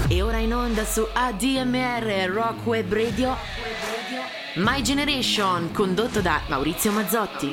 E ora in onda su ADMR Rock Web Radio My Generation, condotto da Maurizio Mazzotti.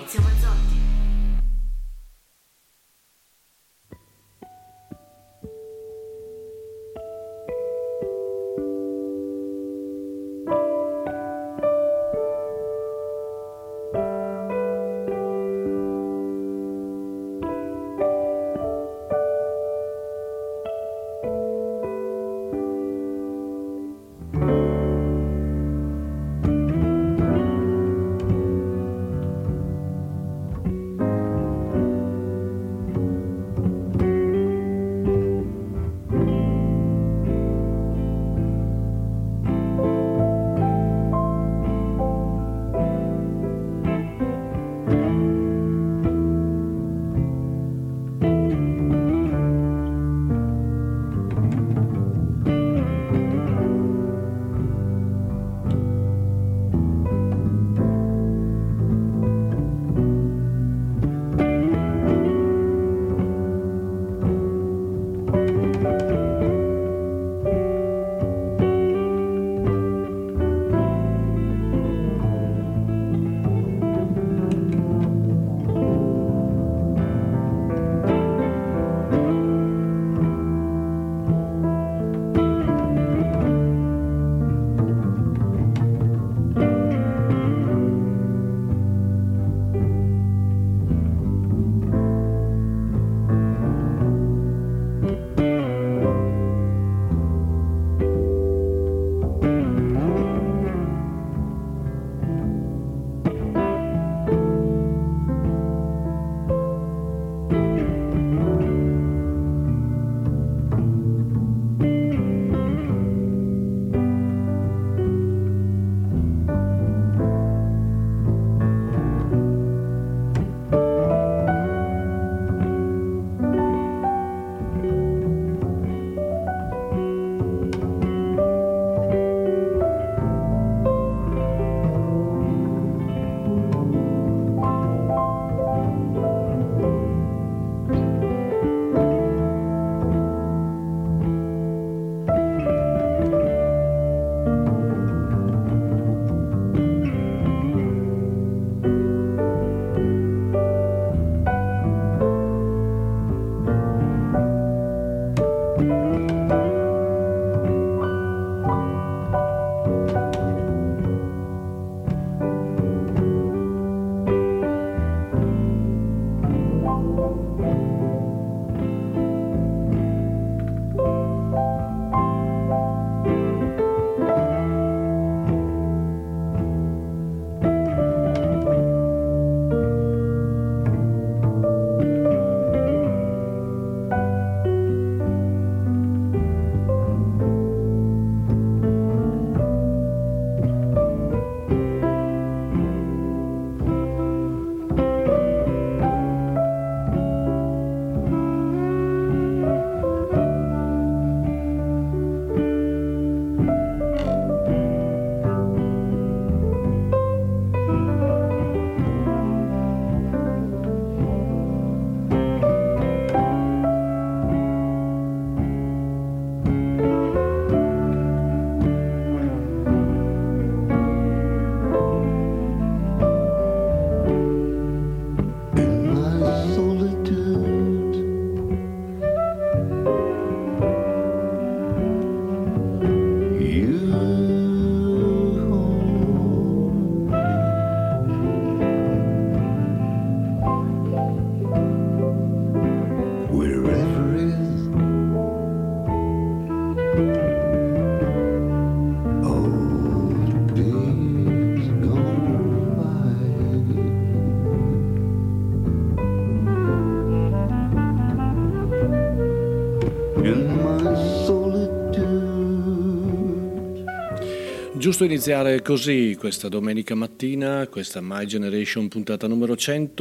Giusto iniziare così questa domenica mattina, questa My Generation puntata numero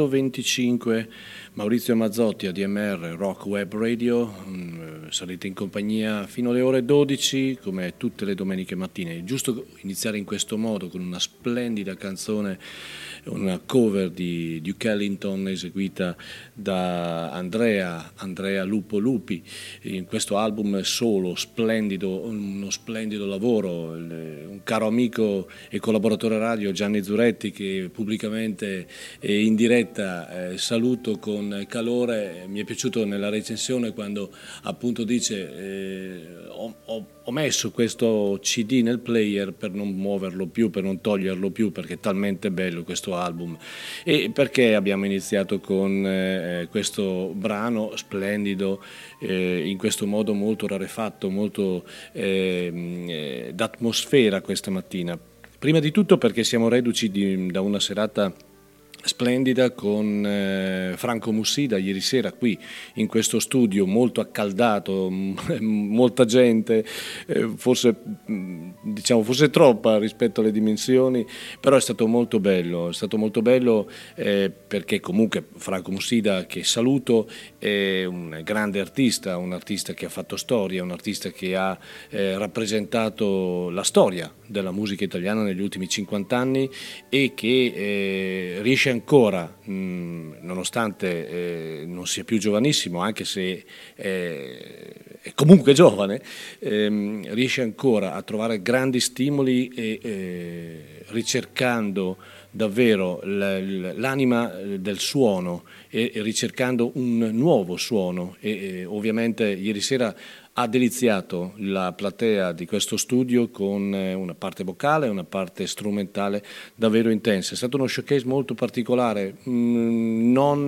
125, Maurizio Mazzotti, ADMR Rock Web Radio, sarete in compagnia fino alle ore 12 come tutte le domeniche mattine. È giusto iniziare in questo modo con una splendida canzone una cover di Duke Ellington eseguita da Andrea Lupo Lupi. In questo album solo, splendido, uno splendido lavoro, un caro amico e collaboratore radio Gianni Zuretti, che pubblicamente e in diretta saluto con calore. Mi è piaciuto nella recensione quando appunto dice ho messo questo CD nel player per non muoverlo più, per non toglierlo più, perché è talmente bello questo album. E perché abbiamo iniziato con questo brano splendido, in questo modo molto rarefatto, molto d'atmosfera questa mattina? Prima di tutto perché siamo reduci da una serata splendida con Franco Mussida ieri sera qui in questo studio molto accaldato, molta gente, forse troppa rispetto alle dimensioni, però è stato molto bello perché comunque Franco Mussida, che saluto, è un grande artista, un artista che ha fatto storia, un artista che ha rappresentato la storia della musica italiana negli ultimi 50 anni e che riesce ancora, nonostante non sia più giovanissimo, anche se è comunque giovane, riesce ancora a trovare grandi stimoli e ricercando davvero l'anima del suono e ricercando un nuovo suono e ovviamente ieri sera ha deliziato la platea di questo studio con una parte vocale e una parte strumentale davvero intensa. È stato uno showcase molto particolare, non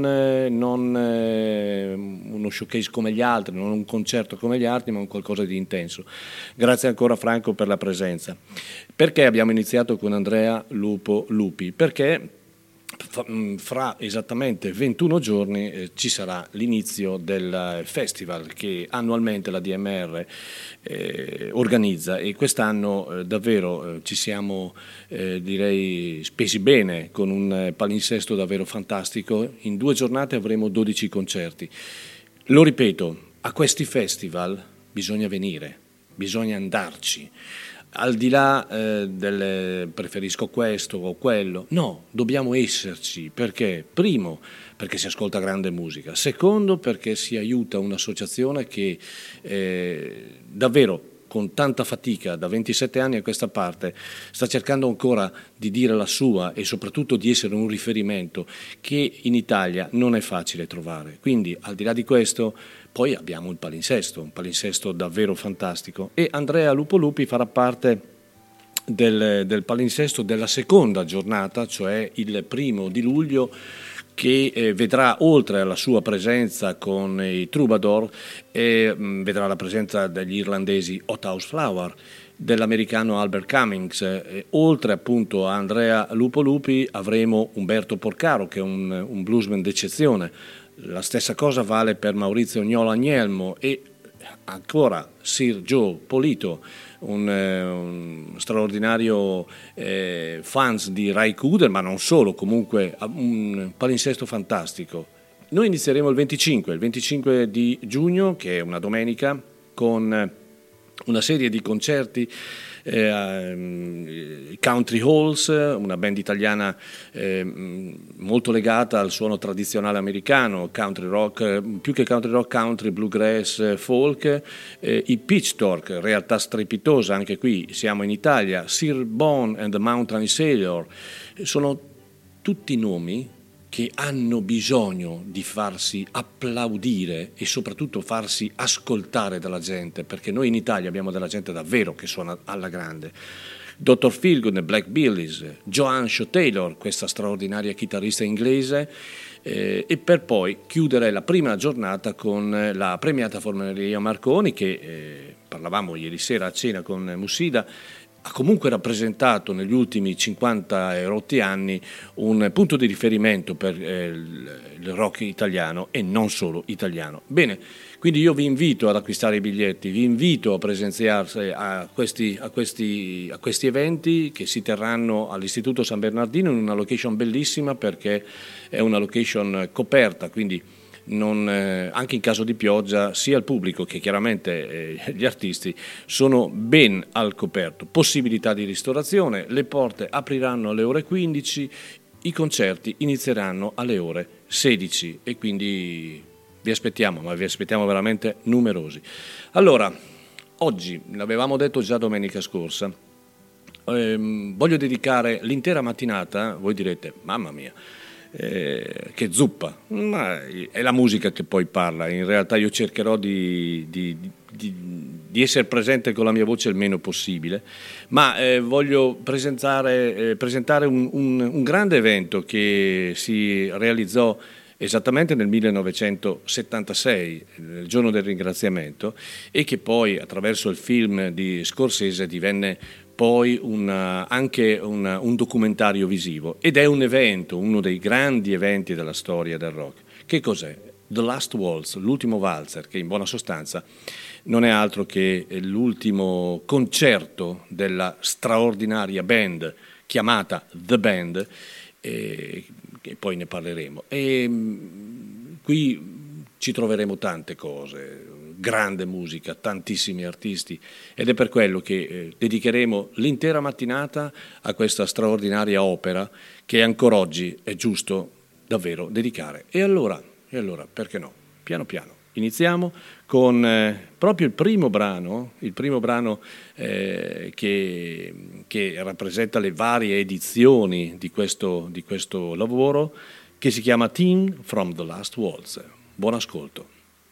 uno showcase come gli altri, non un concerto come gli altri, ma un qualcosa di intenso. Grazie ancora Franco per la presenza. Perché abbiamo iniziato con Andrea Lupo Lupi? Perché fra esattamente 21 giorni ci sarà l'inizio del festival che annualmente la DMR organizza, e quest'anno davvero ci siamo direi spesi bene con un palinsesto davvero fantastico. In 2 giornate avremo 12 concerti. Lo ripeto, a questi festival bisogna venire, bisogna andarci. Al di là del preferisco questo o quello, no, dobbiamo esserci. Perché? Primo, perché si ascolta grande musica. Secondo, perché si aiuta un'associazione che davvero con tanta fatica da 27 anni a questa parte sta cercando ancora di dire la sua e soprattutto di essere un riferimento che in Italia non è facile trovare. Quindi al di là di questo poi abbiamo il palinsesto, un palinsesto davvero fantastico, e Andrea Lupo Lupi farà parte del palinsesto della seconda giornata, cioè il 1 luglio, che vedrà, oltre alla sua presenza con i Troubadour, vedrà la presenza degli irlandesi Hot House Flower, dell'americano Albert Cummings. Oltre appunto a Andrea Lupo Lupi avremo Umberto Porcaro, che è un bluesman d'eccezione. La stessa cosa vale per Maurizio Gnolo Agnelmo e ancora Sir Joe Polito, un straordinario fans di Ry Cooder, ma non solo, comunque un palinsesto fantastico. Noi inizieremo il 25 di giugno, che è una domenica, con una serie di concerti, Country Halls, una band italiana molto legata al suono tradizionale americano, country rock, più che country rock, country, bluegrass, folk, i Pitch Torque, realtà strepitosa, anche qui siamo in Italia, Sir Bone and the Mountain Sailor, sono tutti nomi che hanno bisogno di farsi applaudire e soprattutto farsi ascoltare dalla gente, perché noi in Italia abbiamo della gente davvero che suona alla grande. Dr. Feelgood e Black Billies, Joanne Shaw Taylor, questa straordinaria chitarrista inglese, e per poi chiudere la prima giornata con la premiata Forneria Marconi, che parlavamo ieri sera a cena con Mussida, ha comunque rappresentato negli ultimi 50 e rotti anni un punto di riferimento per il rock italiano e non solo italiano. Bene, quindi io vi invito ad acquistare i biglietti, vi invito a presenziarsi a questi eventi che si terranno all'Istituto San Bernardino in una location bellissima, perché è una location coperta, quindi anche in caso di pioggia sia il pubblico che chiaramente gli artisti sono ben al coperto. Possibilità di ristorazione, le porte apriranno alle ore 15, i concerti inizieranno alle ore 16 e quindi vi aspettiamo, ma vi aspettiamo veramente numerosi. Allora, oggi, l'avevamo detto già domenica scorsa, voglio dedicare l'intera mattinata, voi direte, mamma mia, che zuppa, ma è la musica che poi parla. In realtà io cercherò di essere presente con la mia voce il meno possibile, ma voglio presentare un grande evento che si realizzò esattamente nel 1976, il giorno del ringraziamento, e che poi attraverso il film di Scorsese divenne poi anche un documentario visivo, ed è un evento, uno dei grandi eventi della storia del rock. Che cos'è? The Last Waltz, l'ultimo valzer, che in buona sostanza non è altro che l'ultimo concerto della straordinaria band chiamata The Band, e poi ne parleremo. E qui ci troveremo tante cose, grande musica, tantissimi artisti, ed è per quello che dedicheremo l'intera mattinata a questa straordinaria opera che ancora oggi è giusto davvero dedicare. E allora, perché no? Piano piano. Iniziamo con proprio il primo brano che rappresenta le varie edizioni di questo lavoro, che si chiama Theme from the Last Waltz. Buon ascolto.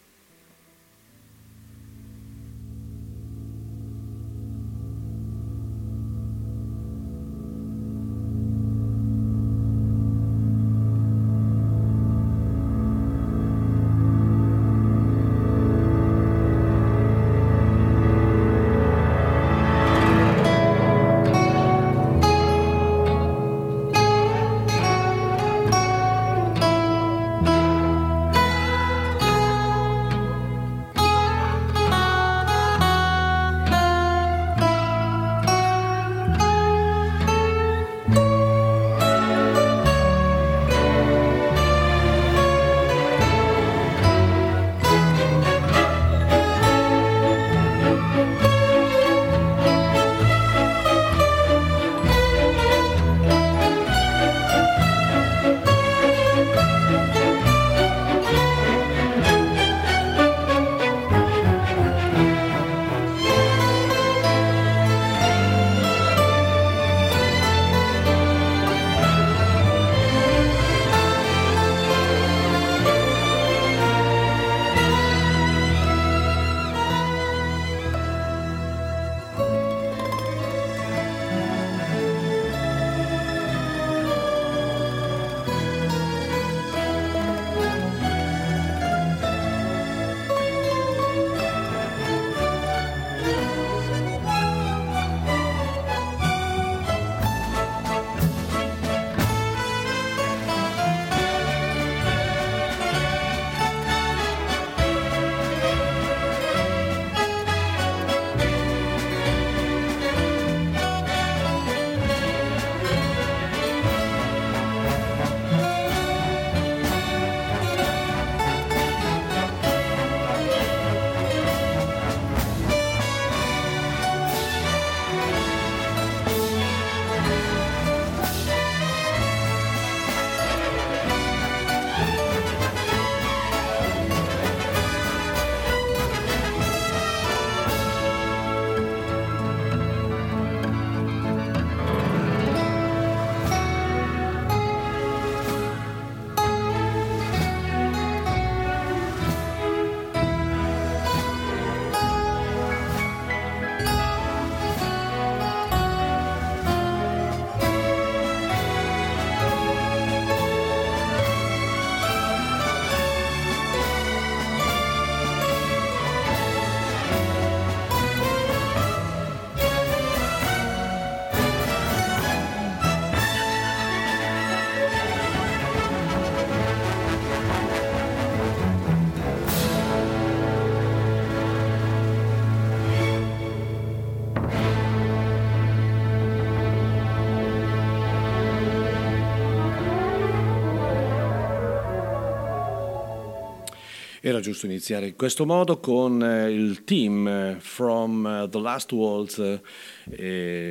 Era giusto iniziare in questo modo con il Theme from the Last Waltz,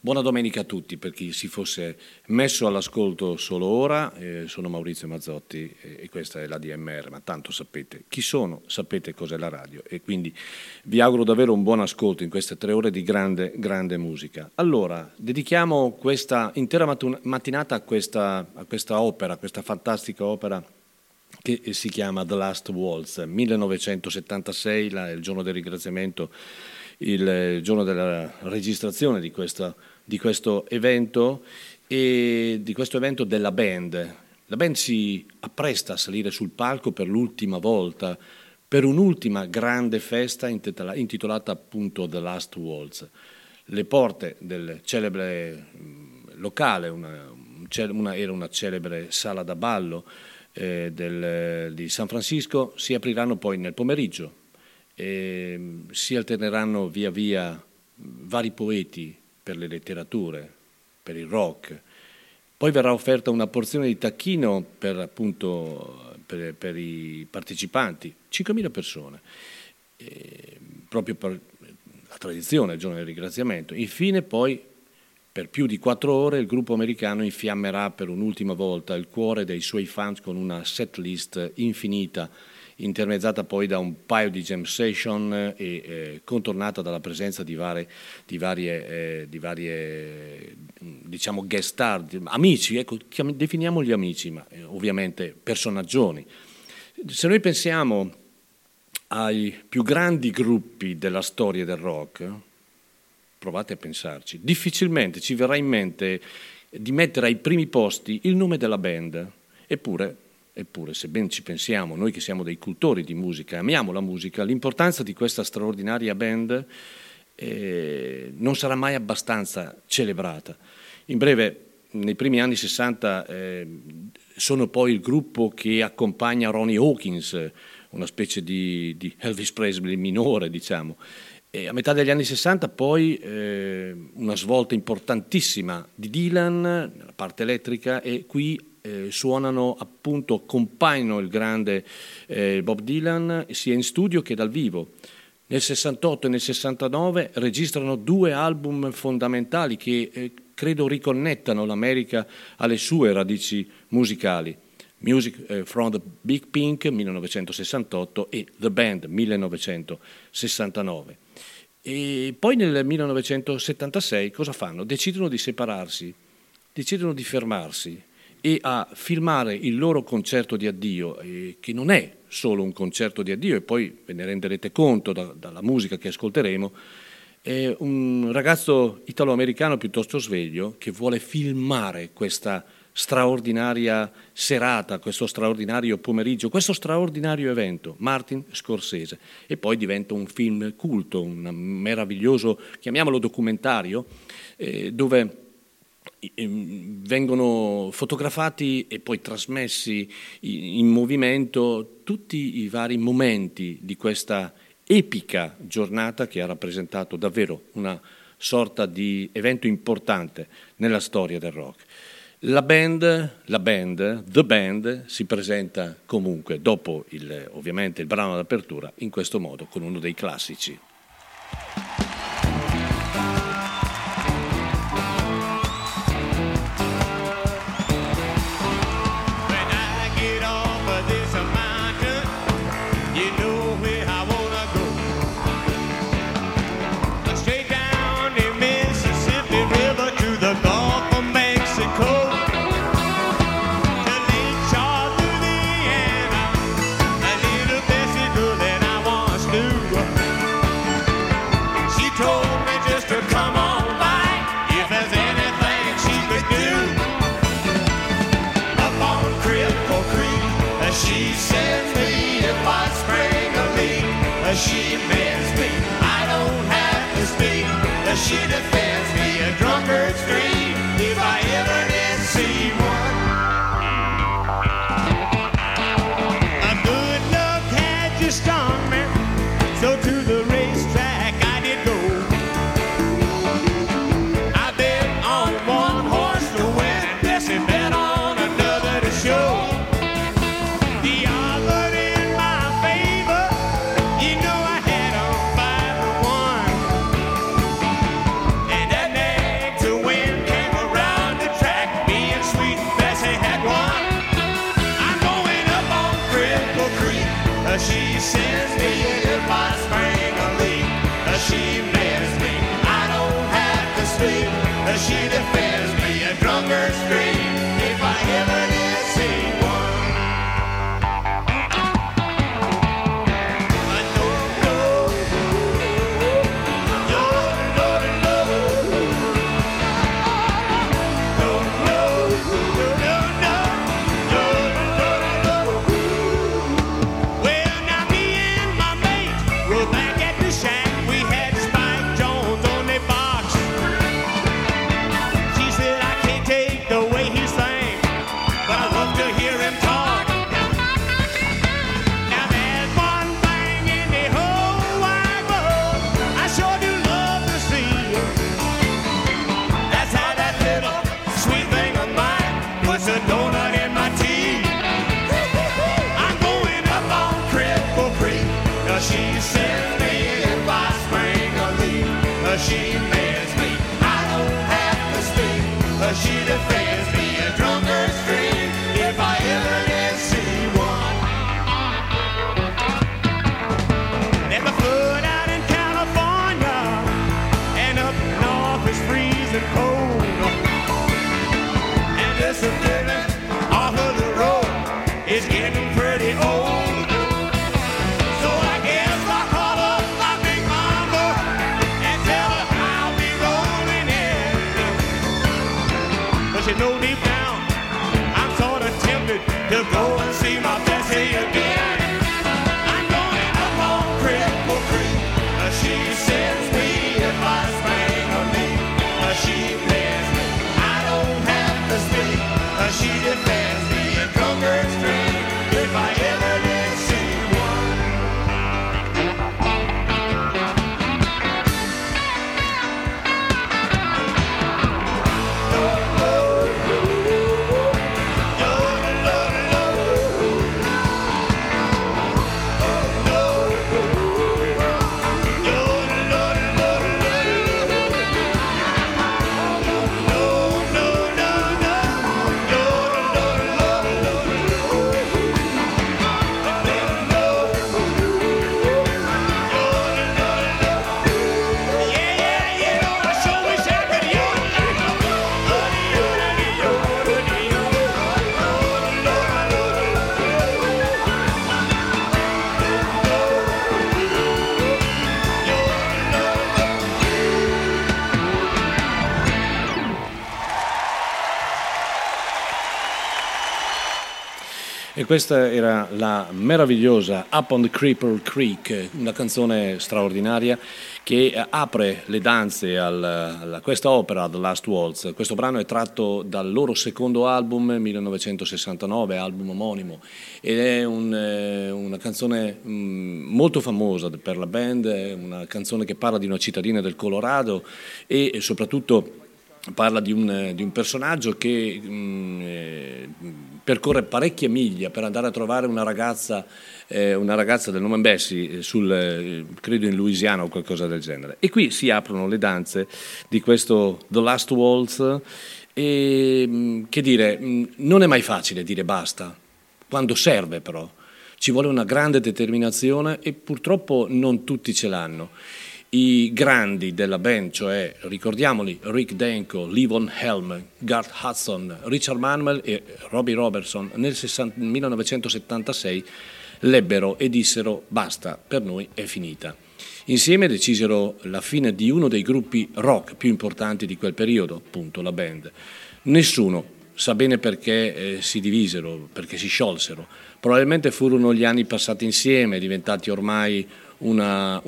Buona domenica a tutti, per chi si fosse messo all'ascolto solo ora, sono Maurizio Mazzotti e questa è la DMR, ma tanto sapete chi sono, sapete cos'è la radio e quindi vi auguro davvero un buon ascolto in queste 3 ore di grande musica. Allora, dedichiamo questa intera mattinata a questa opera, questa fantastica opera che si chiama The Last Waltz, 1976, il giorno del ringraziamento, il giorno della registrazione di questo evento e di questo evento della band. La band si appresta a salire sul palco per l'ultima volta per un'ultima grande festa intitolata appunto The Last Waltz. Le porte del celebre locale, era una celebre sala da ballo di San Francisco, si apriranno poi nel pomeriggio. Si alterneranno via via vari poeti per le letterature, per il rock. Poi verrà offerta una porzione di tacchino per i partecipanti, 5.000 persone, proprio per la tradizione, il giorno del ringraziamento. Infine poi, per più di 4 ore, il gruppo americano infiammerà per un'ultima volta il cuore dei suoi fans con una set list infinita, intermezzata poi da un paio di jam session e contornata dalla presenza di varie diciamo guest star, amici, ecco, definiamoli amici, ma ovviamente personaggioni. Se noi pensiamo ai più grandi gruppi della storia del rock, provate a pensarci, difficilmente ci verrà in mente di mettere ai primi posti il nome della band, eppure, se ben ci pensiamo, noi che siamo dei cultori di musica, amiamo la musica, l'importanza di questa straordinaria band non sarà mai abbastanza celebrata. In breve, nei primi anni 60 sono poi il gruppo che accompagna Ronnie Hawkins, una specie di Elvis Presley minore, diciamo. E a metà degli anni 60 poi una svolta importantissima di Dylan, nella parte elettrica, e qui suonano appunto, accompagnano il grande Bob Dylan sia in studio che dal vivo. Nel 68 e nel 69 registrano 2 album fondamentali che credo riconnettano l'America alle sue radici musicali. Music from the Big Pink 1968 e The Band 1969. E poi nel 1976 cosa fanno? Decidono di separarsi, decidono di fermarsi e a filmare il loro concerto di addio, che non è solo un concerto di addio, e poi ve ne renderete conto dalla musica che ascolteremo. È un ragazzo italo-americano piuttosto sveglio che vuole filmare questa straordinaria serata, questo straordinario pomeriggio, questo straordinario evento, Martin Scorsese, e poi diventa un film culto, un meraviglioso, chiamiamolo documentario, dove vengono fotografati e poi trasmessi in movimento tutti i vari momenti di questa epica giornata che ha rappresentato davvero una sorta di evento importante nella storia del rock. The Band si presenta comunque dopo ovviamente il brano d'apertura in questo modo, con uno dei classici. She bends me, I don't have to speak. She defends me, a drunkard's dream, if I ever did see one. A good luck had you stung me, so to the racetrack I did go. I bet on one horse to win, and Bessie bet on another to show. The odds were in my favor, you know I had 'em 5-1. She lets me, I don't have to speak. She defends me in Drunkard Street if I ever did see one. There's a flood out in California, and up north it's freezing cold. And this living off of the road is getting pretty old. So I guess I'll call up my big mama and tell her I'll be rolling in. But you know deep down, I'm sort of tempted to go and see my Bessie again. I'm going up on Cripple Creek. She sends me if I spring a leak. She plays me, I don't have to speak. She defends me in Drunkard Street if I ever did see one. E questa era la meravigliosa Up on the Cripple Creek, una canzone straordinaria che apre le danze a questa opera, The Last Waltz. Questo brano è tratto dal loro secondo album, 1969, album omonimo, ed è una canzone molto famosa per la band, è una canzone che parla di una cittadina del Colorado e soprattutto parla di un personaggio che percorre parecchie miglia per andare a trovare una ragazza del nome Bessie, credo in Louisiana o qualcosa del genere. E qui si aprono le danze di questo The Last Waltz e, che dire, non è mai facile dire basta, quando serve però. Ci vuole una grande determinazione e purtroppo non tutti ce l'hanno. I grandi della band, cioè, ricordiamoli, Rick Danko, Levon Helm, Garth Hudson, Richard Manuel e Robbie Robertson, nel 1976 lebbero e dissero basta, per noi è finita. Insieme decisero la fine di uno dei gruppi rock più importanti di quel periodo, appunto la band. Nessuno sa bene perché si divisero, perché si sciolsero. Probabilmente furono gli anni passati insieme, diventati ormai una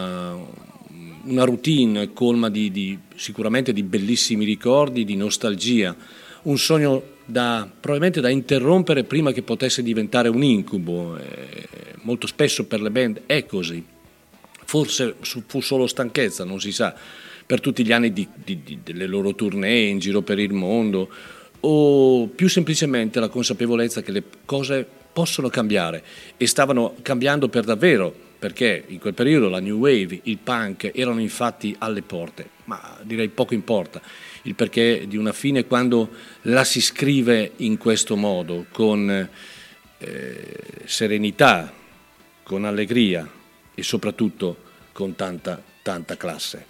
routine colma sicuramente di bellissimi ricordi, di nostalgia, un sogno probabilmente da interrompere prima che potesse diventare un incubo. Molto spesso per le band è così, forse fu solo stanchezza, non si sa, per tutti gli anni delle loro tournée in giro per il mondo, o più semplicemente la consapevolezza che le cose possono cambiare e stavano cambiando per davvero, perché in quel periodo la New Wave, il punk erano infatti alle porte, ma direi poco importa il perché di una fine quando la si scrive in questo modo, con serenità, con allegria e soprattutto con tanta classe.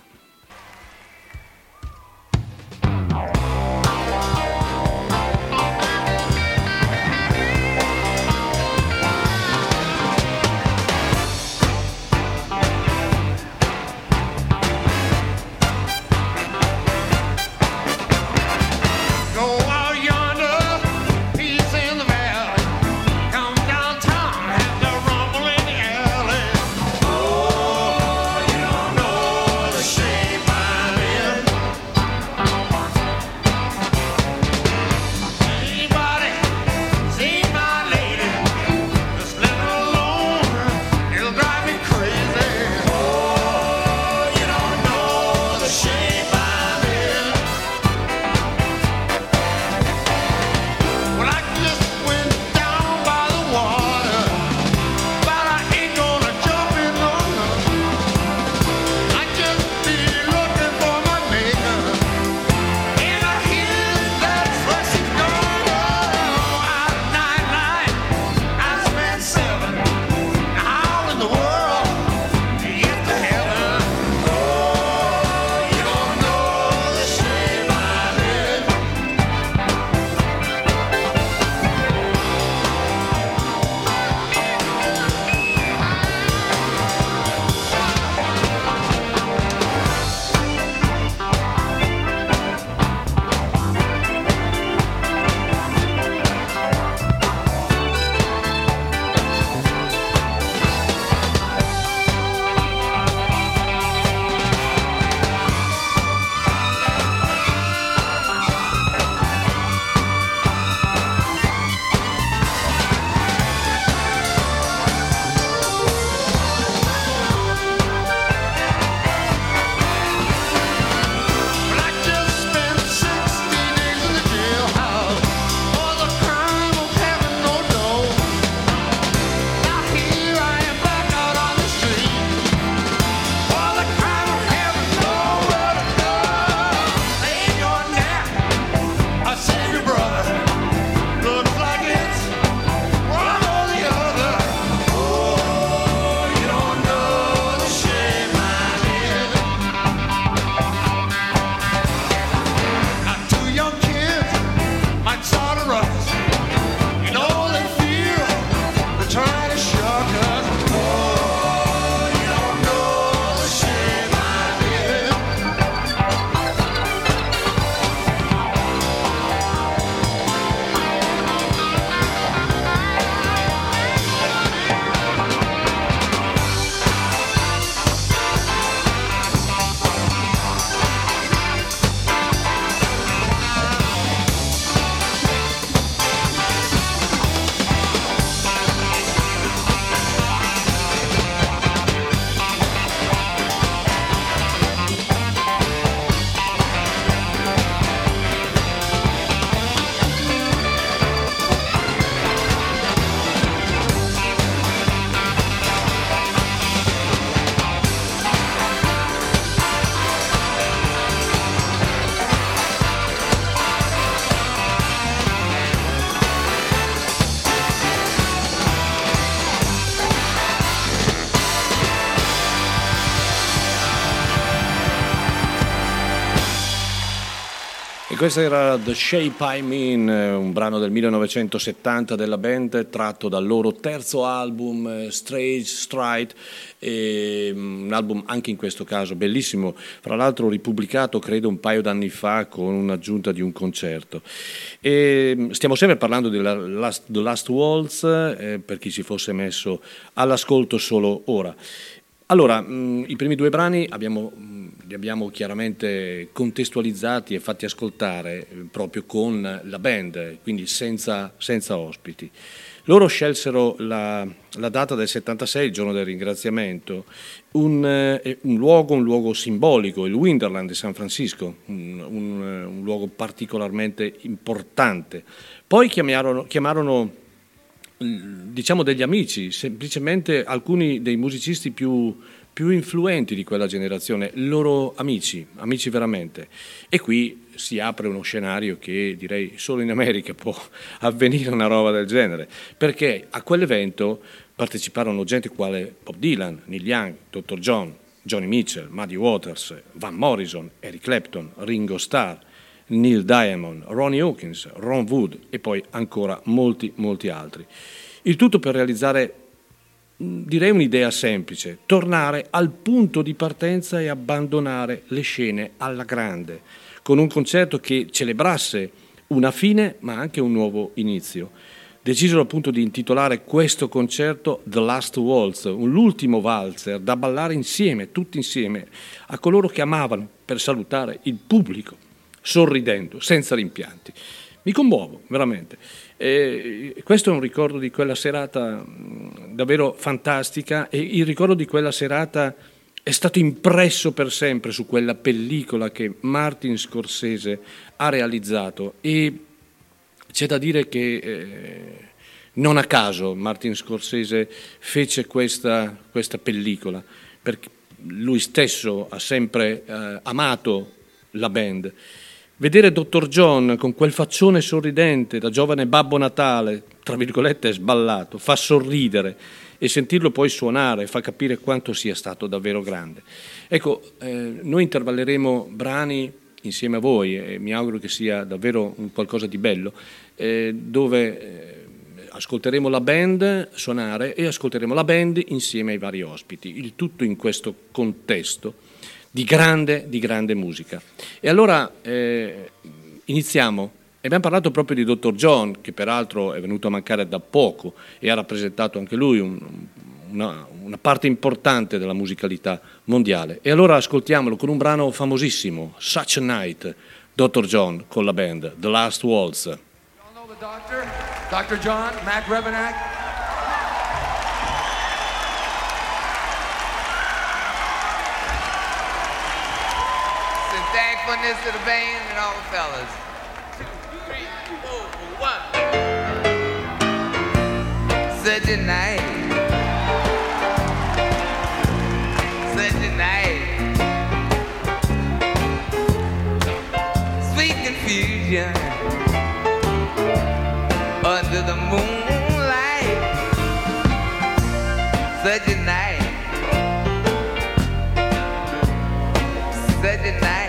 Shame. Questo era The Shape I'm In, un brano del 1970 della band, tratto dal loro terzo album Strange Stride, un album anche in questo caso bellissimo, fra l'altro ripubblicato credo un paio d'anni fa con un'aggiunta di un concerto. E stiamo sempre parlando di The Last Waltz, per chi si fosse messo all'ascolto solo ora. Allora, i primi due brani li abbiamo chiaramente contestualizzati e fatti ascoltare proprio con la band, quindi senza ospiti. Loro scelsero la data del 76, il giorno del ringraziamento, un luogo simbolico, il Wonderland di San Francisco, un luogo particolarmente importante. Poi chiamarono diciamo degli amici, semplicemente alcuni dei musicisti più influenti di quella generazione, loro amici veramente. E qui si apre uno scenario che direi solo in America può avvenire una roba del genere, perché a quell'evento parteciparono gente quale Bob Dylan, Neil Young, Dr. John, Johnny Mitchell, Muddy Waters, Van Morrison, Eric Clapton, Ringo Starr, Neil Diamond, Ronnie Hawkins, Ron Wood e poi ancora molti altri. Il tutto per realizzare, direi, un'idea semplice: tornare al punto di partenza e abbandonare le scene alla grande, con un concerto che celebrasse una fine ma anche un nuovo inizio. Decisero appunto di intitolare questo concerto The Last Waltz, l'ultimo valzer da ballare insieme, tutti insieme, a coloro che amavano, per salutare il pubblico, sorridendo, senza rimpianti. Mi commuovo, veramente. Questo è un ricordo di quella serata davvero fantastica, e il ricordo di quella serata è stato impresso per sempre su quella pellicola che Martin Scorsese ha realizzato, e c'è da dire che non a caso Martin Scorsese fece questa pellicola, perché lui stesso ha sempre amato la band. Vedere Dr. John con quel faccione sorridente da giovane Babbo Natale, tra virgolette sballato, fa sorridere, e sentirlo poi suonare fa capire quanto sia stato davvero grande. Ecco, noi intervalleremo brani insieme a voi, e mi auguro che sia davvero un qualcosa di bello, dove ascolteremo la band suonare e ascolteremo la band insieme ai vari ospiti, il tutto in questo contesto di grande musica. E allora iniziamo. Abbiamo parlato proprio di Dr. John, che peraltro è venuto a mancare da poco e ha rappresentato anche lui una parte importante della musicalità mondiale. E allora ascoltiamolo con un brano famosissimo, Such a Night, Dr. John con la band, The Last Waltz. You all know the doctor? Dr. John, Mac Rebenak. Thankfulness to the band and all the fellas. 2, 3, 4, 1. Such a night, such a night, sweet confusion under the moonlight. Such a night, such a night.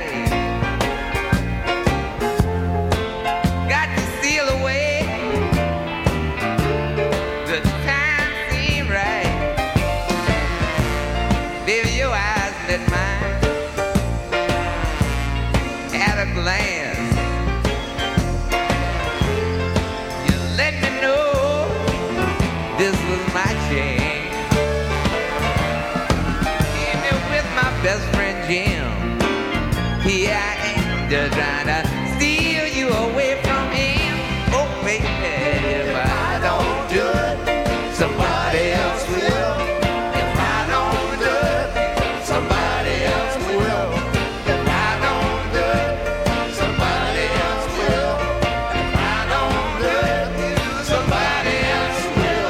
Best friend Jim, here I am, just trying to steal you away from him. Oh baby, if I don't do it, somebody else will. If I don't do it, somebody else will. If I don't do it, somebody else will. If I don't do it, somebody else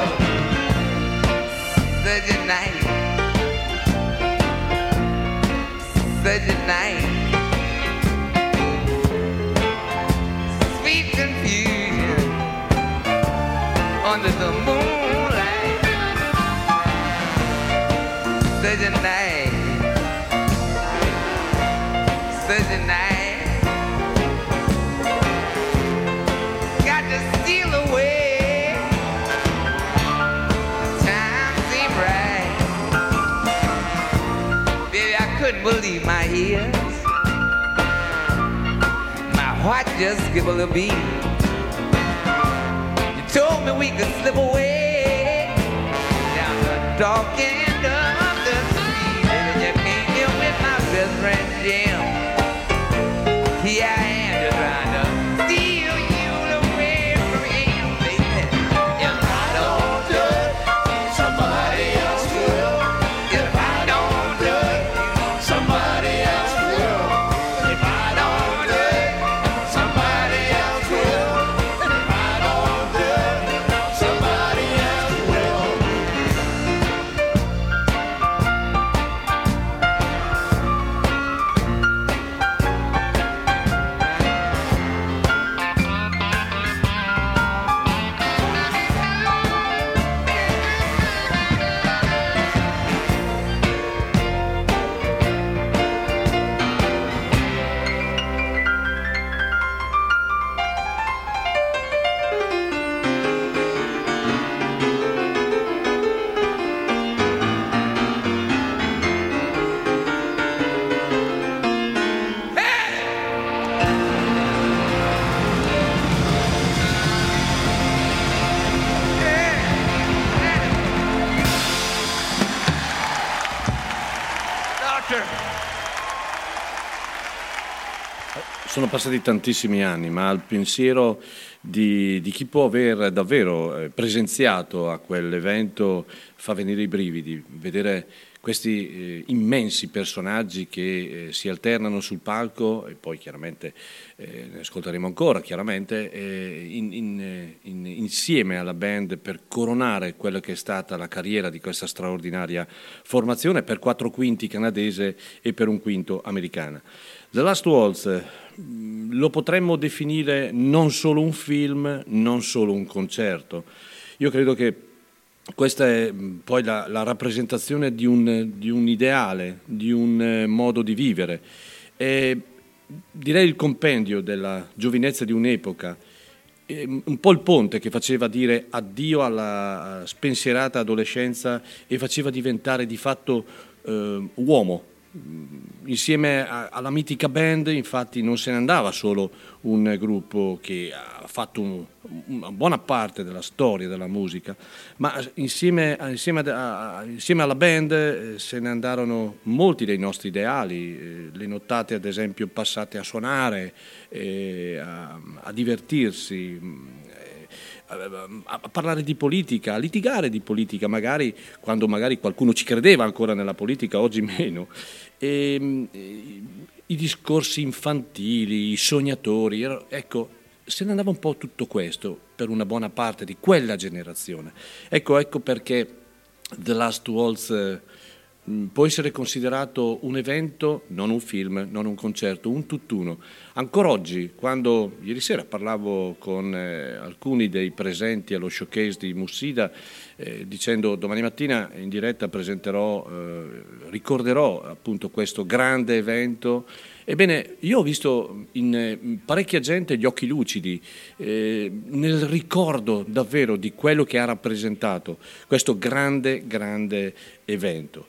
will. Such a night, such a night, sweet confusion under the moonlight. Such a night, such a night, ears. My heart just skipped a little beat. You told me we could slip away down the dark end of the street. And you came here with my best friend Jim. Here I am just trying to steal you away from him, baby. If I don't do it, somebody else will. If I don't do it, somebody else will. If I don't do it, somebody else will. If I don't do it, somebody else will. Doctor. Sono passati tantissimi anni, ma al pensiero di chi può aver davvero presenziato a quell'evento fa venire i brividi, vedere questi immensi personaggi che si alternano sul palco e poi chiaramente ne ascolteremo ancora chiaramente insieme alla band per coronare quella che è stata la carriera di questa straordinaria formazione per 4 quinti canadese e per un quinto americana. The Last Waltz lo potremmo definire non solo un film, non solo un concerto. Io credo che questa è poi la rappresentazione di un ideale, di un modo di vivere. E direi il compendio della giovinezza di un'epoca, un po' il ponte che faceva dire addio alla spensierata adolescenza e faceva diventare di fatto uomo. Insieme alla mitica band infatti non se ne andava solo un gruppo che ha fatto una buona parte della storia della musica, ma insieme alla band se ne andarono molti dei nostri ideali, le nottate ad esempio passate a suonare, a divertirsi, a parlare di politica, a litigare di politica, magari quando qualcuno ci credeva ancora nella politica, oggi meno. I discorsi infantili, i sognatori, ecco, se ne andava un po' tutto questo per una buona parte di quella generazione. Ecco perché The Last Waltz può essere considerato un evento, non un film, non un concerto, un tutt'uno. Ancora oggi, quando ieri sera parlavo con alcuni dei presenti allo showcase di Mussida, dicendo domani mattina in diretta ricorderò appunto questo grande evento. Ebbene, io ho visto in parecchia gente gli occhi lucidi nel ricordo davvero di quello che ha rappresentato questo grande evento.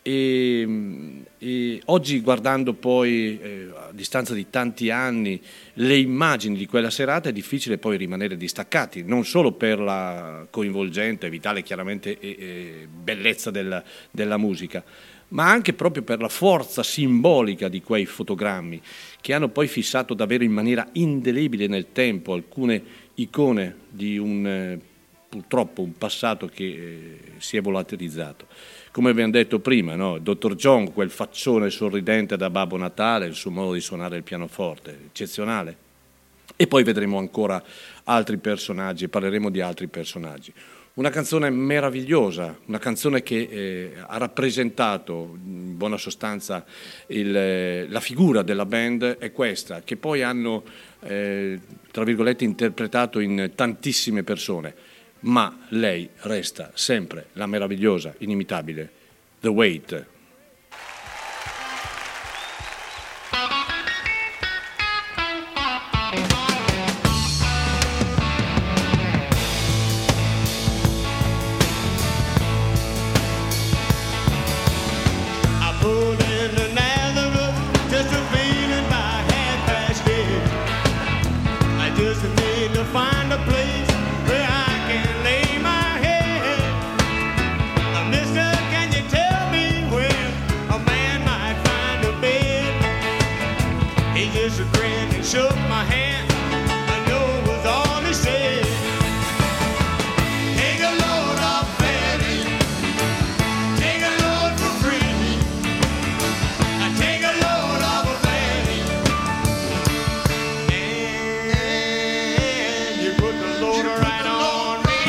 E oggi, guardando poi a distanza di tanti anni le immagini di quella serata, è difficile poi rimanere distaccati, non solo per la coinvolgente, vitale chiaramente bellezza della musica, ma anche proprio per la forza simbolica di quei fotogrammi che hanno poi fissato davvero in maniera indelebile nel tempo alcune icone di purtroppo un passato che si è volatilizzato. Come abbiamo detto prima, no? Dr. John, quel faccione sorridente da Babbo Natale, il suo modo di suonare il pianoforte, eccezionale. E poi vedremo ancora altri personaggi, parleremo di altri personaggi. Una canzone meravigliosa, una canzone che ha rappresentato in buona sostanza la figura della band è questa, che poi hanno, tra virgolette, interpretato in tantissime persone. Ma lei resta sempre la meravigliosa, inimitabile The Wait. I pulled into Nazareth just grinned and shook my hand. I know it was all he said. Take a load off Betty. Take a load for free. I take a load off of Betty. And you put the load right on me.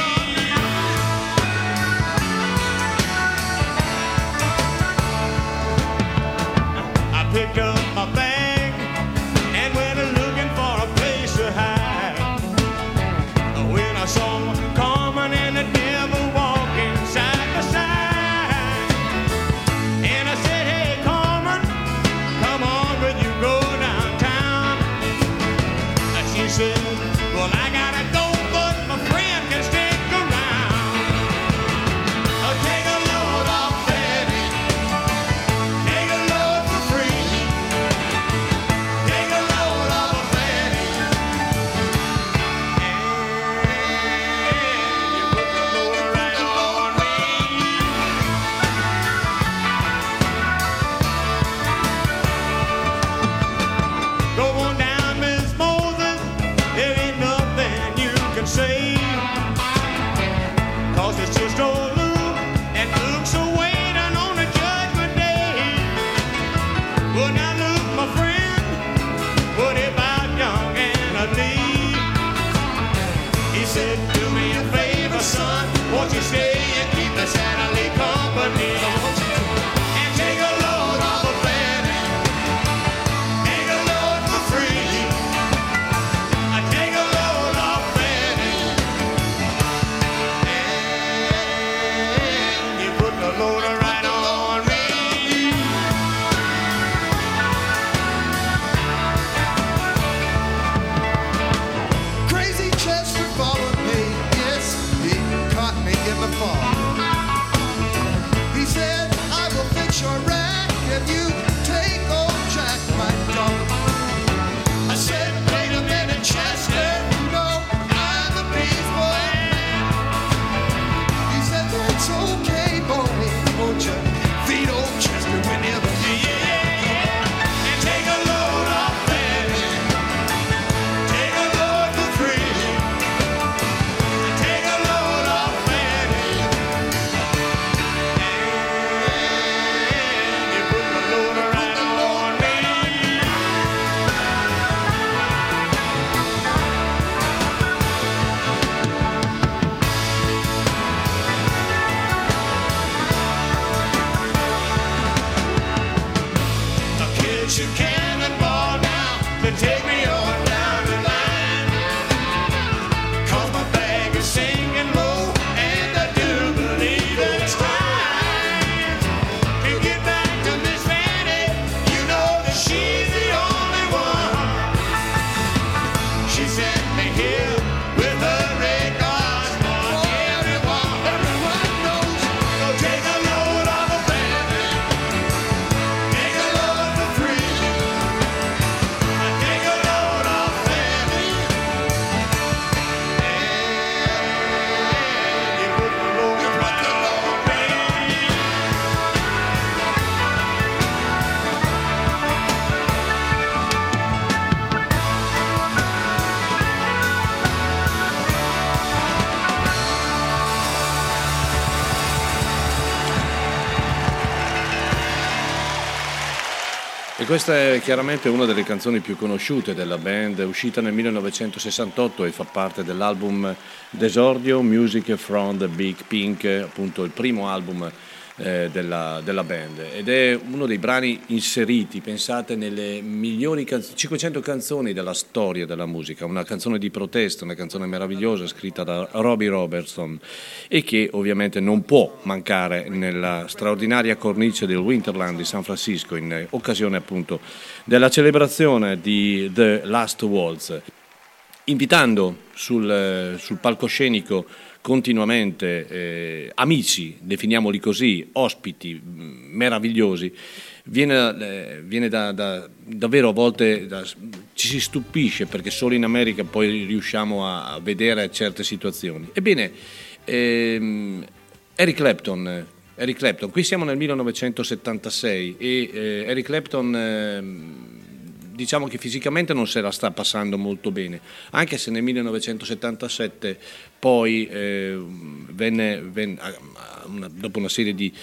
I picked up my bag and went looking for a place to hide. When I saw Carmen and the devil walking side by side, and I said, hey Carmen, come on, will you go downtown? And she said, well, I gotta go, but my friend can stick around. I'll take a load off Betty. Take a load for free. Take a load off of Betty. And you put the load right on me. Go on down, Miss Moses. There ain't nothing you can say. 'Cause it's just old Luke, and Luke's a-waiting on the judgment day. Well, now Luke, my friend, what about young Anna Lee? He said, do me a favor, son, won't you stay and keep the Santa Lee company? And take a load off of Betty. Take a load for free. I take a load off Betty. And you put the load right on me. Crazy Chester followed me, yes, he caught me in the fall. He said, I will fix your rack if you take old Jack, my dog. I said, wait a minute, Chester, no, I'm a beast boy. He said, that's okay, boy, won't you feed old Chester whenever And take a load off Betty. Take a load for free. Take a load off Betty. And you put the load right on me. A kid should cannonball now to take me on down the line. 'Cause my bag is sinking low, and I do believe it's time to get back to Miss Fanny. You know that she's the only one. She sent me here with her red cards for everyone. Everyone knows. So take a load off of Betty. Take a load for free. I take a load off Betty. And you put the load right on me. E questa è chiaramente una delle canzoni più conosciute della band, uscita nel 1968 e fa parte dell'album d'esordio Music from the Big Pink, appunto il primo album della band, ed è uno dei brani inseriti, pensate, nelle migliori 500 canzoni della storia della musica, una canzone di protesta, una canzone meravigliosa scritta da Robbie Robertson e che ovviamente non può mancare nella straordinaria cornice del Winterland di San Francisco in occasione appunto della celebrazione di The Last Waltz, invitando sul palcoscenico continuamente amici, definiamoli così, ospiti meravigliosi. Viene davvero a volte ci si stupisce, perché solo in America poi riusciamo a vedere certe situazioni. Ebbene, Eric Clapton, qui siamo nel 1976 e Eric Clapton diciamo che fisicamente non se la sta passando molto bene, anche se nel 1977 poi dopo una serie di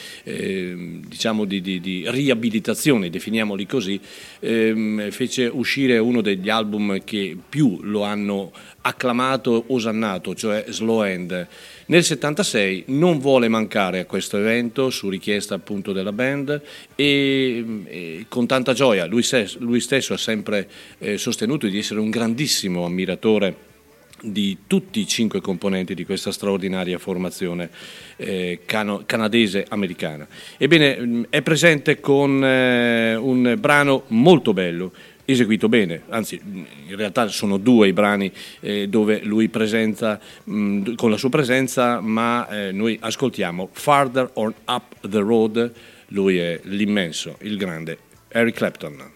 riabilitazioni, definiamoli così, fece uscire uno degli album che più lo hanno acclamato, osannato, cioè Slow Hand. Nel 76 non vuole mancare a questo evento su richiesta appunto della band e con tanta gioia lui stesso ha sempre sostenuto di essere un grandissimo ammiratore di tutti i 5 componenti di questa straordinaria formazione canadese-americana. Ebbene, è presente con un brano molto bello, eseguito bene, anzi in realtà sono 2 i brani dove lui presenta con la sua presenza, ma noi ascoltiamo Farther on Up the Road. Lui è l'immenso, il grande Eric Clapton.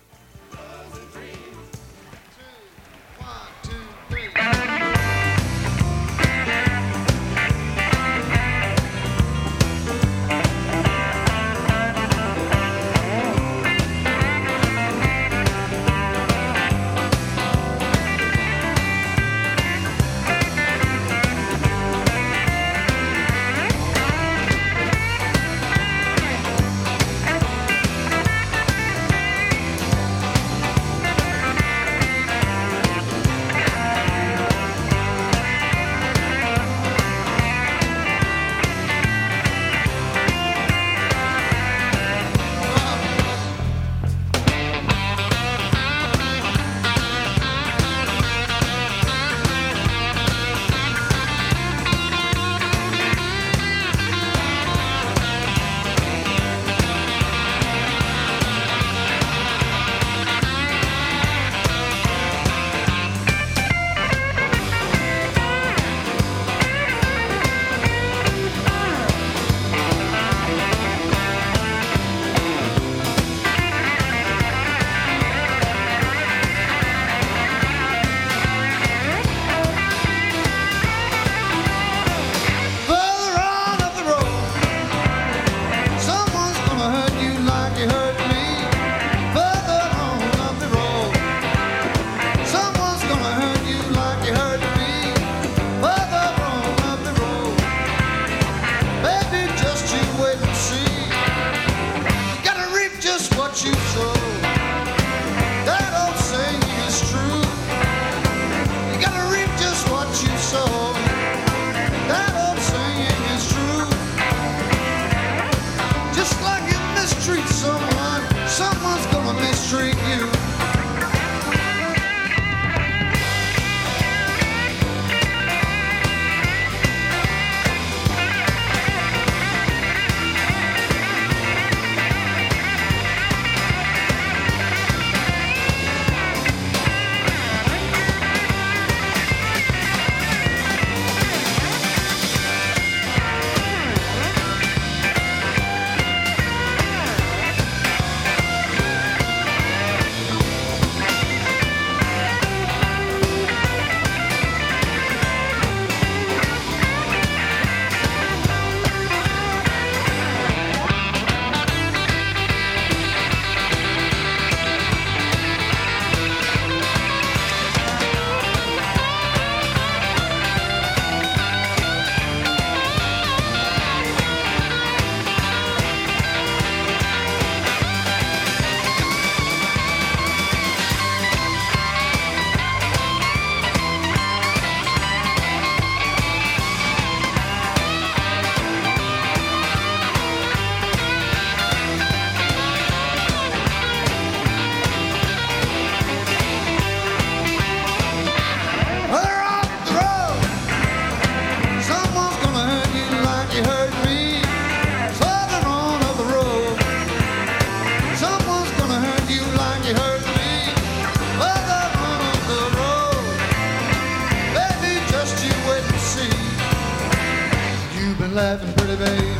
Laughing, pretty baby.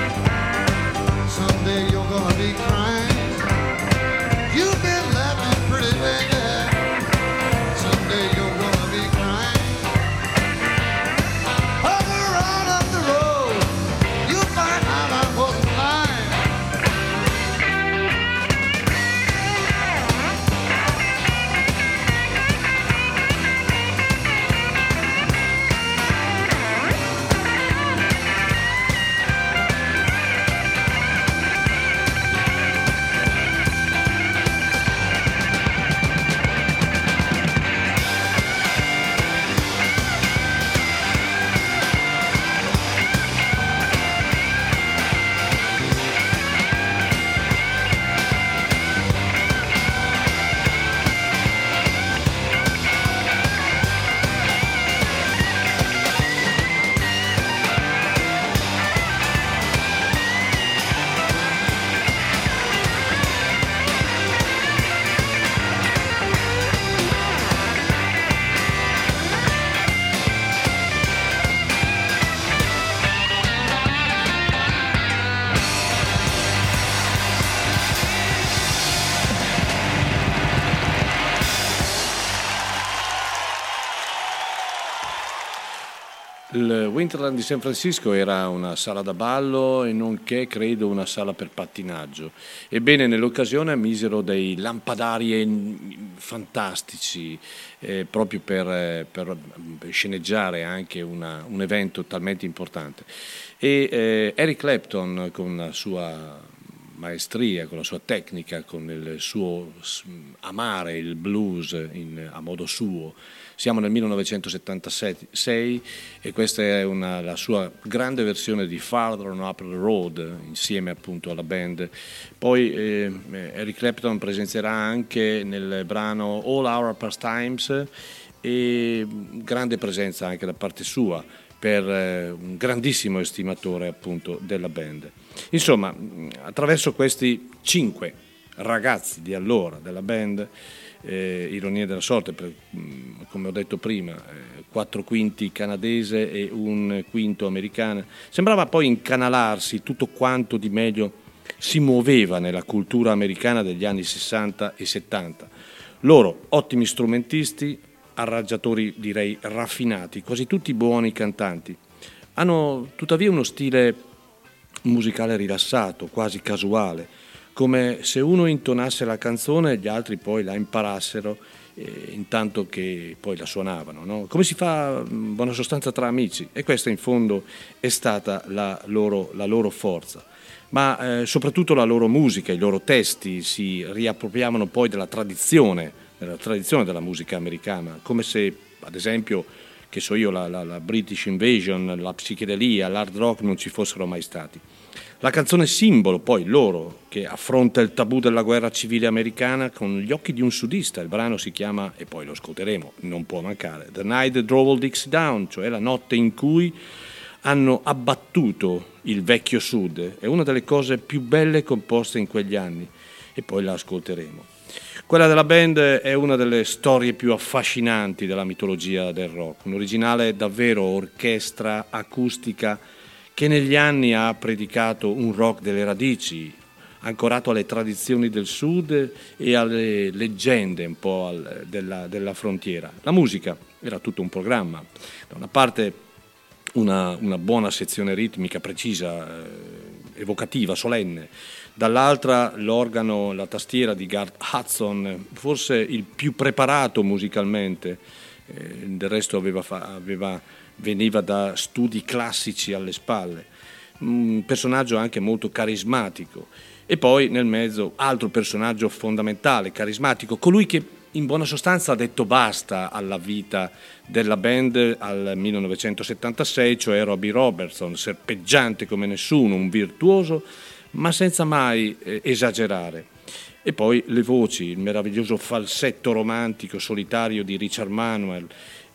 Someday you're gonna be crying. You've been laughing, pretty baby. Someday you're gonna be crying. Further on up the road, you'll find out I wasn't lying. Il Winterland di San Francisco era una sala da ballo e nonché, credo, una sala per pattinaggio. Ebbene, nell'occasione misero dei lampadari fantastici proprio per sceneggiare anche un evento talmente importante. E Eric Clapton, con la sua maestria, con la sua tecnica, con il suo amare il blues a modo suo. Siamo nel 1976 e questa è la sua grande versione di Farther on Up the Road insieme appunto alla band. Poi Eric Clapton presenzierà anche nel brano All Our Pastimes e grande presenza anche da parte sua per un grandissimo estimatore appunto della band. Insomma, attraverso questi 5 ragazzi di allora della band, ironia della sorte, come ho detto prima, 4 quinti canadese e un quinto americano, sembrava poi incanalarsi tutto quanto di meglio si muoveva nella cultura americana degli anni 60 e 70. Loro ottimi strumentisti, arrangiatori direi raffinati, quasi tutti buoni cantanti. Hanno tuttavia uno stile musicale rilassato, quasi casuale, come se uno intonasse la canzone e gli altri poi la imparassero intanto che poi la suonavano, no? Come si fa in buona sostanza tra amici, e questa in fondo è stata la loro forza. Ma soprattutto la loro musica, i loro testi si riappropriavano poi della tradizione della musica americana, come se, ad esempio, che so io, la British Invasion, la psichedelia, l'hard rock non ci fossero mai stati. La canzone simbolo, poi, loro, che affronta il tabù della guerra civile americana con gli occhi di un sudista. Il brano si chiama, e poi lo ascolteremo, non può mancare, The Night That Drove Dixie Down, cioè la notte in cui hanno abbattuto il vecchio sud. È una delle cose più belle composte in quegli anni, e poi la ascolteremo. Quella della band è una delle storie più affascinanti della mitologia del rock, un'originale davvero orchestra acustica che negli anni ha predicato un rock delle radici, ancorato alle tradizioni del sud e alle leggende un po' della frontiera. La musica era tutto un programma, da una parte una buona sezione ritmica precisa, evocativa, solenne, dall'altra l'organo, la tastiera di Garth Hudson, forse il più preparato musicalmente, del resto veniva da studi classici alle spalle, un personaggio anche molto carismatico, e poi nel mezzo altro personaggio fondamentale, carismatico, colui che in buona sostanza ha detto basta alla vita della band al 1976, cioè Robbie Robertson, serpeggiante come nessuno, un virtuoso ma senza mai esagerare. E poi le voci, il meraviglioso falsetto romantico solitario di Richard Manuel.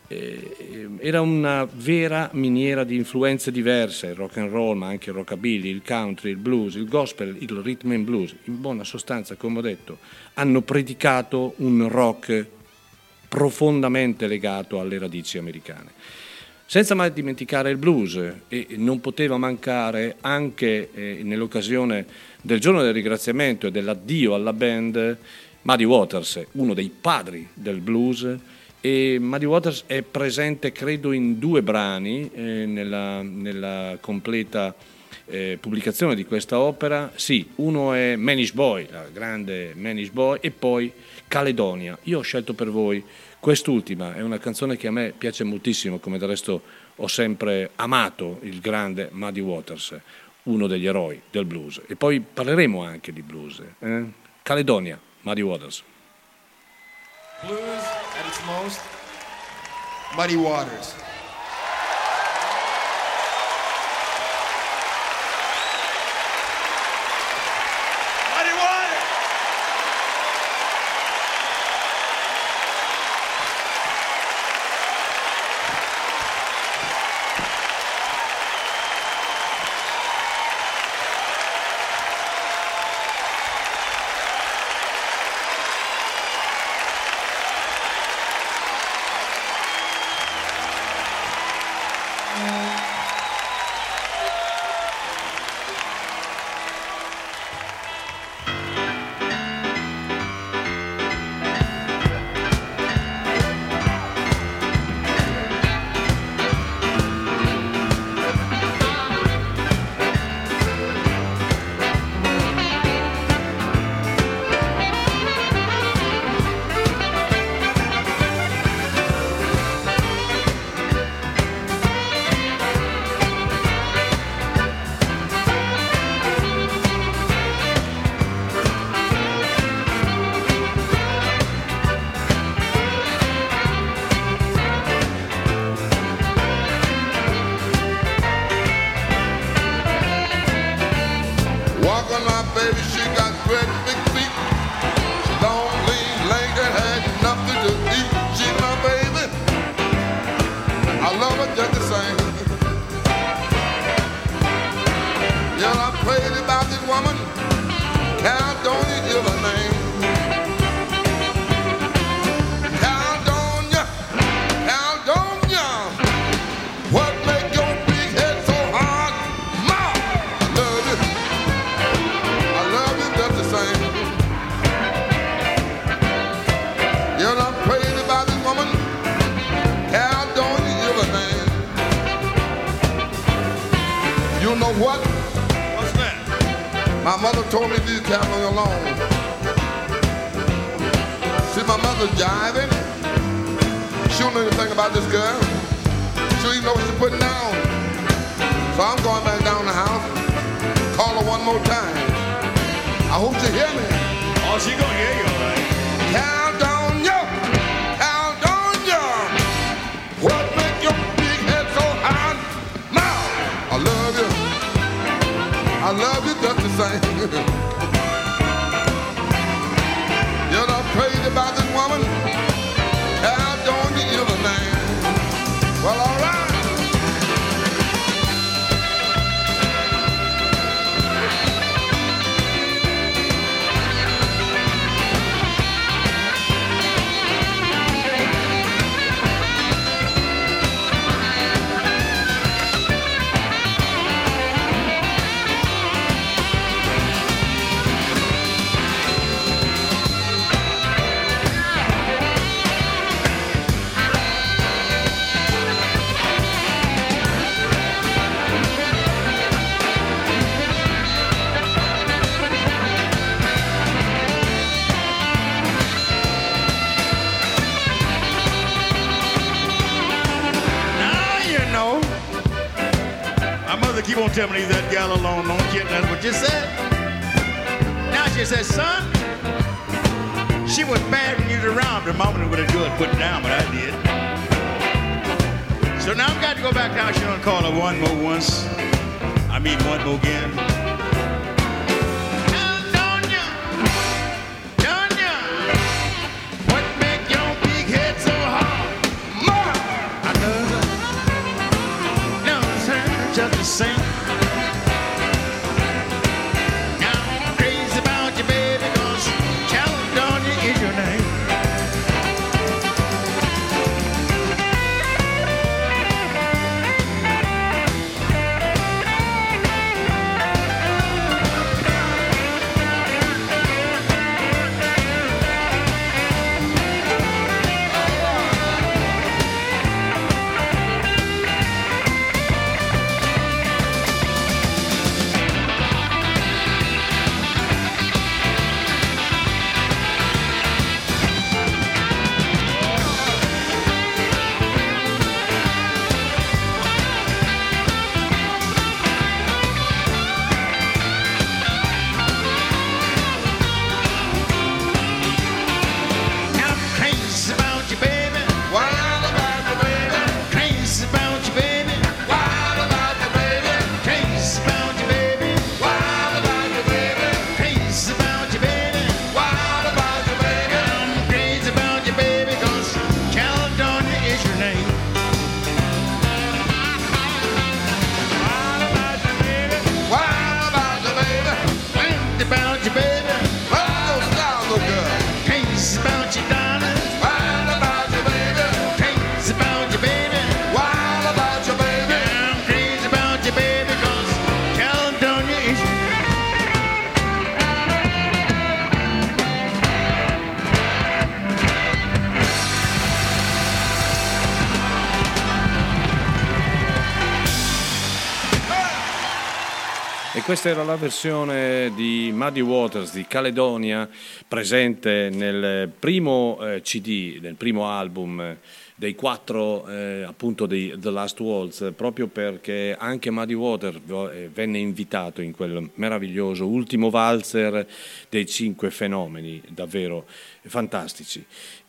Era una vera miniera di influenze diverse, il rock and roll, ma anche il rockabilly, il country, il blues, il gospel, il rhythm and blues. In buona sostanza, come ho detto, hanno predicato un rock profondamente legato alle radici americane. Senza mai dimenticare il blues, e non poteva mancare anche nell'occasione del giorno del ringraziamento e dell'addio alla band Muddy Waters, uno dei padri del blues. E Muddy Waters è presente credo in 2 brani nella completa pubblicazione di questa opera. Sì, uno è Manish Boy, la grande Manish Boy, e poi Caledonia. Io ho scelto per voi quest'ultima, è una canzone che a me piace moltissimo, come del resto ho sempre amato il grande Muddy Waters, uno degli eroi del blues, e poi parleremo anche di blues. Caledonia, Muddy Waters. Blues at its most, Muddy Waters. Muddy Waters! crazy about this woman. Caledonia is her name. Caledonia, Caledonia. What make your big head so hard? Ma, I love you. I love you just the same. You're not crazy about this woman. Caledonia is her name. You know what? What's that? My mother told me to leave Caledonia alone. See, my mother's jiving. She don't know anything about this girl. She don't even know what she's putting down. So I'm going back down the house. Call her one more time. I hope she hear me. Oh, she gonna hear you, all right. Caledonia, Caledonia. What make your big head so high? Now, I love you. I love you just the same. You're not crazy about this woman. Caledonia is her name. Well, all right. Keep on telling me leave that gal alone, don't you? That's what you said. Now she says, son, she was bad when you was around. The mama would have good put down, but I did. So now I've got to go back down. She's gonna call her one more once. I mean one more again. Caledonia, Caledonia, what make your big head so hard? Ma, I love her. No, sir, just the same. Questa era la versione di Muddy Waters di Caledonia, presente nel primo CD, nel primo album dei 4 appunto di The Last Waltz, proprio perché anche Muddy Waters venne invitato in quel meraviglioso ultimo valzer dei 5 fenomeni, davvero fantastici.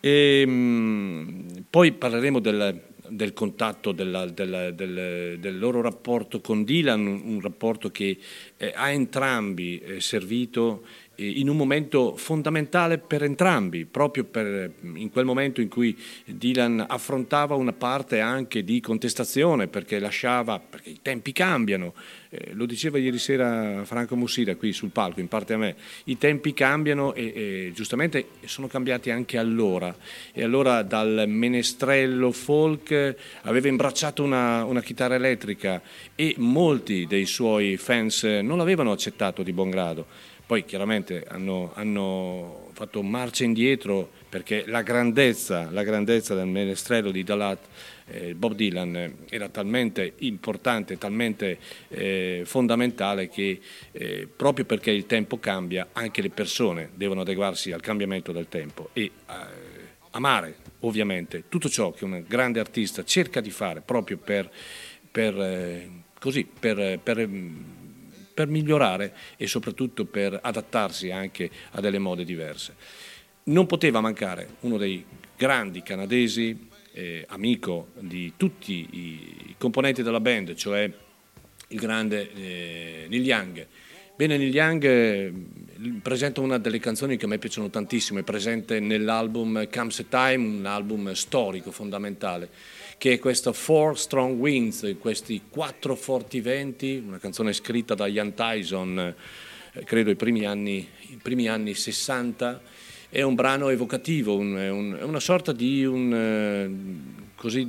Poi parleremo del contatto, del loro rapporto con Dylan, un rapporto che a entrambi è servito in un momento fondamentale per entrambi, proprio in quel momento in cui Dylan affrontava una parte anche di contestazione, perché i tempi cambiano, lo diceva ieri sera Franco Mussira qui sul palco, in parte a me, i tempi cambiano e giustamente sono cambiati anche allora, e allora dal menestrello folk aveva imbracciato una chitarra elettrica e molti dei suoi fans non l'avevano accettato di buon grado. Poi chiaramente hanno fatto marcia indietro, perché la grandezza del menestrello di Bob Dylan era talmente importante, talmente fondamentale che proprio perché il tempo cambia, anche le persone devono adeguarsi al cambiamento del tempo e amare ovviamente tutto ciò che un grande artista cerca di fare proprio per migliorare e soprattutto per adattarsi anche a delle mode diverse. Non poteva mancare uno dei grandi canadesi, amico di tutti i componenti della band, cioè il grande Neil Young. Bene, Neil Young presenta una delle canzoni che a me piacciono tantissimo, è presente nell'album Comes a Time, un album storico fondamentale, che è questo Four Strong Winds, questi 4 forti venti, una canzone scritta da Ian Tyson, credo i primi anni 60. È un brano evocativo, è una sorta di un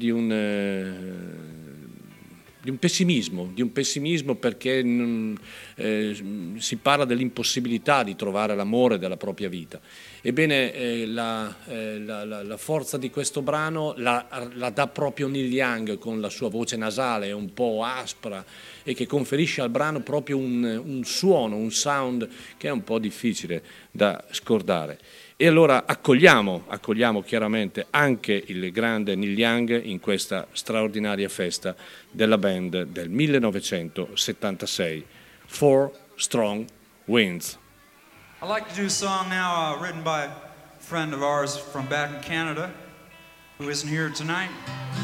pessimismo perché si parla dell'impossibilità di trovare l'amore della propria vita. Ebbene, la forza di questo brano la dà proprio Neil Young con la sua voce nasale un po' aspra e che conferisce al brano proprio un suono, un sound che è un po' difficile da scordare. E allora accogliamo chiaramente anche il grande Neil Young in questa straordinaria festa della band del 1976, Four Strong Winds. I'd like to do a song now written by a friend of ours from back in Canada who isn't here tonight.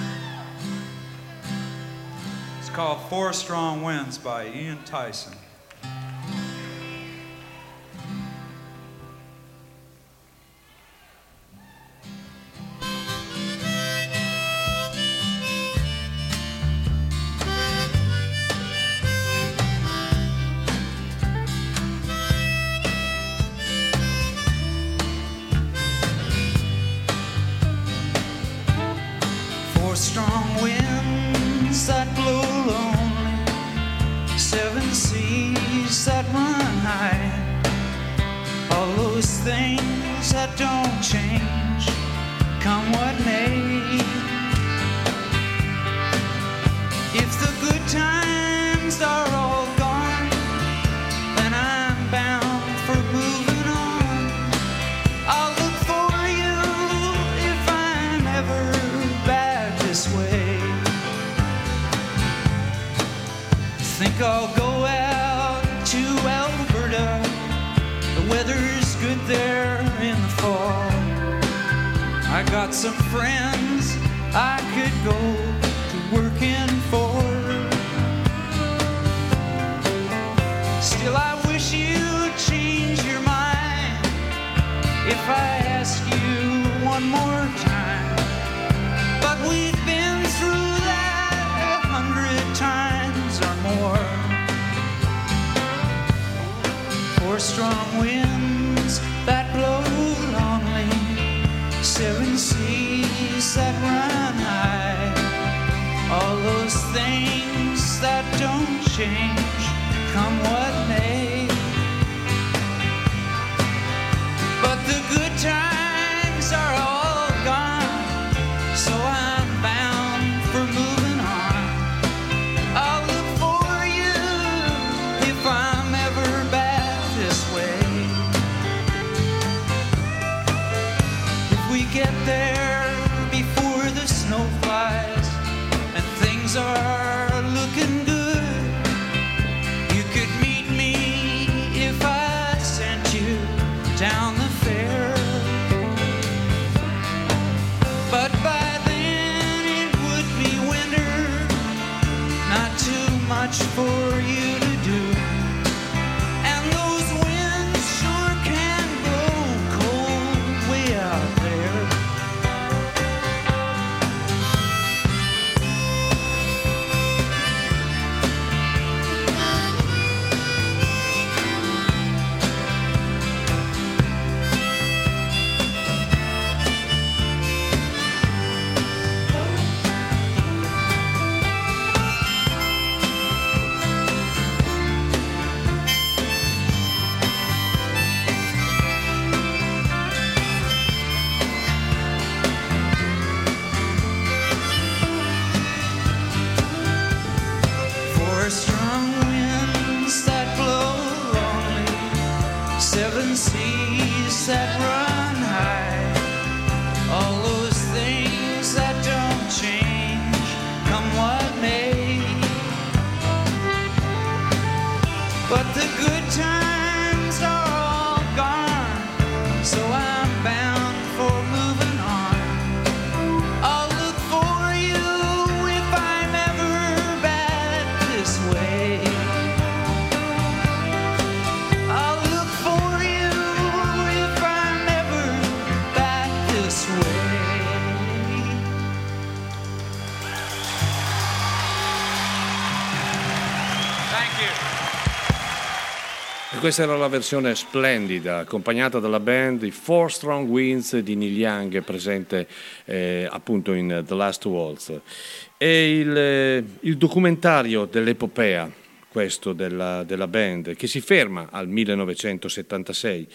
It's called Four Strong Winds by Ian Tyson. Strong winds that blow lonely, 7 seas that run high, all those things that don't change, come what may. If the good times are all gone, then I'm bound for moving on. I'll look for you if I'm ever way. Think I'll go out to Alberta. The weather's good there in the fall. I got some friends I could go to working for. Still I wish you'd change your mind if I ask you one more time. But we've been through that 100 times or more. Four strong winds that blow lonely, 7 seas that run high, all those things that don't change, come what may. But the good times are all gone, so I'm bound for moving on. I'll look for you if I'm ever back this way. If we get there before the snow flies and things are looking good, you could meet me if I sent you down the fair. But by much for you to do, and those winds sure E questa era la versione splendida, accompagnata dalla band i Four Strong Winds di Neil Young, presente appunto in The Last Waltz. E il documentario dell'epopea, questo della band, che si ferma al 1976.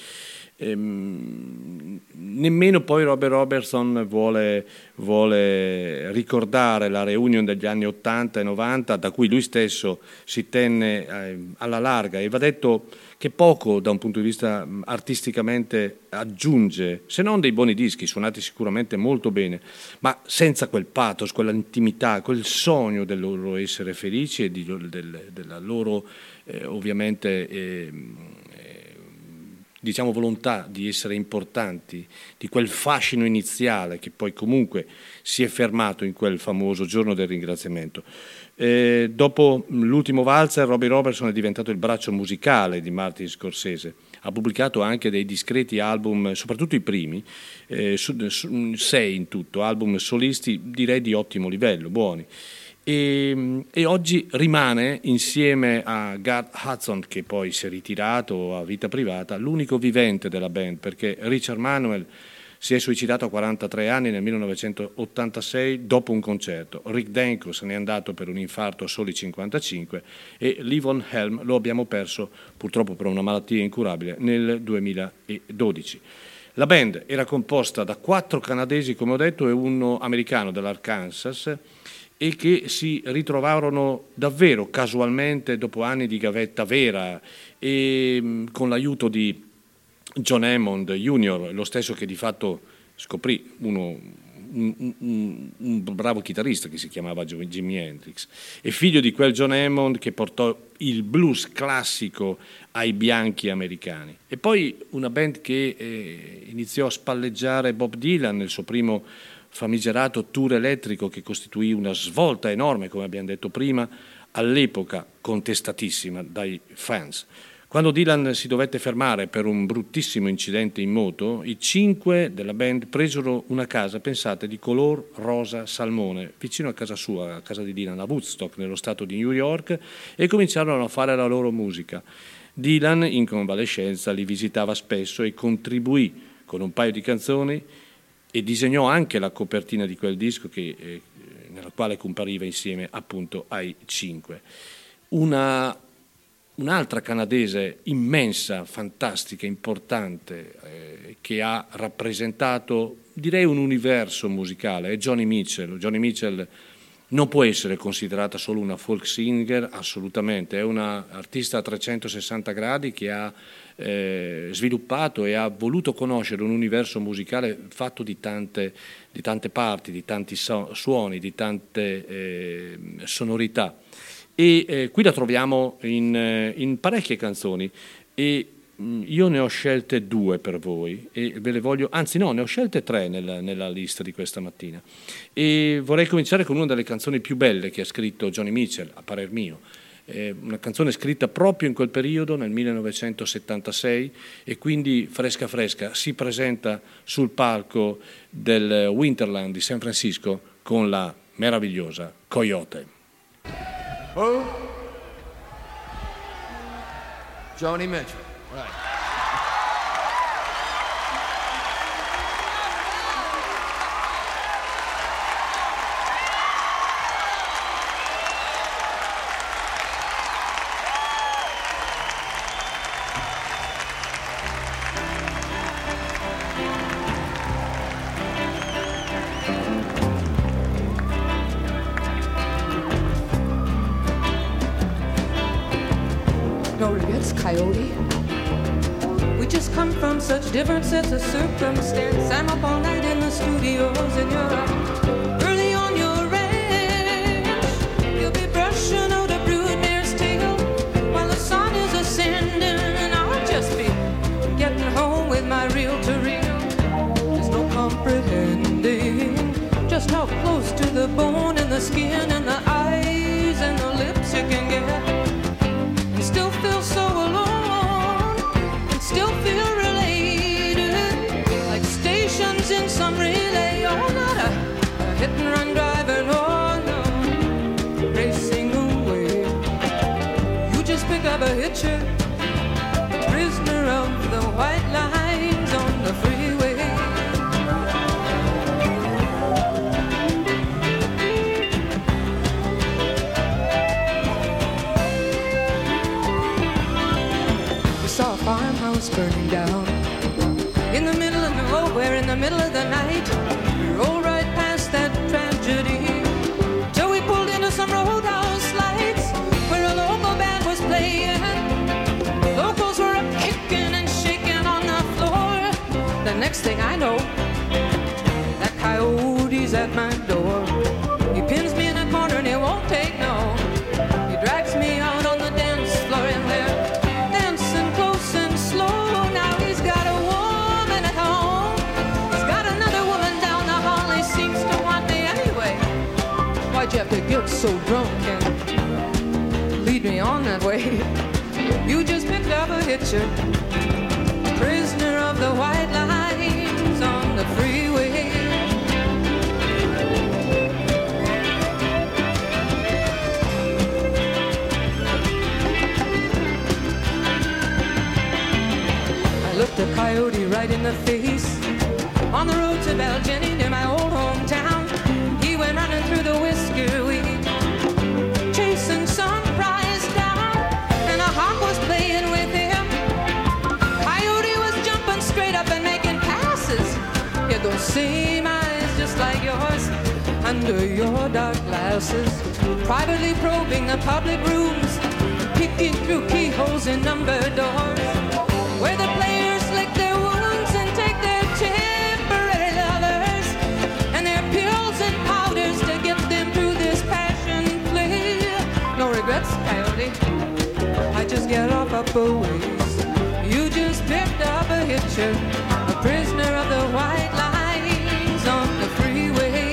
Nemmeno poi Robert Robertson vuole ricordare la reunion degli anni 80 e 90, da cui lui stesso si tenne alla larga, e va detto che poco da un punto di vista artisticamente aggiunge, se non dei buoni dischi suonati sicuramente molto bene, ma senza quel pathos, quella intimità, quel sogno del loro essere felici e della loro ovviamente diciamo volontà di essere importanti, di quel fascino iniziale che poi comunque si è fermato in quel famoso giorno del ringraziamento. Dopo l'ultimo valzer, Robbie Robertson è diventato il braccio musicale di Martin Scorsese. Ha pubblicato anche dei discreti album, soprattutto i primi, 6 in tutto, album solisti direi di ottimo livello, buoni. E oggi rimane, insieme a Garth Hudson, che poi si è ritirato a vita privata, l'unico vivente della band, perché Richard Manuel si è suicidato a 43 anni nel 1986 dopo un concerto. Rick Danko se n'è andato per un infarto a soli 55 e Levon Helm lo abbiamo perso purtroppo per una malattia incurabile nel 2012. La band era composta da 4 canadesi, come ho detto, e uno americano dell'Arkansas, e che si ritrovarono davvero casualmente dopo anni di gavetta vera e con l'aiuto di John Hammond Jr., lo stesso che di fatto scoprì un bravo chitarrista che si chiamava Jimi Hendrix, e figlio di quel John Hammond che portò il blues classico ai bianchi americani. E poi una band che iniziò a spalleggiare Bob Dylan nel suo primo famigerato tour elettrico, che costituì una svolta enorme, come abbiamo detto prima, all'epoca contestatissima dai fans. Quando Dylan si dovette fermare per un bruttissimo incidente in moto, i 5 della band presero una casa, pensate, di color rosa salmone, vicino a casa sua, a casa di Dylan, a Woodstock, nello stato di New York, e cominciarono a fare la loro musica. Dylan, in convalescenza, li visitava spesso e contribuì con un paio di canzoni e disegnò anche la copertina di quel disco nella quale compariva insieme appunto ai 5. Un'altra canadese immensa, fantastica, importante, che ha rappresentato, direi, un universo musicale, è Joni Mitchell. Joni Mitchell non può essere considerata solo una folk singer, assolutamente, è una artista a 360 gradi che ha sviluppato e ha voluto conoscere un universo musicale fatto di tante parti, di tanti suoni, di tante sonorità. E qui la troviamo in parecchie canzoni, e io ne ho scelte 2 per voi e ve le voglio, anzi no, ne ho scelte 3 nella lista di questa mattina, e vorrei cominciare con una delle canzoni più belle che ha scritto Joni Mitchell, a parer mio. Una canzone scritta proprio in quel periodo, nel 1976, e quindi fresca fresca si presenta sul palco del Winterland di San Francisco con la meravigliosa Coyote. Who? Joni Mitchell. Right. No regrets, Coyote. We just come from such different sets of circumstance. I'm up all night in the studios and you're up early on your ranch. You'll be brushing out a broodmare's tail while the sun is ascending, and I'll just be getting home with my reel-to-reel. There's no comprehending just how close to the bone and the skin and the eyes and the lips you can get. Still feel so alone, and still feel related, like stations in some relay. Oh, not a hit and run driver, no, no, racing away. You just pick up a hitcher white lines on the freeway. We saw a farmhouse burning down in the middle of nowhere, in the middle of the night. We rolled right past that tragedy till we pulled into some roadhouse lights where a local band was playing. Locals were up kicking and shaking on the floor. The next thing I know, that coyote's at my door. He pins me in a corner and he won't take no. He drags me out on the dance floor and they're dancing close and slow. Now he's got a woman at home. He's got another woman down the hall. He seems to want me anyway. Why'd you have to get so drunk and lead me on that way? You just picked up a hitcher, prisoner of the white lines on the freeway. I looked a coyote right in the face on the road to Belgium near my old hometown. He went running through the whisker weed, chasing some prize down, and a hawk was playing with him. Coyote was jumping straight up and making passes. He had those same eyes just like yours under your dark glasses, privately probing the public rooms, peeking through keyholes in numbered doors, where the players lick their wounds and take their temporary lovers and their pills and powders to get them through this passion play. No regrets, coyote, I just get off up a ways. You just picked up a hitcher, a prisoner of the white lines on the freeway.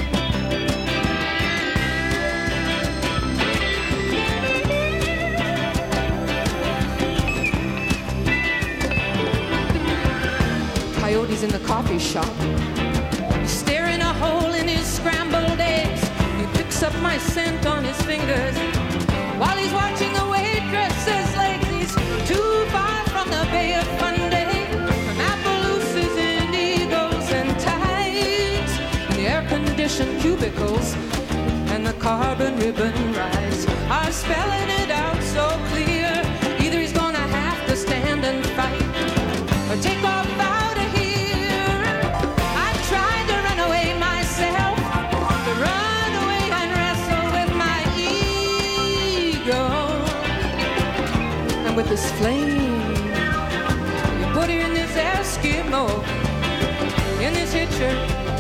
Coyote's in the coffee shop. He's staring a hole in his scrambled eggs. He picks up my scent on his fingers while he's watching the waitress's legs. He's too far from the Bay of Fundy, from Appaloosas and Eagles and Tides, the air-conditioned cubicles and the carbon ribbon rides are spelling it out so clear. Either he's gonna have to stand and fight or take off out of here. I tried to run away myself, to run away and wrestle with my ego. And with this flame, you put her in this Eskimo, in this hitcher,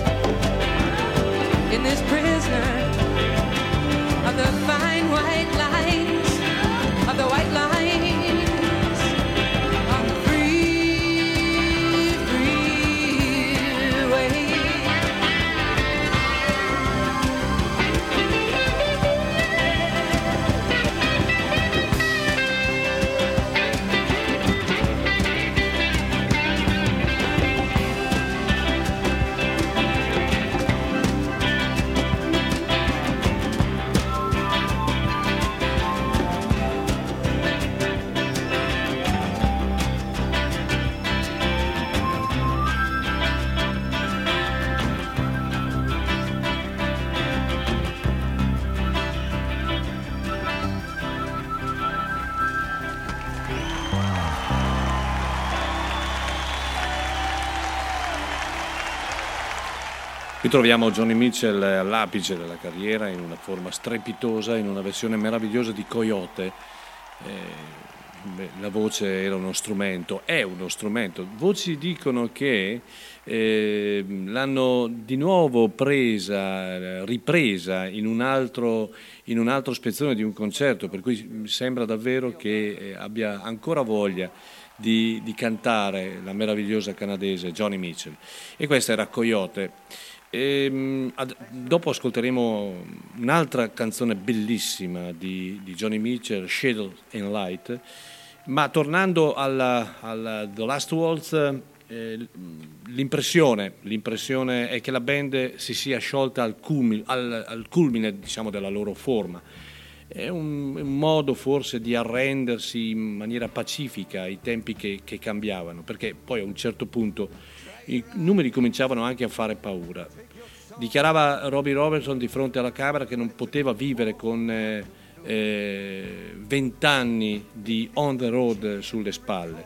in this prisoner of the fine white lines, of the white lines. Qui troviamo Johnny Mitchell all'apice della carriera, in una forma strepitosa, in una versione meravigliosa di Coyote. La voce era uno strumento, è uno strumento. Voci dicono che l'hanno di nuovo ripresa in un altro spezzone di un concerto, per cui sembra davvero che abbia ancora voglia di cantare la meravigliosa canadese Johnny Mitchell. E questa era Coyote. Dopo ascolteremo un'altra canzone bellissima di Johnny Mitchell, Shadow and Light, ma tornando alla The Last Waltz, l'impressione è che la band si sia sciolta al culmine, diciamo, della loro forma. è un modo forse di arrendersi in maniera pacifica ai tempi che cambiavano, perché poi a un certo punto i numeri cominciavano anche a fare paura. Dichiarava Robbie Robertson di fronte alla Camera che non poteva vivere con 20 anni di on the road sulle spalle.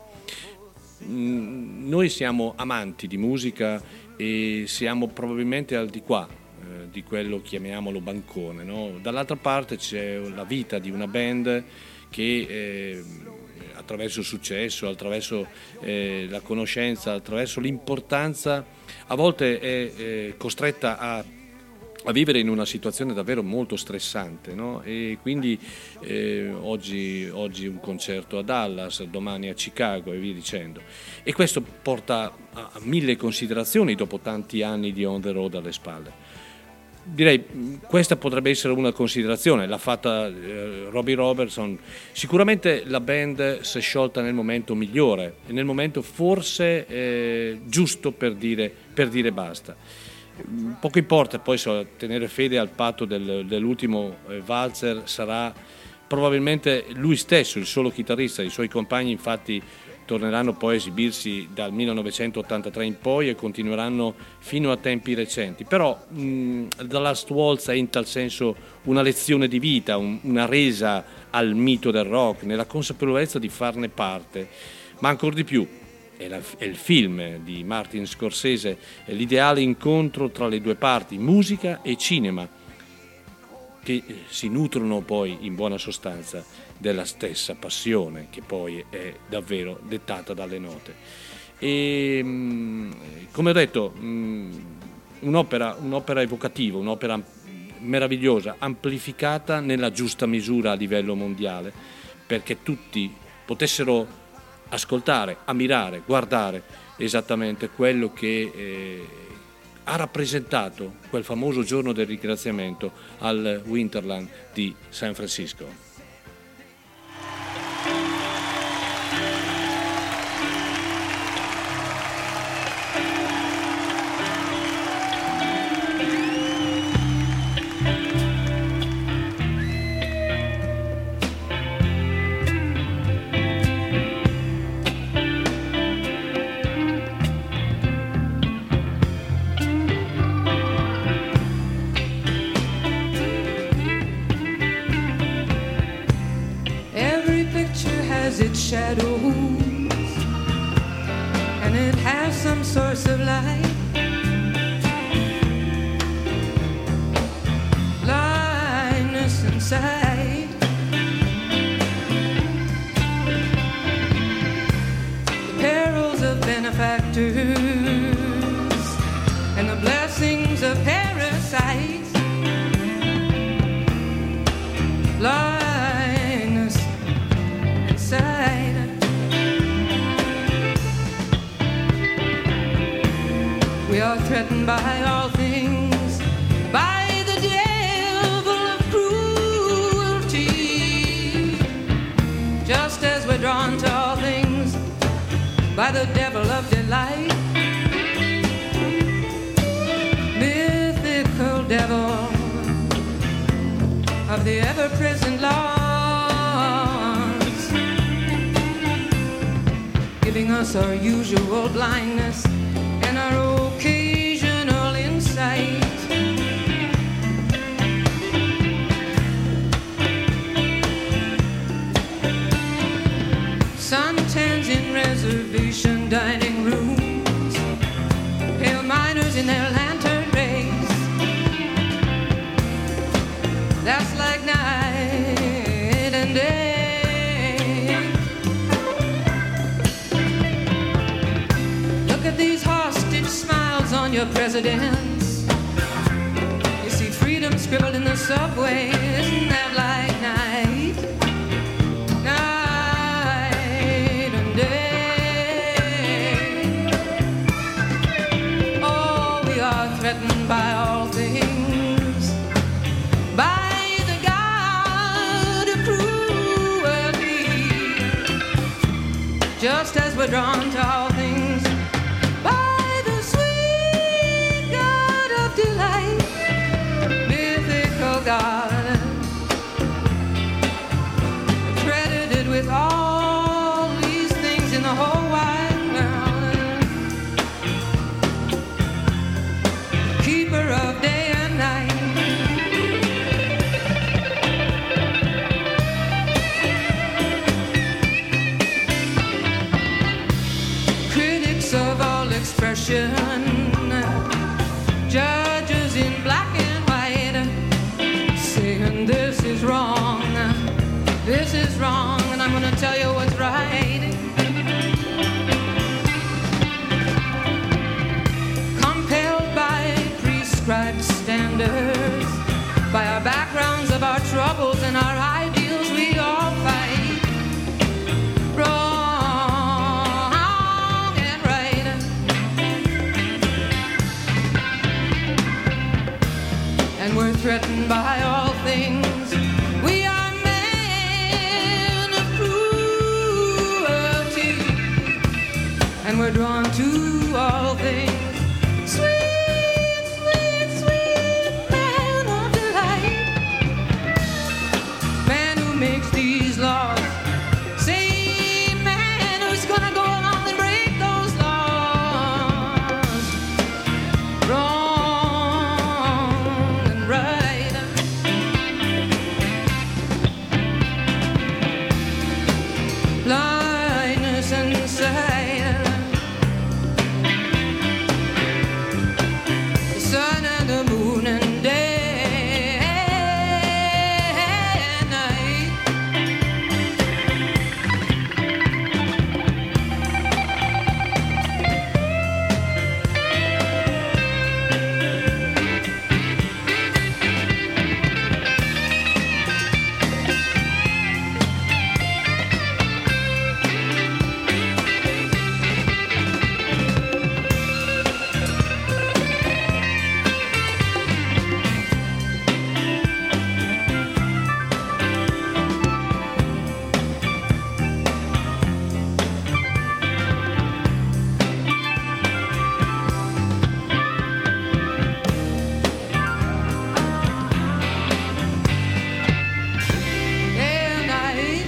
Noi siamo amanti di musica e siamo probabilmente al di qua di quello, chiamiamolo, bancone, no? Dall'altra parte c'è la vita di una band che attraverso il successo, attraverso la conoscenza, attraverso l'importanza, a volte è costretta a vivere in una situazione davvero molto stressante, no? E quindi oggi un concerto a Dallas, domani a Chicago e via dicendo. E questo porta a mille considerazioni dopo tanti anni di on the road alle spalle. Direi questa potrebbe essere una considerazione, l'ha fatta Robbie Robertson. Sicuramente la band si è sciolta nel momento migliore, nel momento forse giusto per dire basta. Poco importa poi se tenere fede al patto dell'ultimo valzer, sarà probabilmente lui stesso il solo chitarrista. I suoi compagni infatti torneranno poi a esibirsi dal 1983 in poi e continueranno fino a tempi recenti, però The Last Waltz è in tal senso una lezione di vita, una resa al mito del rock, nella consapevolezza di farne parte, ma ancor di più è il film di Martin Scorsese, è l'ideale incontro tra le due parti, musica e cinema, che si nutrono poi in buona sostanza della stessa passione, che poi è davvero dettata dalle note. E come ho detto, un'opera evocativa, un'opera meravigliosa, amplificata nella giusta misura a livello mondiale, perché tutti potessero ascoltare, ammirare, guardare esattamente quello che ha rappresentato quel famoso giorno del ringraziamento al Winterland di San Francisco. Shadows, and it has some source of light. Blindness inside. The perils of benefactors and the blessings of parasites. Blindness inside. We are threatened by all things, by the devil of cruelty, just as we're drawn to all things by the devil of delight. Mythical devil of the ever-present laws, giving us our usual blindness and our occasional insight. Suntans in reservation dining rooms, pale miners in their lantern rays. That's like night and day. Look at these hostage smiles on your presidents. You see freedom scribbled in the subway. Isn't that like night? Night and day. Oh, we are threatened by all things, by the God of cruelty, just as we're drawn to all things by the sweet God of delight. Mythical God judges in black and white, saying this is wrong, and I'm gonna tell you what's right. Compelled by prescribed standards, by our backgrounds of our troubles and our ideals, we all fight. Wrong and right. And we're threatened by all things. We are men of cruelty, and we're drawn to all things. Sweet, sweet, sweet man of delight, man who makes these laws. Same man who's gonna go along and break those laws. Wrong and right. Blindness and sight. The sun and the moon and day and night. Day and night.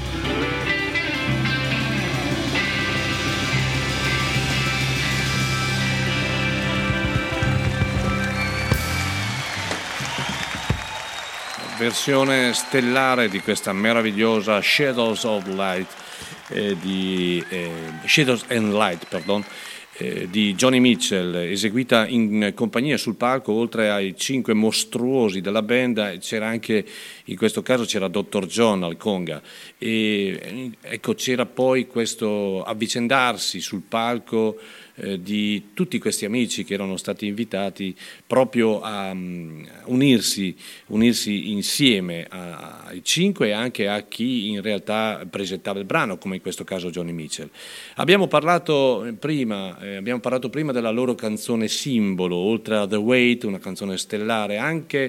Versione stellare di questa meravigliosa Shadows of Light Shadows and Light, di Johnny Mitchell, eseguita in compagnia sul palco. Oltre ai 5 mostruosi della band c'era anche, in questo caso c'era Dr. John al conga, e ecco, c'era poi questo avvicendarsi sul palco di tutti questi amici che erano stati invitati proprio a unirsi insieme ai 5 e anche a chi in realtà presentava il brano, come in questo caso Johnny Mitchell. Abbiamo parlato prima della loro canzone simbolo, oltre a The Weight, una canzone stellare anche,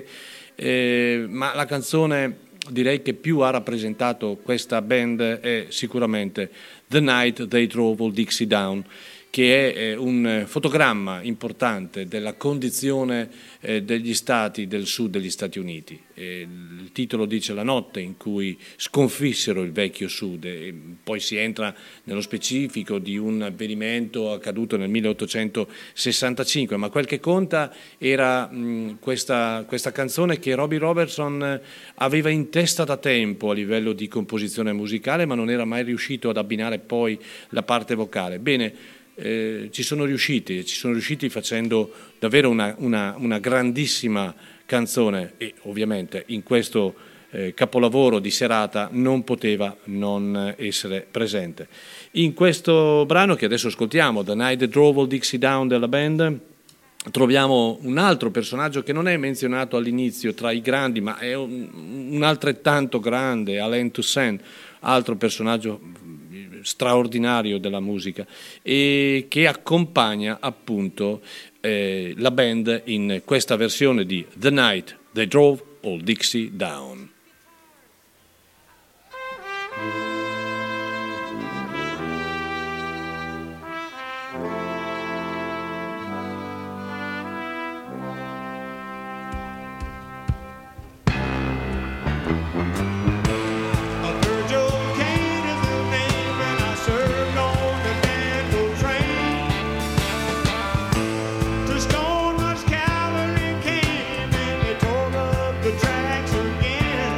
ma la canzone direi che più ha rappresentato questa band è sicuramente The Night They Drove Old Dixie Down, che è un fotogramma importante della condizione degli stati del sud degli Stati Uniti. Il titolo dice la notte in cui sconfissero il vecchio sud, e poi si entra nello specifico di un avvenimento accaduto nel 1865, ma quel che conta era questa canzone che Robbie Robertson aveva in testa da tempo a livello di composizione musicale, ma non era mai riuscito ad abbinare poi la parte vocale. Bene, ci sono riusciti facendo davvero una grandissima canzone, e ovviamente in questo capolavoro di serata non poteva non essere presente. In questo brano che adesso ascoltiamo, The Night That Drove Old Dixie Down della band, troviamo un altro personaggio che non è menzionato all'inizio tra i grandi, ma è un altrettanto grande, Alain Toussaint, altro personaggio straordinario della musica, e che accompagna appunto la band in questa versione di The Night They Drove Old Dixie Down. Stone was cavalry came and they tore up the tracks again.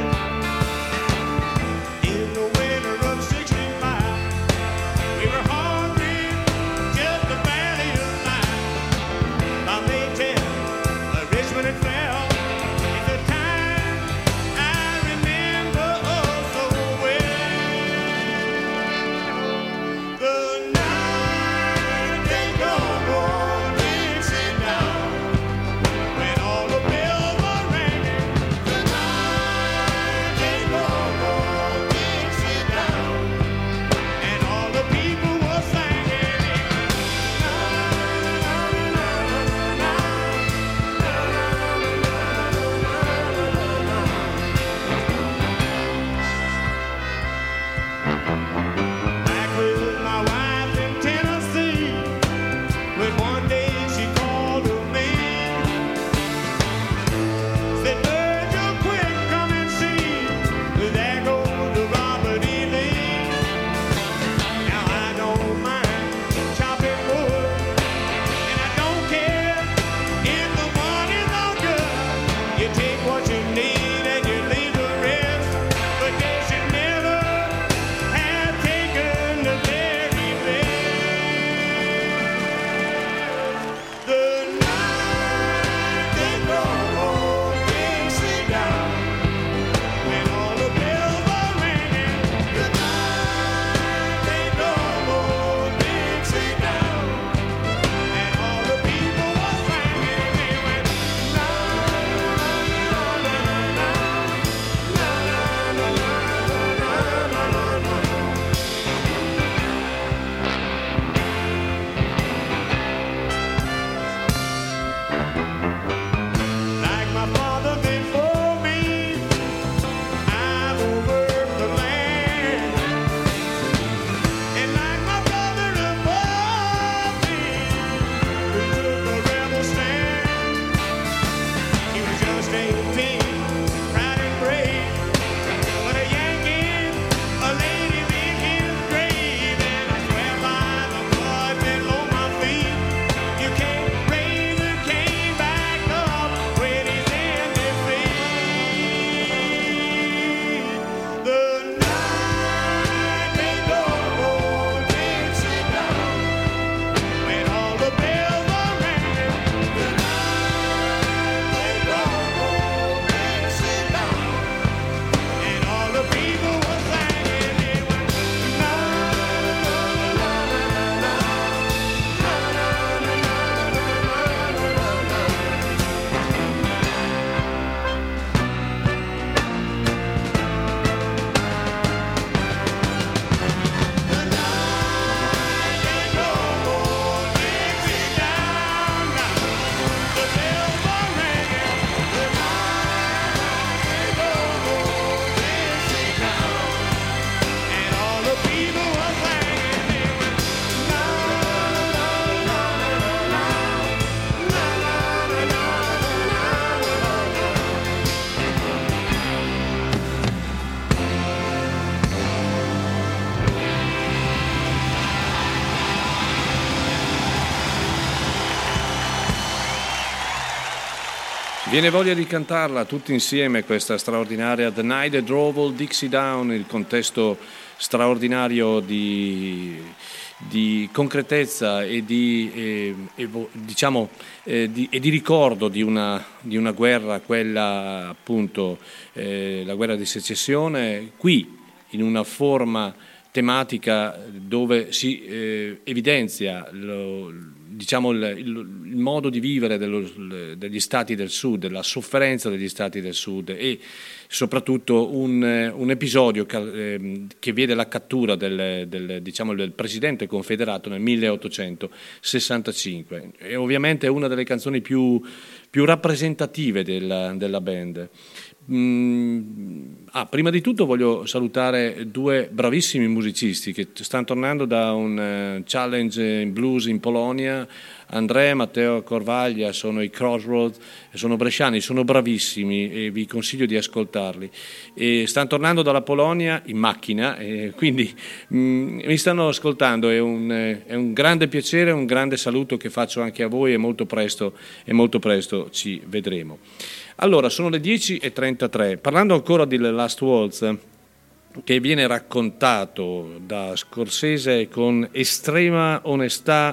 Viene voglia di cantarla tutti insieme questa straordinaria The Night That Drove Old Dixie Down, il contesto straordinario di concretezza e di ricordo di una guerra, quella appunto la guerra di secessione, qui in una forma tematica dove si evidenzia il modo di vivere degli stati del sud, la sofferenza degli stati del sud e soprattutto un episodio che vede la cattura del presidente confederato nel 1865. E ovviamente è una delle canzoni più rappresentative della band. Prima di tutto voglio salutare due bravissimi musicisti che stanno tornando da un challenge in blues in Polonia. Andrea e Matteo Corvaglia sono i Crossroads, sono bresciani, sono bravissimi e vi consiglio di ascoltarli. E stanno tornando dalla Polonia in macchina, e quindi mi stanno ascoltando, è un grande piacere, un grande saluto che faccio anche a voi e molto presto ci vedremo. Allora, sono le 10:33, parlando ancora di The Last Waltz, che viene raccontato da Scorsese con estrema onestà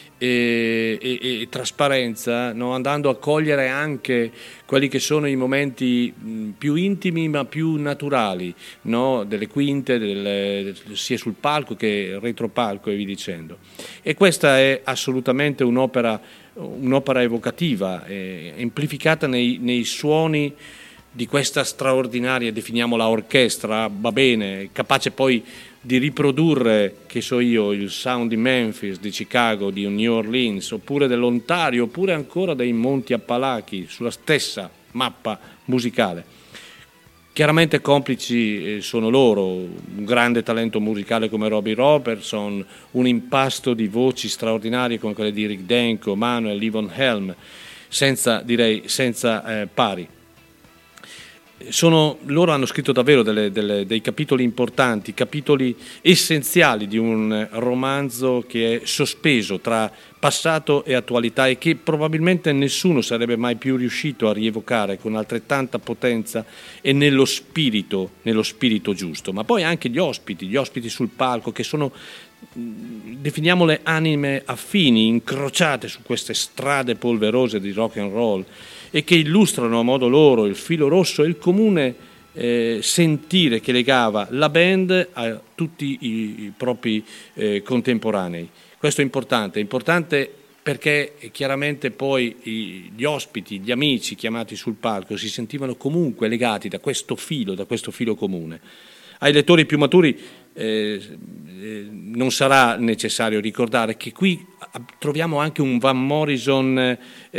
e trasparenza, no? Andando a cogliere anche quelli che sono i momenti più intimi ma più naturali, no? Delle quinte, sia sul palco che retropalco e via dicendo. E questa è assolutamente un'opera evocativa, amplificata nei suoni di questa straordinaria, definiamola orchestra, va bene, capace poi di riprodurre, che so io, il sound di Memphis, di Chicago, di New Orleans, oppure dell'Ontario, oppure ancora dei Monti Appalachi, sulla stessa mappa musicale. Chiaramente complici sono loro, un grande talento musicale come Robbie Robertson, un impasto di voci straordinarie come quelle di Rick Denko, Manuel, Levon Helm, senza pari. Loro hanno scritto davvero dei capitoli importanti, capitoli essenziali di un romanzo che è sospeso tra passato e attualità e che probabilmente nessuno sarebbe mai più riuscito a rievocare con altrettanta potenza e nello spirito giusto. Ma poi anche gli ospiti sul palco, che sono, definiamole, anime affini, incrociate su queste strade polverose di rock and roll, e che illustrano a modo loro il filo rosso e il comune sentire che legava la band a tutti i propri contemporanei. Questo è importante perché chiaramente poi gli ospiti, gli amici chiamati sul palco si sentivano comunque legati da questo filo comune. Ai lettori più maturi non sarà necessario ricordare che qui troviamo anche un Van Morrison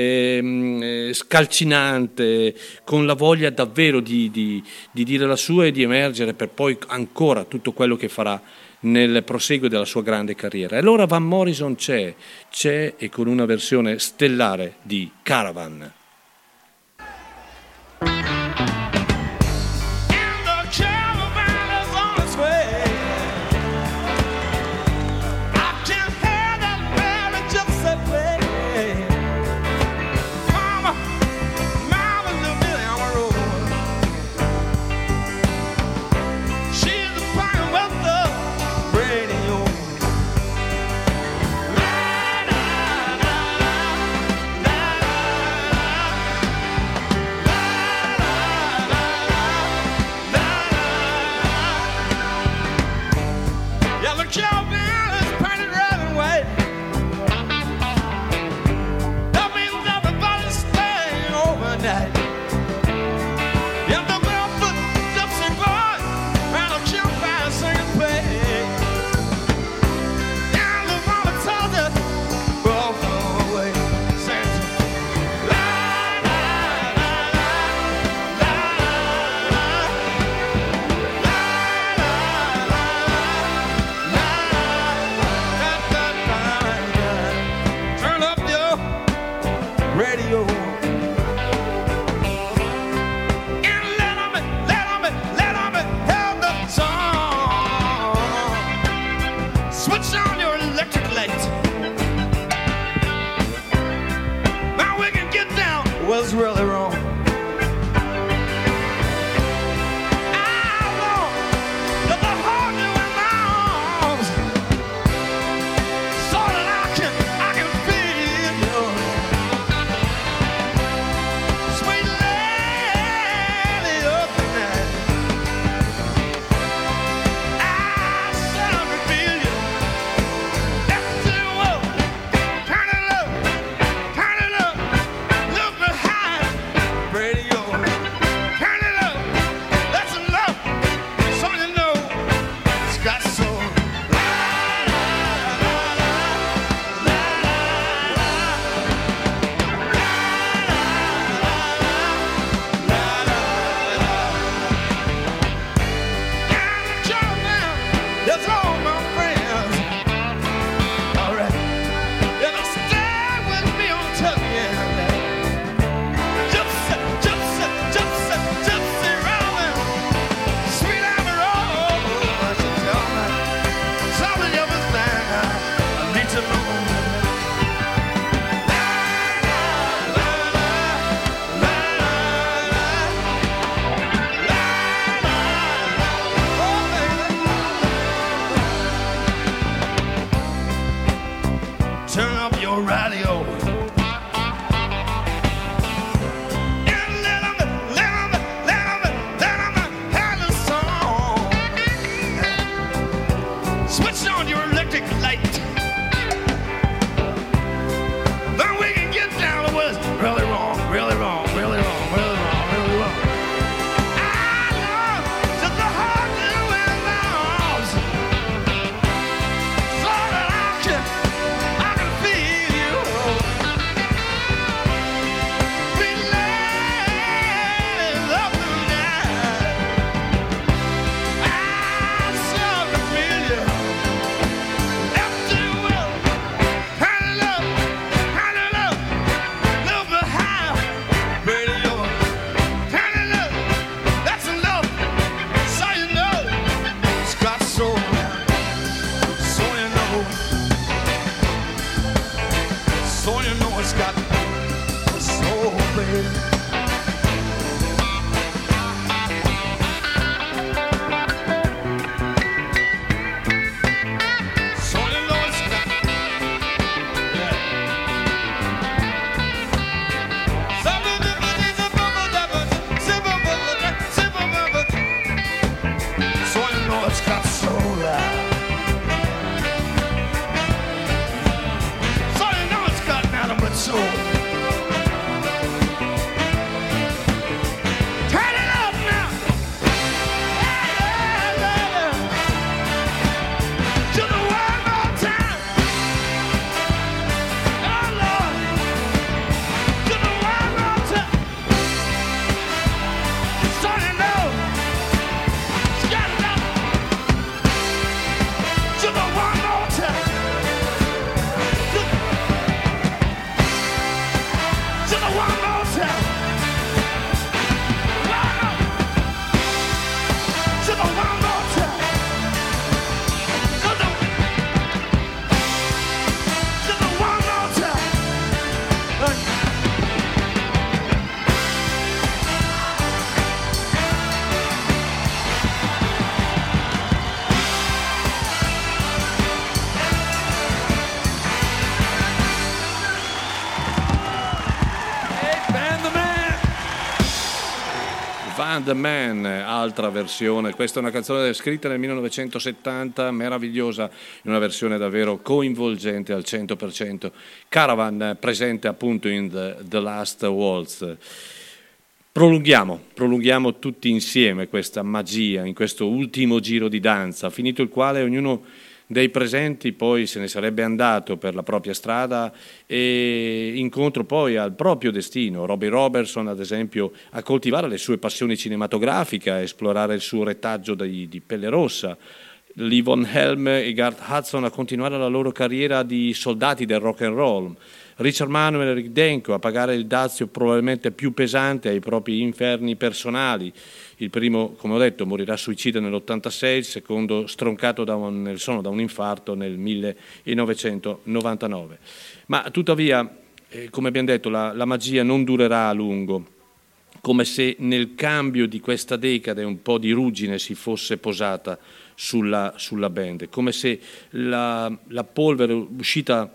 scalcinante, con la voglia davvero di dire la sua e di emergere per poi ancora tutto quello che farà nel proseguo della sua grande carriera. E allora Van Morrison c'è e con una versione stellare di Caravan. Was really wrong. Van the Man, altra versione. Questa è una canzone scritta nel 1970, meravigliosa, in una versione davvero coinvolgente al 100%. Caravan, presente appunto in The Last Waltz. Prolunghiamo tutti insieme questa magia in questo ultimo giro di danza, finito il quale ognuno dei presenti poi se ne sarebbe andato per la propria strada e incontro poi al proprio destino. Robbie Robertson, ad esempio, a coltivare le sue passioni cinematografiche, a esplorare il suo retaggio di pelle rossa. Lee Von Helm e Garth Hudson a continuare la loro carriera di soldati del rock and roll. Richard Manuel e Rick Denko a pagare il dazio probabilmente più pesante ai propri inferni personali. Il primo, come ho detto, morirà suicida nell'86, il secondo stroncato da un infarto nel 1999. Ma tuttavia, come abbiamo detto, la magia non durerà a lungo, come se nel cambio di questa decade un po' di ruggine si fosse posata sulla band, come se la polvere uscita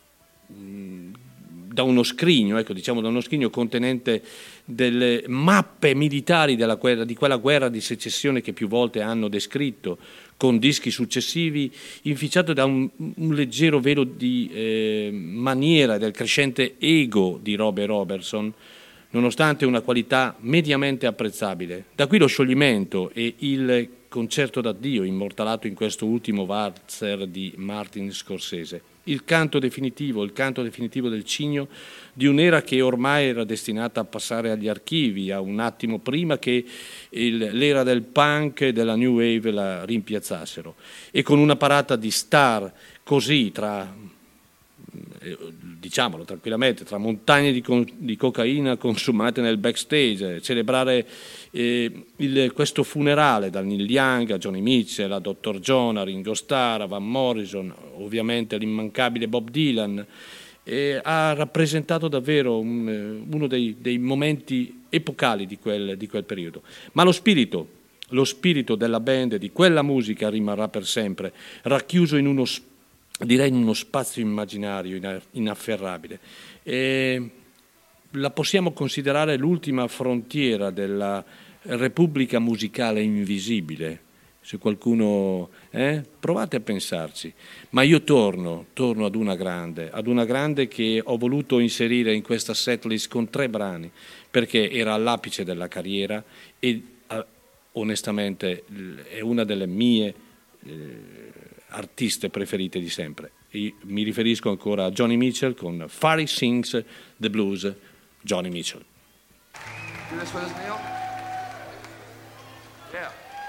da uno scrigno, da uno scrigno contenente delle mappe militari di quella guerra di secessione che più volte hanno descritto, con dischi successivi, inficiato da un leggero velo di maniera del crescente ego di Robbie Robertson, nonostante una qualità mediamente apprezzabile. Da qui lo scioglimento e il concerto d'addio immortalato in questo ultimo valzer di Martin Scorsese. Il canto definitivo del cigno di un'era che ormai era destinata a passare agli archivi, a un attimo prima che l'era del punk e della new wave la rimpiazzassero. E con una parata di star così diciamolo tranquillamente, tra montagne di cocaina consumate nel backstage, celebrare questo funerale da Neil Young a Johnny Mitchell, a Dr. John, a Ringo Starr, a Van Morrison, ovviamente l'immancabile Bob Dylan, ha rappresentato davvero uno dei momenti epocali di quel periodo. Ma lo spirito della band, di quella musica, rimarrà per sempre racchiuso in uno spazio immaginario inafferrabile. La possiamo considerare l'ultima frontiera della repubblica musicale invisibile. Se qualcuno provate a pensarci, ma io torno ad una grande che ho voluto inserire in questa setlist con 3 brani perché era all'apice della carriera e onestamente è una delle mie artiste preferite di sempre. Mi riferisco ancora a Johnny Mitchell con Farley Sings the Blues. Johnny Mitchell. Do this with us, Neil? Yeah.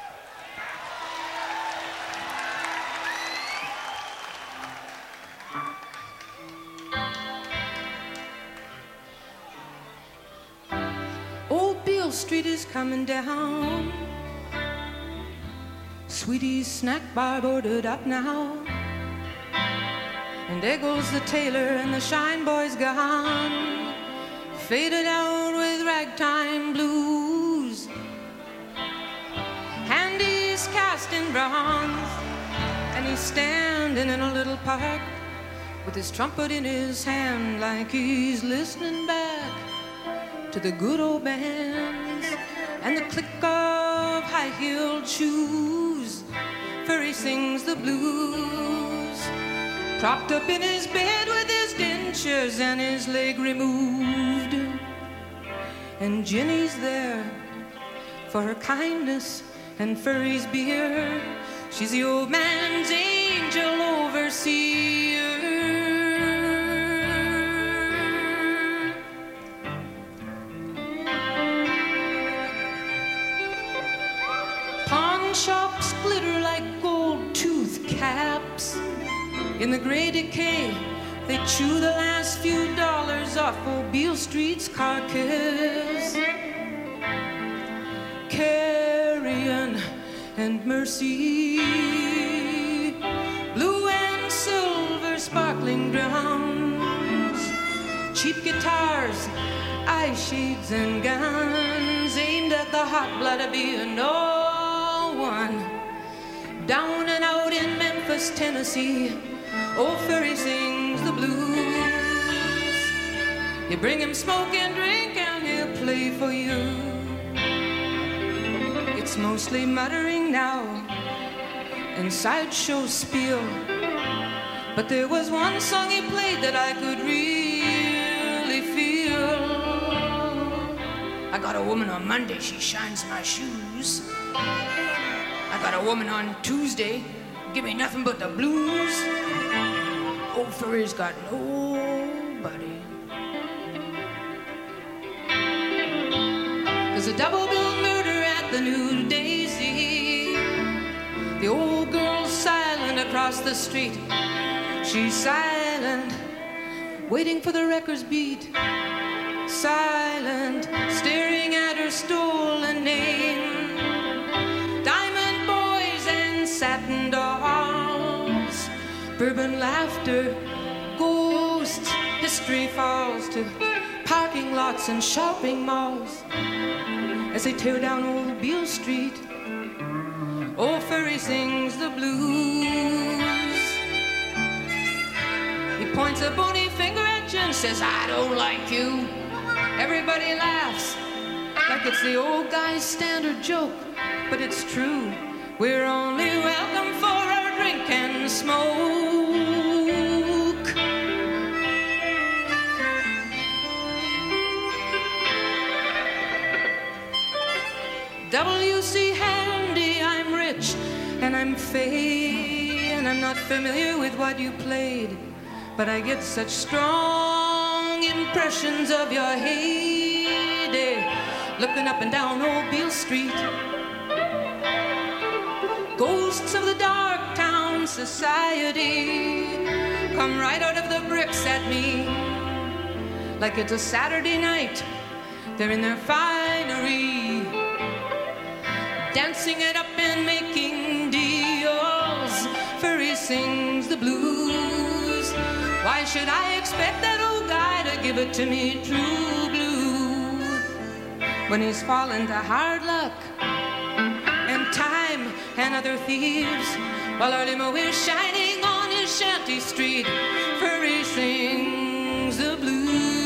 Old Beale Street is coming down. Sweetie's snack bar boarded up now. And there goes the tailor and the shine boy's gone. Faded out ragtime blues. And he's cast in bronze, and he's standing in a little park with his trumpet in his hand, like he's listening back to the good old bands and the click of high-heeled shoes. For he sings the blues, propped up in his bed with his dentures and his leg removed. And Jenny's there for her kindness and Furry's beer. She's the old man's angel overseer. Pawn shops glitter like gold tooth caps. In the gray decay, they chew the last few dollars off old Beale Street's carcass. Carrion and Mercy, blue and silver sparkling drums, cheap guitars, eye shades and guns, aimed at the hot blood of being no one. Down and out in Memphis, Tennessee, old Furry sings the blues. You bring him smoke and drink and he'll play for you. It's mostly muttering now and sideshow spiel, but there was one song he played that I could really feel. I got a woman on Monday, she shines my shoes. I got a woman on Tuesday, give me nothing but the blues. Old Furry's got nobody. There's a double bill murder at the New Daisy. The old girl's silent across the street. She's silent, waiting for the wrecker's beat. Silent, staring at her stolen name. Diamond boys and satin dolls, bourbon laughter, ghosts. History falls to parking lots and shopping malls as they tear down old Beale Street. Old Furry sings the blues. He points a bony finger at you and says, I don't like you. Everybody laughs like it's the old guy's standard joke, but it's true. We're only welcome for our drink and smoke. W.C. Handy, I'm rich and I'm fey, and I'm not familiar with what you played, but I get such strong impressions of your heyday, looking up and down old Beale Street. Ghosts of the dark town society come right out of the bricks at me, like it's a Saturday night. They're in their finery, dancing it up and making deals. Furry sings the blues. Why should I expect that old guy to give it to me true blue when he's fallen to hard luck and time and other thieves, while our limo is shining on his shanty street? Furry sings the blues.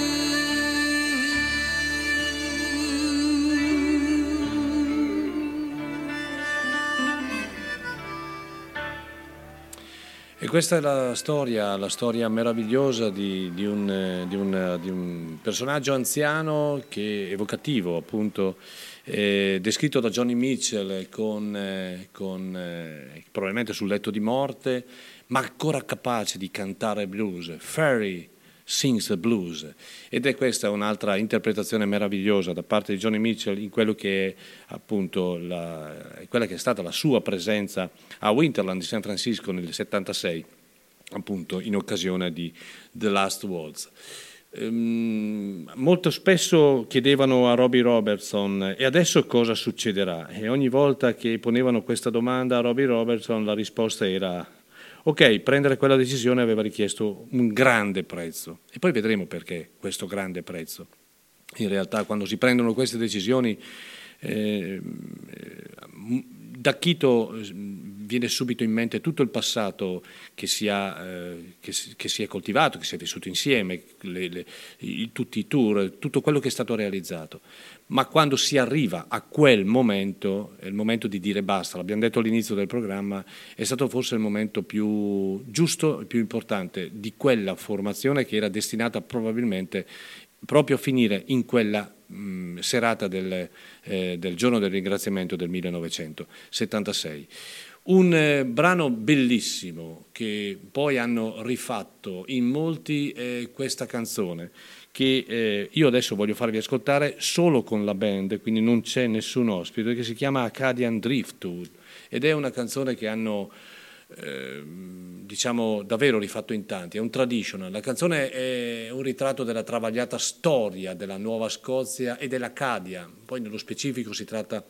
E questa è la storia meravigliosa di un personaggio anziano, che evocativo, appunto, descritto da Johnny Mitchell probabilmente sul letto di morte, ma ancora capace di cantare blues. Furry sings the blues, ed è questa un'altra interpretazione meravigliosa da parte di Johnny Mitchell in quello che è appunto quella che è stata la sua presenza a Winterland di San Francisco nel 76, appunto in occasione di The Last Waltz. Molto spesso chiedevano a Robbie Robertson: e adesso cosa succederà? E ogni volta che ponevano questa domanda a Robbie Robertson la risposta era: ok, prendere quella decisione aveva richiesto un grande prezzo, e poi vedremo perché questo grande prezzo. in realtà quando si prendono queste decisioni da Quito viene subito in mente tutto il passato che si è coltivato, che si è vissuto insieme, tutti i tour, tutto quello che è stato realizzato. Ma quando si arriva a quel momento, è il momento di dire basta, l'abbiamo detto all'inizio del programma, è stato forse il momento più giusto e più importante di quella formazione che era destinata probabilmente proprio a finire in quella serata del giorno del ringraziamento del 1976. Un brano bellissimo che poi hanno rifatto in molti questa canzone che io adesso voglio farvi ascoltare solo con la band, quindi non c'è nessun ospite, che si chiama Acadian Driftwood ed è una canzone che hanno diciamo davvero rifatto in tanti, è un traditional. La canzone è un ritratto della travagliata storia della Nuova Scozia e dell'Acadia, poi nello specifico si tratta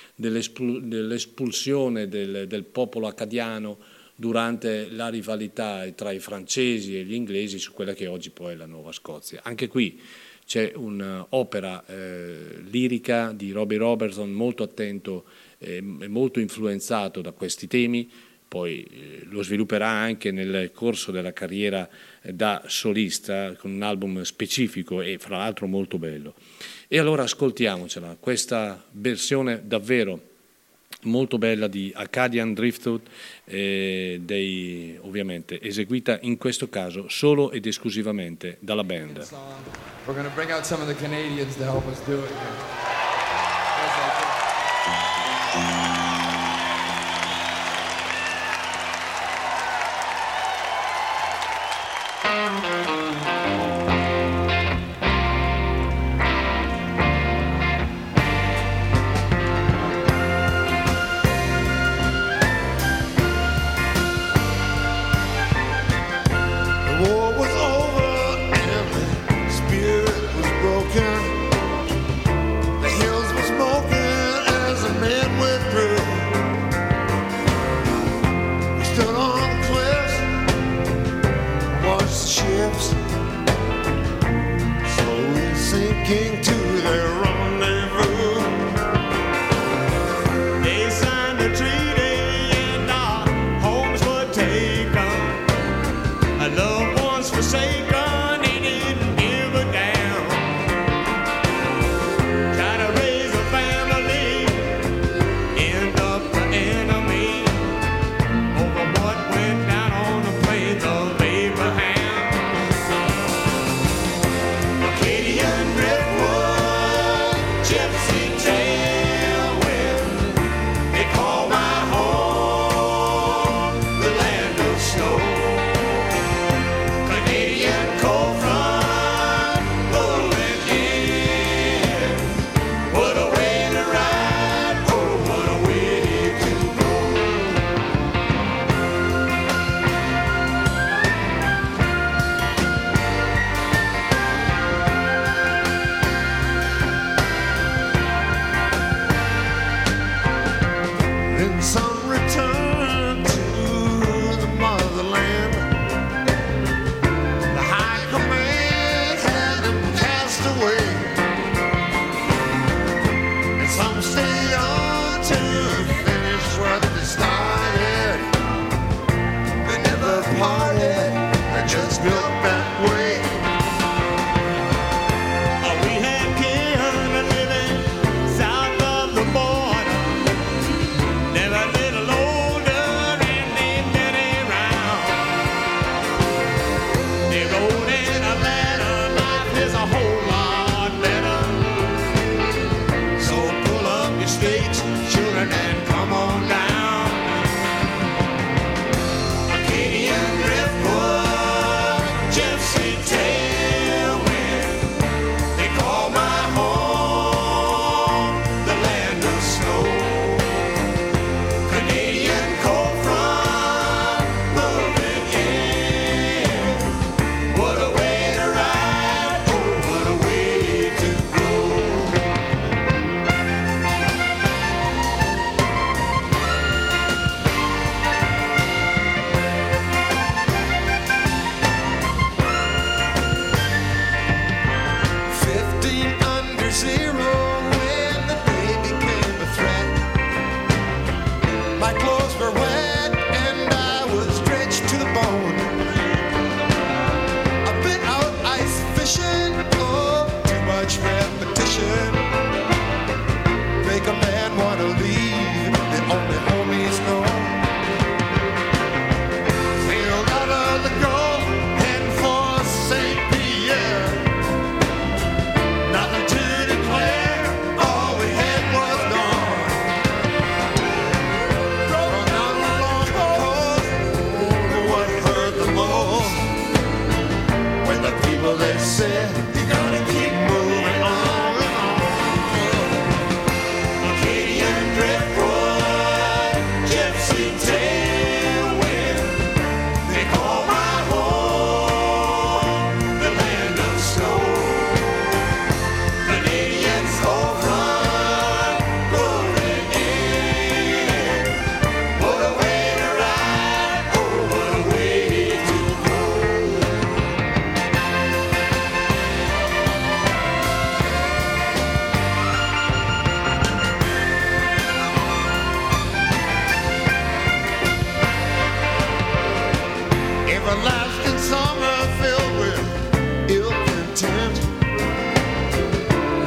dell'espulsione del popolo acadiano durante la rivalità tra i francesi e gli inglesi su quella che oggi poi è la Nuova Scozia. Anche qui c'è un'opera lirica di Robbie Robertson molto attento e molto influenzato da questi temi. Poi lo svilupperà anche nel corso della carriera da solista con un album specifico e fra l'altro molto bello. E allora ascoltiamocela, questa versione davvero molto bella di Acadian Driftwood, ovviamente eseguita in questo caso solo ed esclusivamente dalla band. We're going to bring out some of the Canadians to help us do it here. Acadian Driftwood.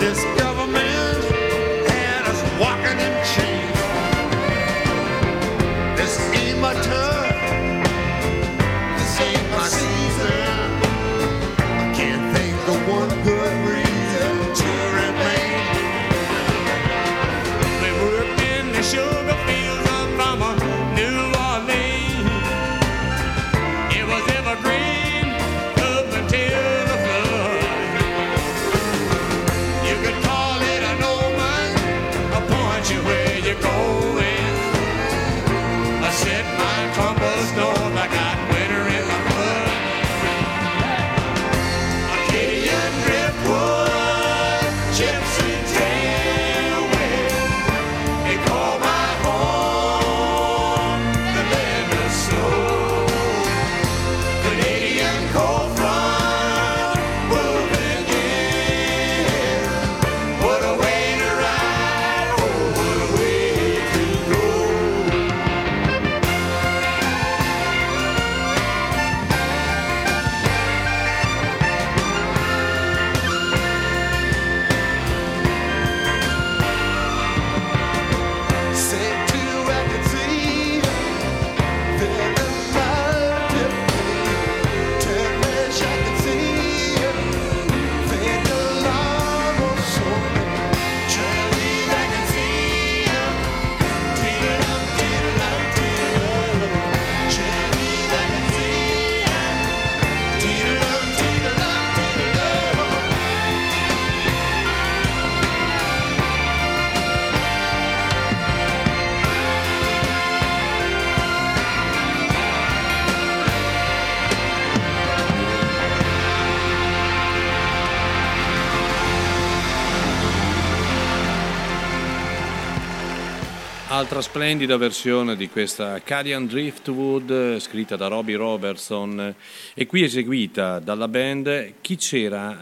This government had us walking in chains. This ain't my turn. This ain't my season. I can't think of one good reason to remain. They worked in the sugar fields up from New Orleans. It was evergreen up until the flood. You could call it an omen, a point you where you're going. I set my compass north, I got winter in my blood. Acadian driftwood, gypsy tailwind, they call my home the land of snow. Canadian cold front, moving in. What a way to ride, oh, what a way to go. Said to I could see that the mountain Turkish I could see that the love was so Charlie I could see Teedle-up, teedle-up, teedle-up Charlie I could see Teedle-up, teedle-up, teedle-up Altra splendida versione di questa Acadian Driftwood scritta da Robbie Robertson e qui eseguita dalla band. Chi c'era?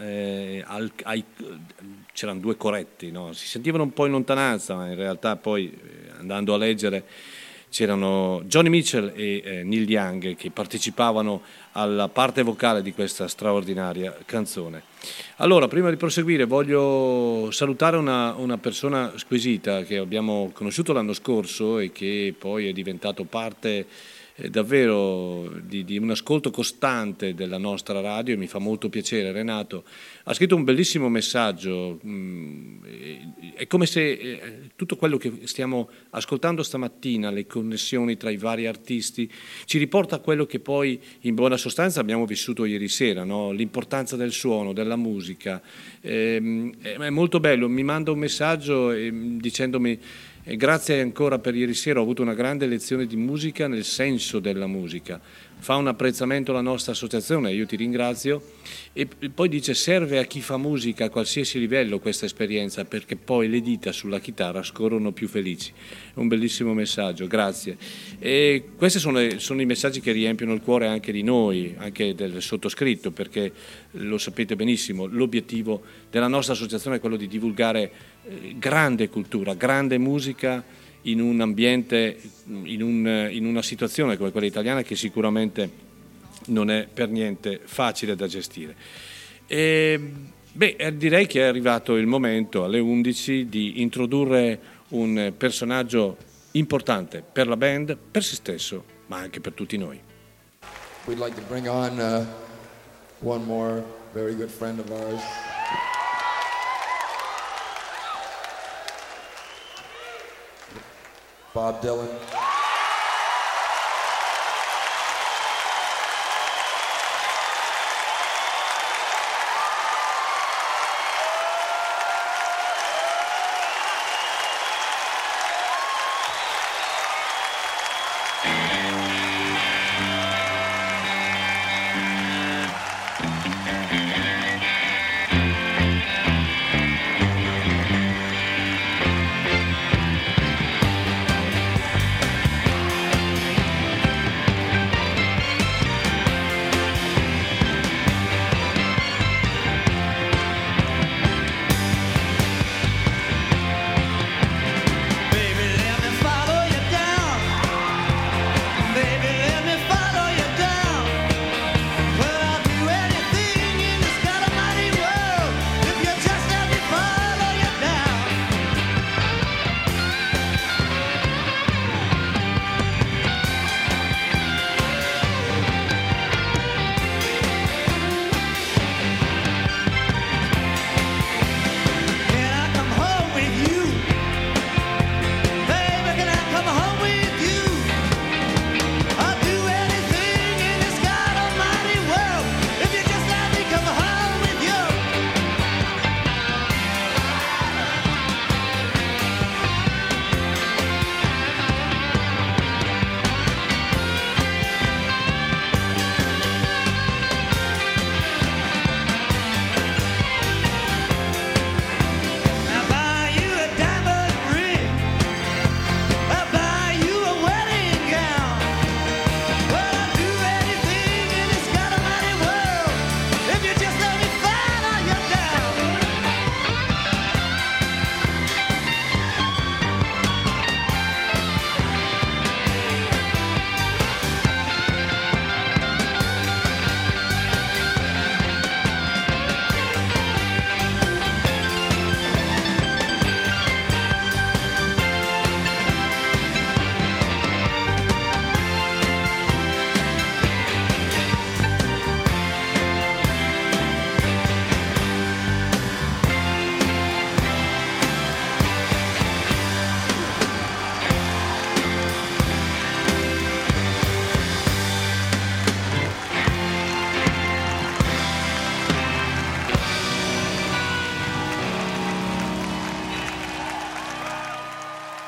C'erano due coretti, no? Si sentivano un po' in lontananza, ma in realtà poi andando a leggere c'erano Johnny Mitchell e Neil Young che partecipavano alla parte vocale di questa straordinaria canzone. Allora, prima di proseguire voglio salutare una persona squisita che abbiamo conosciuto l'anno scorso e che poi è diventato parte davvero di un ascolto costante della nostra radio e mi fa molto piacere. Renato ha scritto un bellissimo messaggio, è come se tutto quello che stiamo ascoltando stamattina, le connessioni tra i vari artisti, ci riporta a quello che poi in buona sostanza abbiamo vissuto ieri sera, no? L'importanza del suono, della musica, è molto bello. Mi manda un messaggio dicendomi grazie ancora per ieri sera, ho avuto una grande lezione di musica nel senso della musica, fa un apprezzamento alla nostra associazione, io ti ringrazio, e poi dice serve a chi fa musica a qualsiasi livello questa esperienza perché poi le dita sulla chitarra scorrono più felici. È un bellissimo messaggio, grazie. E questi sono i messaggi che riempiono il cuore anche di noi, anche del sottoscritto, perché lo sapete benissimo, l'obiettivo della nostra associazione è quello di divulgare grande cultura, grande musica in un ambiente, in una situazione come quella italiana che sicuramente non è per niente facile da gestire. Direi che è arrivato il momento alle 11 di introdurre un personaggio importante per la band, per se stesso, ma anche per tutti noi. We'd like to bring on one more very good friend of ours. Bob Dylan.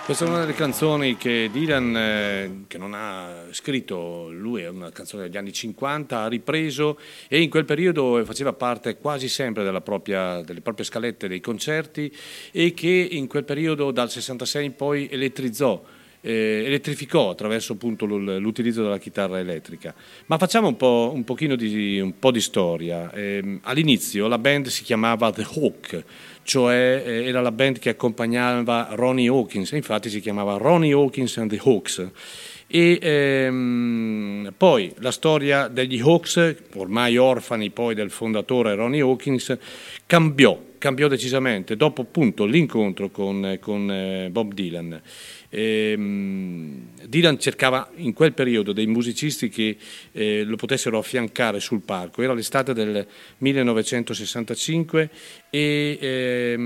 Questa è una delle canzoni che Dylan, che non ha scritto lui, è una canzone degli anni 50, ha ripreso e in quel periodo faceva parte quasi sempre delle proprie scalette dei concerti e che in quel periodo dal 66 in poi elettrificò attraverso appunto l'utilizzo della chitarra elettrica. Ma facciamo un po' di storia. All'inizio la band si chiamava The Hawk, cioè era la band che accompagnava Ronnie Hawkins, e infatti si chiamava Ronnie Hawkins and the Hawks. E poi la storia degli Hawks, ormai orfani poi del fondatore Ronnie Hawkins, cambiò decisamente dopo appunto l'incontro con Bob Dylan. Dylan cercava in quel periodo dei musicisti che lo potessero affiancare sul palco. Era l'estate del 1965 e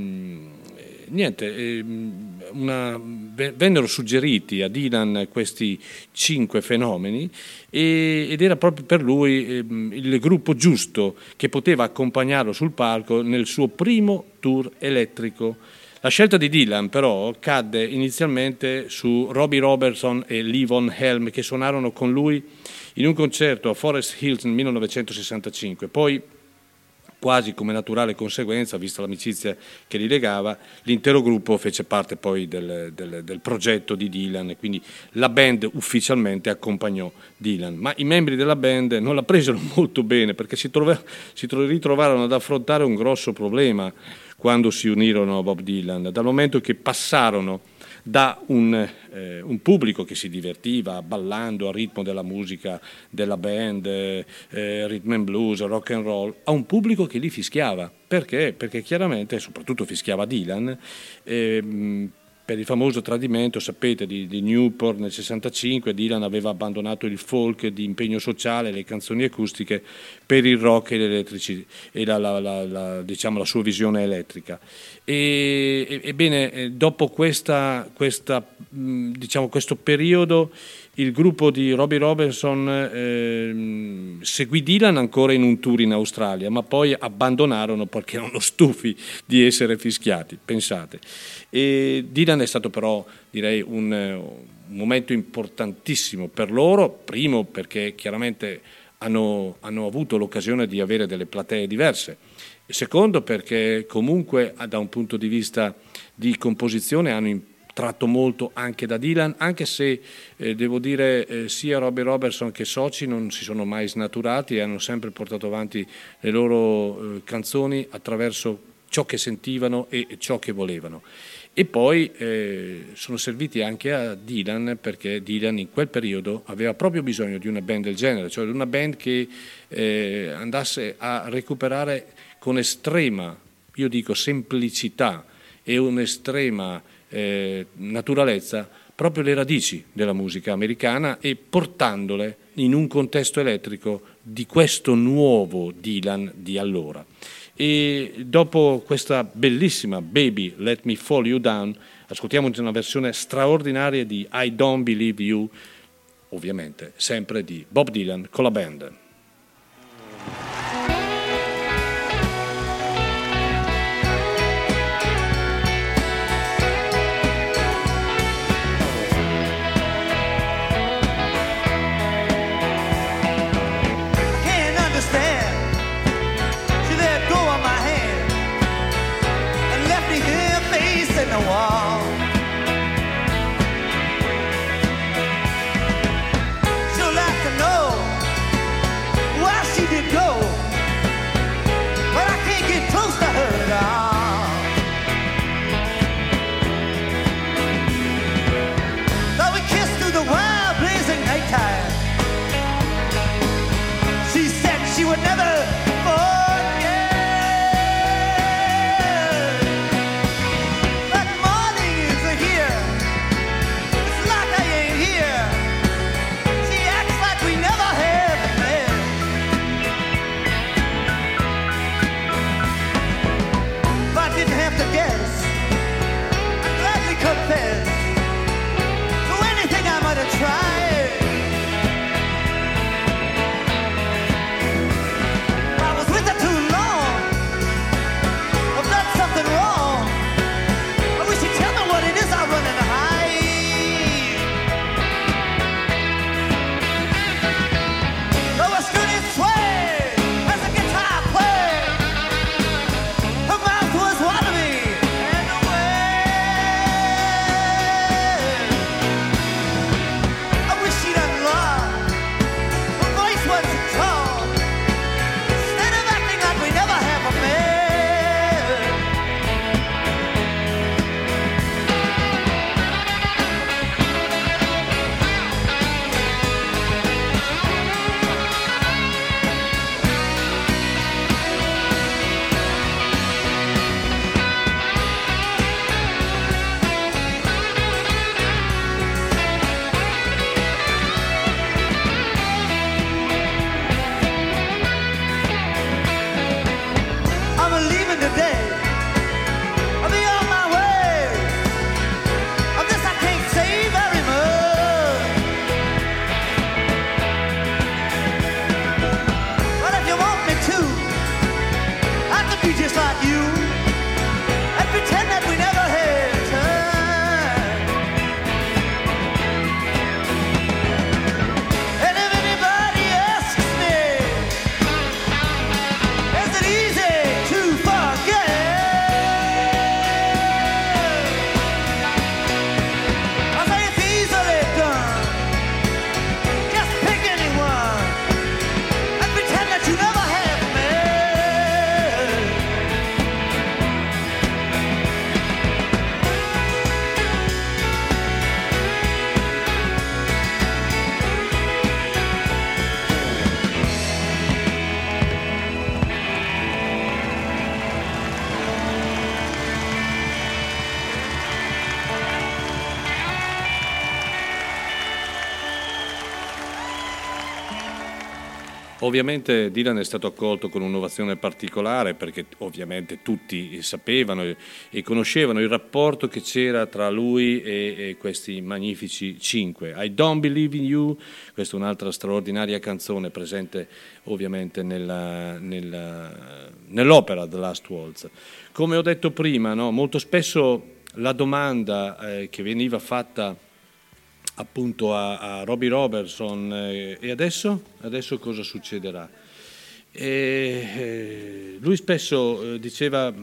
vennero suggeriti a Dylan questi 5 fenomeni ed era proprio per lui il gruppo giusto che poteva accompagnarlo sul palco nel suo primo tour elettrico. La scelta di Dylan però cadde inizialmente su Robbie Robertson e Levon Helm, che suonarono con lui in un concerto a Forest Hills nel 1965. Poi, quasi come naturale conseguenza, vista l'amicizia che li legava, l'intero gruppo fece parte poi del progetto di Dylan e quindi la band ufficialmente accompagnò Dylan. Ma i membri della band non la presero molto bene perché si ritrovarono ad affrontare un grosso problema quando si unirono a Bob Dylan, dal momento che passarono da un pubblico che si divertiva ballando al ritmo della musica della band, rhythm and blues, rock and roll, a un pubblico che li fischiava. Perché? Perché chiaramente, soprattutto fischiava Dylan, per il famoso tradimento, sapete, di Newport nel 65, Dylan aveva abbandonato il folk di impegno sociale, le canzoni acustiche per il rock e l'elettrici e la sua visione elettrica. Ebbene, dopo questo periodo, il gruppo di Robbie Robertson seguì Dylan ancora in un tour in Australia, ma poi abbandonarono perché erano stufi di essere fischiati, pensate. E Dylan è stato però, direi, un momento importantissimo per loro, primo perché chiaramente hanno avuto l'occasione di avere delle platee diverse, e secondo perché comunque da un punto di vista di composizione hanno tratto molto anche da Dylan, anche se devo dire sia Robbie Robertson che soci non si sono mai snaturati e hanno sempre portato avanti le loro canzoni attraverso ciò che sentivano e ciò che volevano. E poi sono serviti anche a Dylan perché Dylan in quel periodo aveva proprio bisogno di una band del genere, cioè di una band che andasse a recuperare con estrema, io dico, semplicità e un'estrema naturalezza proprio le radici della musica americana e portandole in un contesto elettrico di questo nuovo Dylan di allora. E dopo questa bellissima Baby Let Me Fall You Down ascoltiamo una versione straordinaria di I Don't Believe You, ovviamente sempre di Bob Dylan con la band. The wall. She'd like to know why she did go, but I can't get close to her at all. Though we kissed through the wild blazing nighttime, she said she would never forget. But more than Ovviamente Dylan è stato accolto con un'ovazione particolare perché ovviamente tutti sapevano e conoscevano il rapporto che c'era tra lui e questi magnifici 5. I Don't Believe in You, questa è un'altra straordinaria canzone presente ovviamente nell'opera The Last Waltz. Come ho detto prima, no? Molto spesso la domanda che veniva fatta appunto a Robbie Robertson e adesso cosa succederà? Lui spesso diceva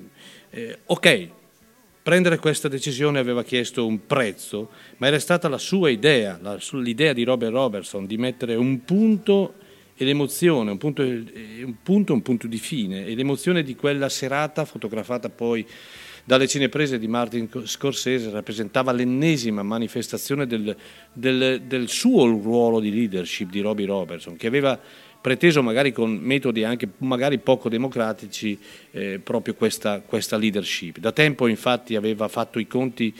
ok, prendere questa decisione aveva chiesto un prezzo, ma era stata la sua idea, l'idea di Robbie Robertson di mettere un punto e l'emozione, un punto di fine, e l'emozione di quella serata fotografata poi dalle cineprese di Martin Scorsese rappresentava l'ennesima manifestazione del suo ruolo di leadership di Robbie Robertson, che aveva preteso magari con metodi anche magari poco democratici proprio questa leadership. Da tempo infatti aveva fatto i conti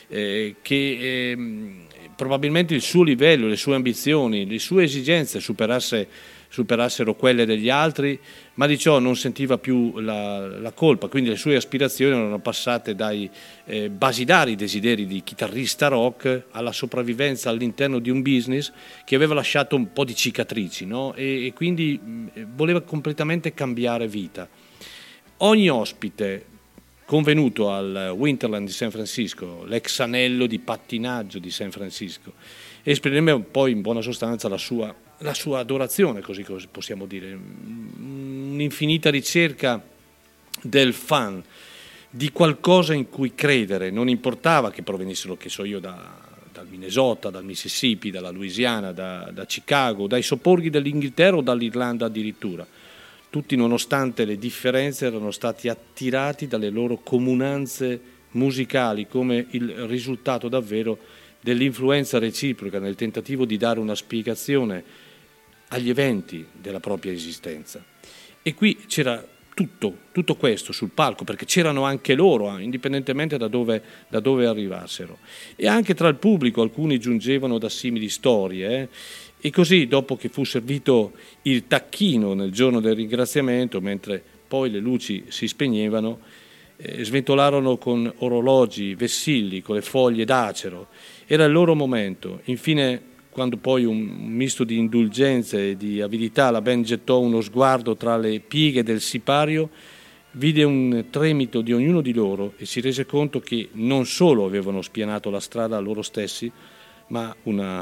che probabilmente il suo livello, le sue ambizioni, le sue esigenze superassero quelle degli altri, ma di ciò non sentiva più la colpa, quindi le sue aspirazioni erano passate dai basilari desideri di chitarrista rock alla sopravvivenza all'interno di un business che aveva lasciato un po' di cicatrici, no? E quindi voleva completamente cambiare vita. Ogni ospite convenuto al Winterland di San Francisco, l'ex anello di pattinaggio di San Francisco, esprimeva poi in buona sostanza la sua adorazione, così possiamo dire, un'infinita ricerca del fan, di qualcosa in cui credere, non importava che provenissero, che so io, dal Minnesota, dal Mississippi, dalla Louisiana, da Chicago, dai sobborghi dell'Inghilterra o dall'Irlanda addirittura. Tutti, nonostante le differenze, erano stati attirati dalle loro comunanze musicali come il risultato davvero dell'influenza reciproca nel tentativo di dare una spiegazione agli eventi della propria esistenza. E qui c'era tutto questo sul palco, perché c'erano anche loro, indipendentemente da dove arrivassero. E anche tra il pubblico alcuni giungevano da simili storie, E così, dopo che fu servito il tacchino nel giorno del ringraziamento, mentre poi le luci si spegnevano, sventolarono con orologi, vessilli, con le foglie d'acero. Era il loro momento. Infine, quando poi un misto di indulgenze e di avidità la band gettò uno sguardo tra le pieghe del sipario, vide un tremito di ognuno di loro e si rese conto che non solo avevano spianato la strada a loro stessi, ma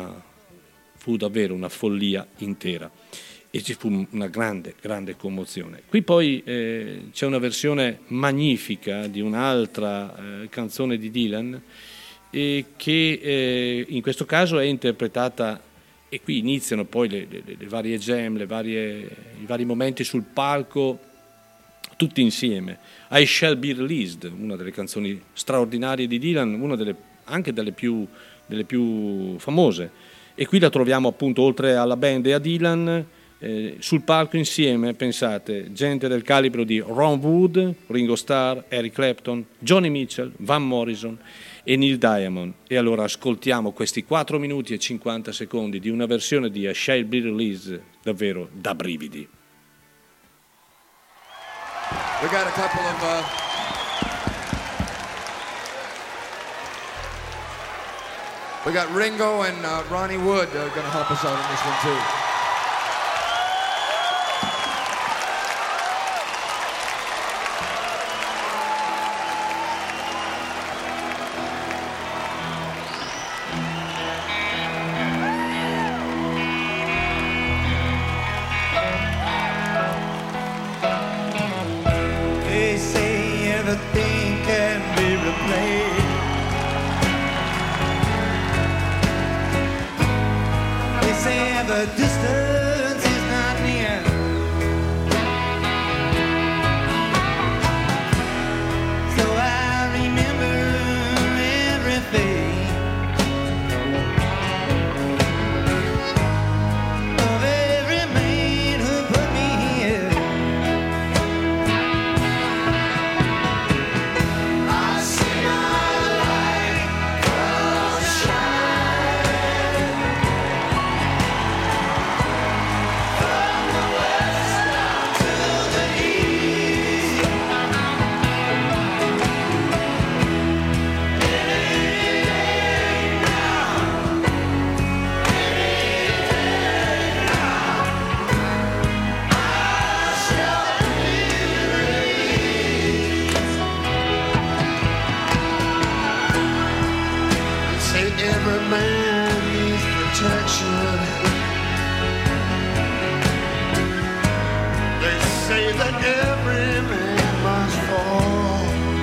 fu davvero una follia intera e ci fu una grande commozione. Qui poi c'è una versione magnifica di un'altra canzone di Dylan che in questo caso è interpretata, e qui iniziano poi le varie jam, i vari momenti sul palco tutti insieme. I Shall Be Released, una delle canzoni straordinarie di Dylan, una anche delle più famose. E qui la troviamo appunto, oltre alla band e a Dylan, sul palco insieme, pensate, gente del calibro di Ron Wood, Ringo Starr, Eric Clapton, Johnny Mitchell, Van Morrison e Neil Diamond. E allora ascoltiamo questi 4 minuti e 50 secondi di una versione di A Shall Be Released davvero da brividi. We got a couple of we got Ringo and Ronnie Wood are going to help us out on this one too. They say everything can be replaced. They say the distance every man needs protection. They say that every man must fall,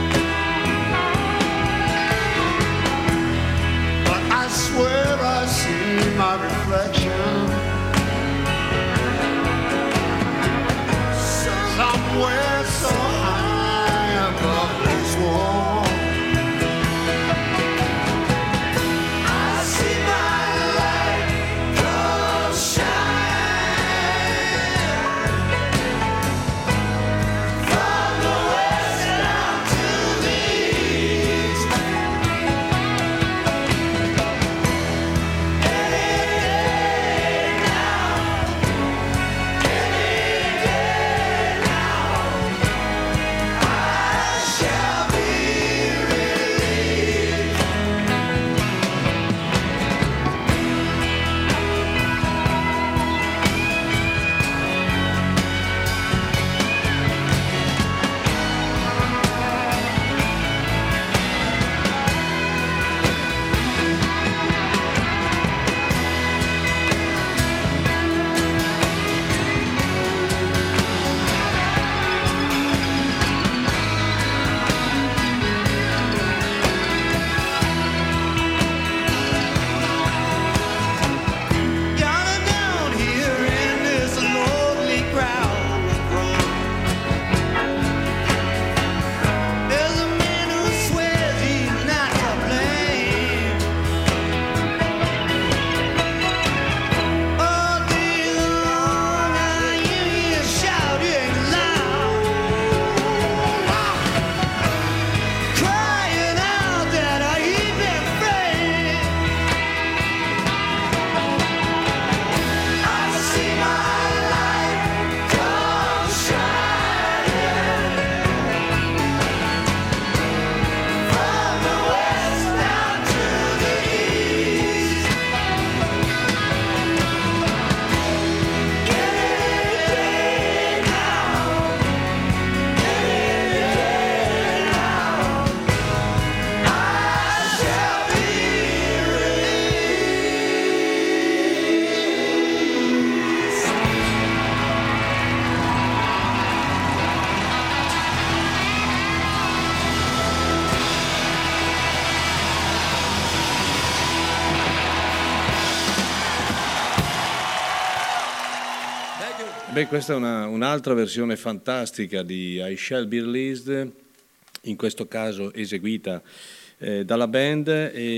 but I swear I see my reflection somewhere so high above this wall. I see my light come shine from the west down to the east. Any day now, any day now, I shall be relieved. Down and down here in this lonely crowd, there's a man who swears he's not to blame. All day long I hear you shouting loud, crying out that he's been framed. I see my light come shining from the west down to the east. Any day now, any day now, I shall be released. Beh, questa è un'altra versione fantastica di I Shall Be Released, in questo caso eseguita dalla band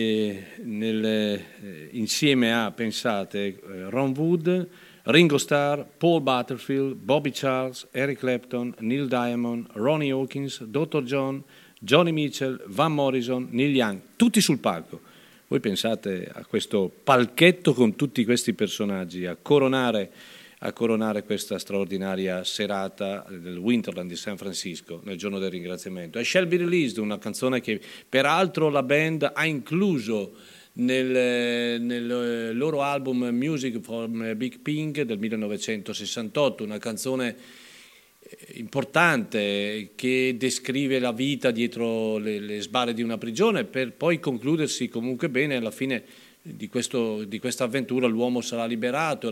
insieme a, pensate, Ron Wood, Ringo Starr, Paul Butterfield, Bobby Charles, Eric Clapton, Neil Diamond, Ronnie Hawkins, Dr. John, Johnny Mitchell, Van Morrison, Neil Young, tutti sul palco. Voi pensate a questo palchetto con tutti questi personaggi a coronare questa straordinaria serata del Winterland di San Francisco nel giorno del ringraziamento. I Shall Be Released, una canzone che peraltro la band ha incluso nel loro album Music from Big Pink del 1968, una canzone importante che descrive la vita dietro le sbarre di una prigione, per poi concludersi comunque bene. Alla fine di questa avventura l'uomo sarà liberato.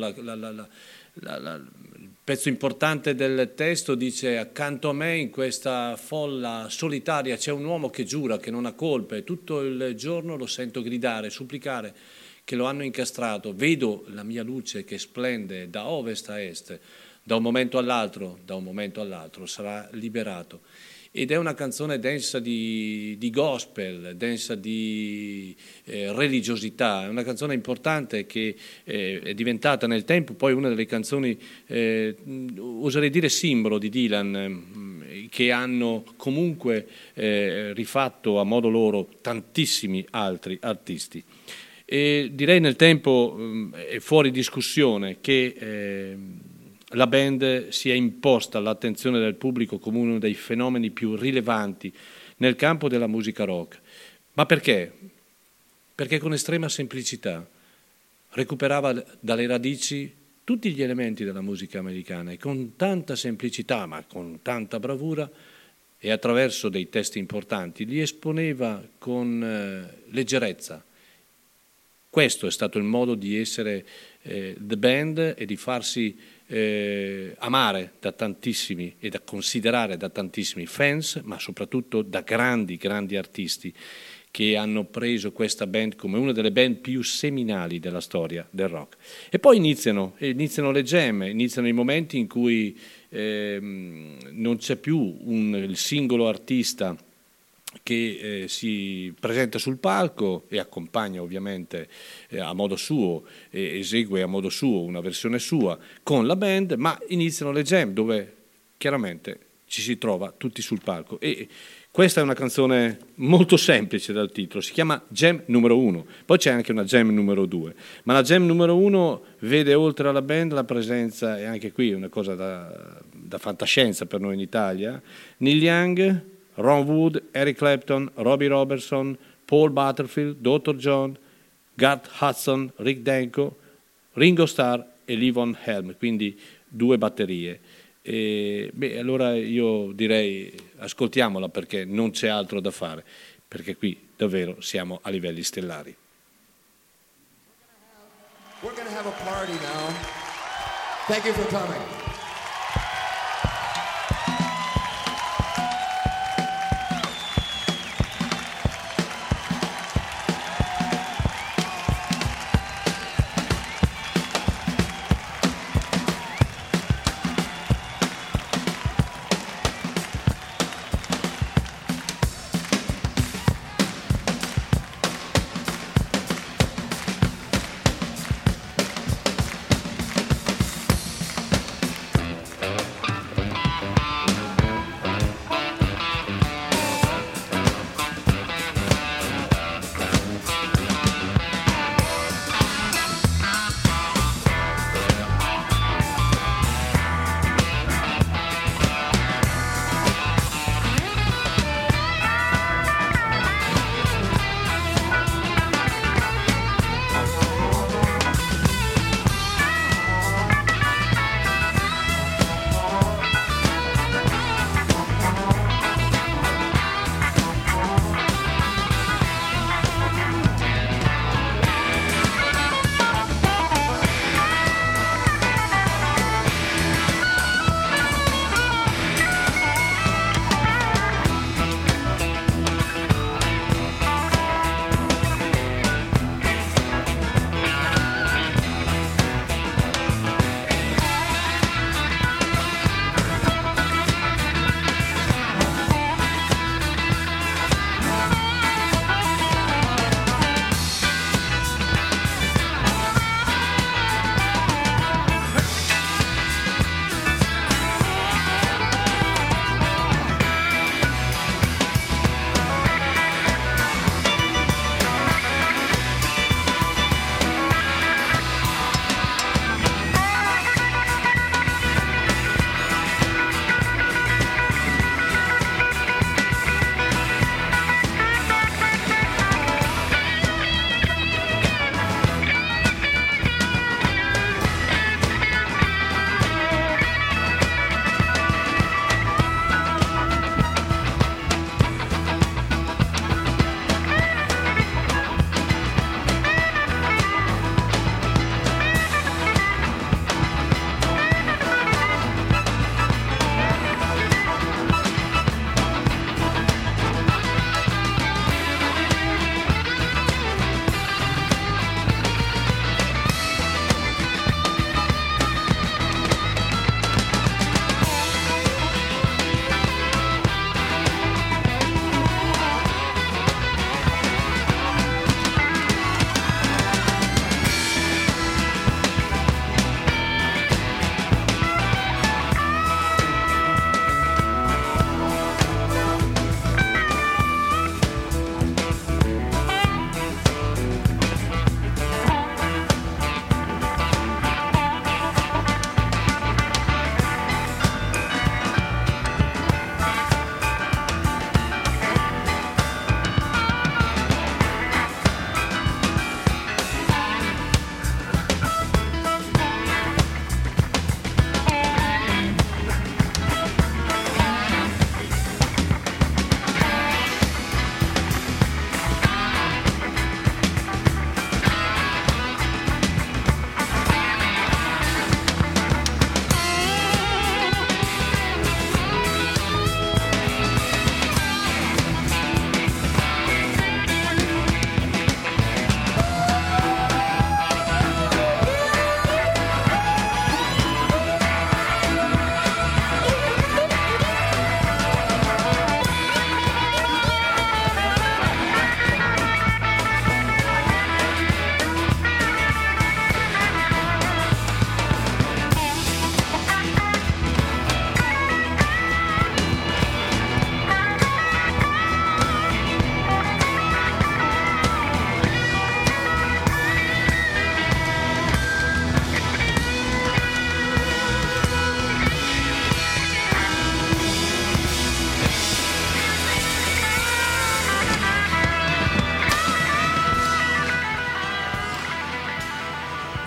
Il pezzo importante del testo dice: accanto a me in questa folla solitaria c'è un uomo che giura che non ha colpe, tutto il giorno lo sento gridare, supplicare che lo hanno incastrato, vedo la mia luce che splende da ovest a est, da un momento all'altro sarà liberato. Ed è una canzone densa di gospel, densa di religiosità, è una canzone importante che è diventata nel tempo poi una delle canzoni, oserei dire simbolo di Dylan, che hanno comunque rifatto a modo loro tantissimi altri artisti. E direi nel tempo è fuori discussione che la band si è imposta all'attenzione del pubblico come uno dei fenomeni più rilevanti nel campo della musica rock. Ma perché? Perché con estrema semplicità recuperava dalle radici tutti gli elementi della musica americana e con tanta semplicità, ma con tanta bravura, e attraverso dei testi importanti li esponeva con leggerezza questo è stato il modo di essere The Band e di farsi amare da tantissimi e da considerare da tantissimi fans, ma soprattutto da grandi artisti che hanno preso questa band come una delle band più seminali della storia del rock. E poi iniziano le jam, iniziano i momenti in cui non c'è più il singolo artista che si presenta sul palco e accompagna ovviamente a modo suo, esegue a modo suo una versione sua con la band, ma iniziano le jam dove chiaramente ci si trova tutti sul palco. E questa è una canzone molto semplice dal titolo, si chiama Jam numero 1, poi c'è anche una Jam numero 2, ma la Jam numero 1 vede oltre alla band la presenza, e anche qui una cosa da fantascienza per noi in Italia, Neil Young, Ron Wood, Eric Clapton, Robbie Robertson, Paul Butterfield, Dr. John, Garth Hudson, Rick Danko, Ringo Starr e Levon Helm, quindi 2 batterie. Allora io direi ascoltiamola, perché non c'è altro da fare, perché qui davvero siamo a livelli stellari. We're gonna have a party now. Thank you for coming.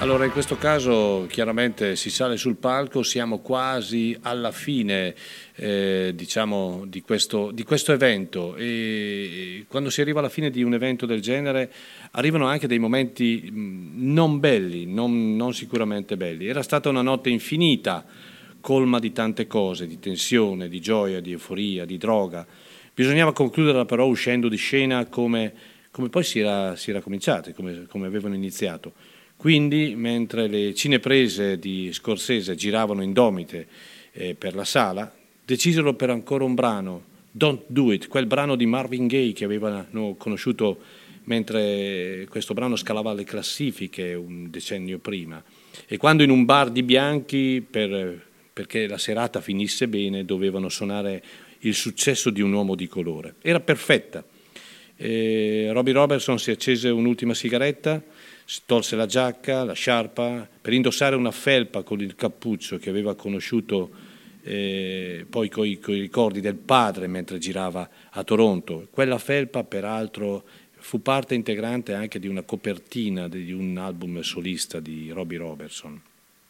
Allora, in questo caso chiaramente si sale sul palco, siamo quasi alla fine diciamo di questo evento, e quando si arriva alla fine di un evento del genere arrivano anche dei momenti non belli, non sicuramente belli. Era stata una notte infinita, colma di tante cose, di tensione, di gioia, di euforia, di droga. Bisognava concluderla però uscendo di scena come poi si era cominciato, come avevano iniziato. Quindi, mentre le cineprese di Scorsese giravano indomite per la sala, decisero per ancora un brano, Don't Do It, quel brano di Marvin Gaye che avevano conosciuto mentre questo brano scalava le classifiche un decennio prima. E quando in un bar di bianchi, perché la serata finisse bene, dovevano suonare il successo di un uomo di colore. Era perfetta. Robbie Robertson si accese un'ultima sigaretta, si tolse la giacca, la sciarpa, per indossare una felpa con il cappuccio che aveva conosciuto poi coi ricordi del padre mentre girava a Toronto. Quella felpa, peraltro, fu parte integrante anche di una copertina di un album solista di Robbie Robertson.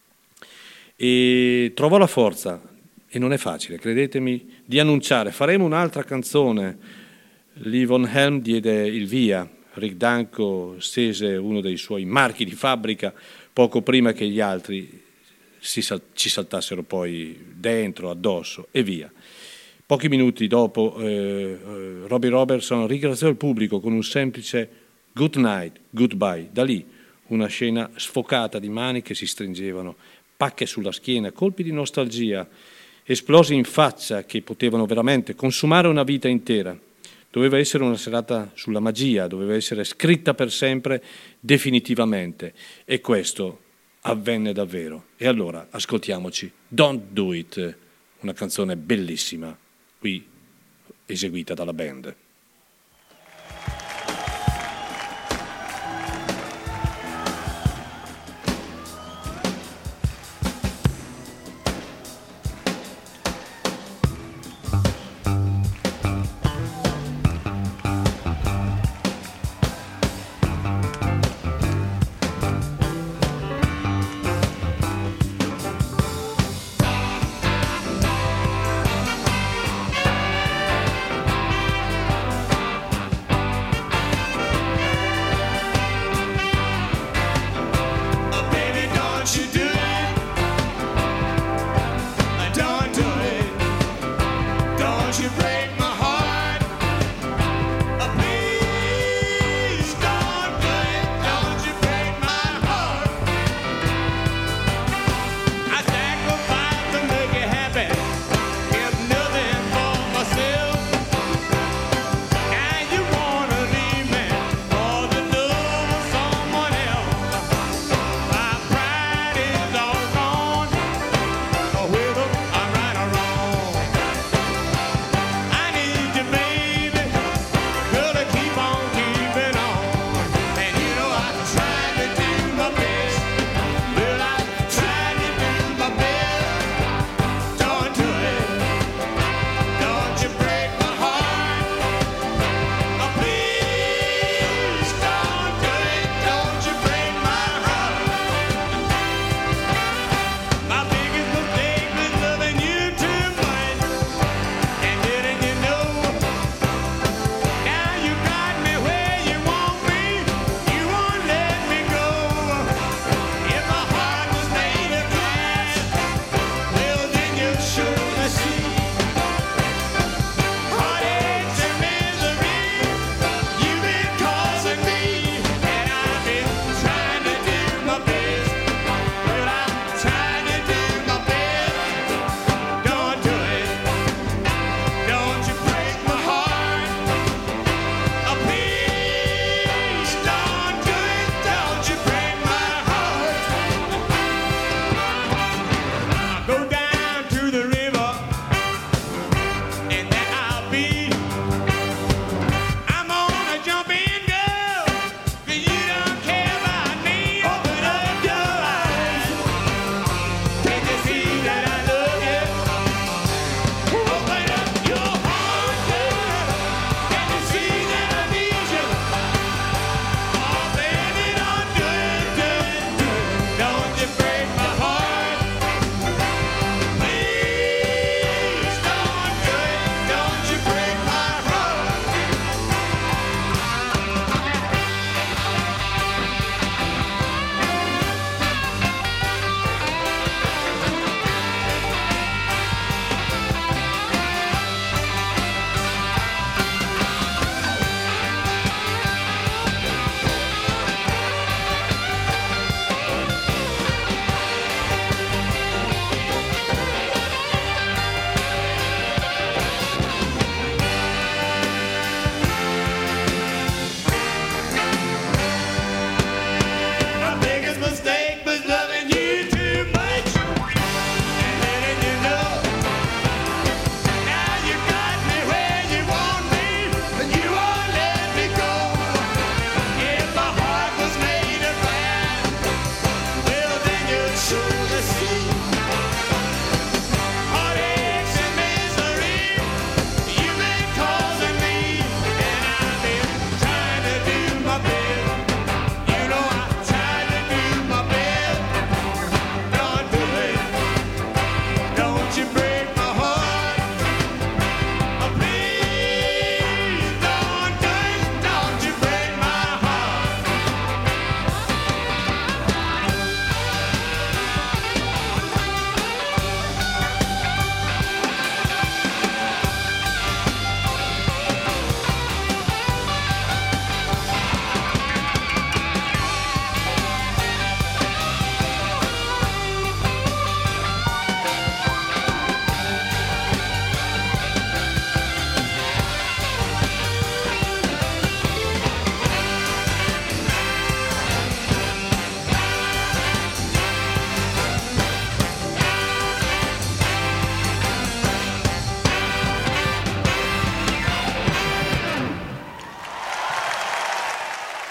E trovò la forza, e non è facile, credetemi, di annunciare: faremo un'altra canzone. Lee Von Helm diede il via. Rick Danko stese uno dei suoi marchi di fabbrica poco prima che gli altri ci saltassero poi dentro, addosso e via. Pochi minuti dopo Robbie Robertson ringraziò il pubblico con un semplice good night, goodbye. Da lì una scena sfocata di mani che si stringevano, pacche sulla schiena, colpi di nostalgia, esplosi in faccia che potevano veramente consumare una vita intera. Doveva essere una serata sulla magia, doveva essere scritta per sempre, definitivamente, e questo avvenne davvero. E allora ascoltiamoci Don't Do It, una canzone bellissima, qui eseguita dalla band. Don't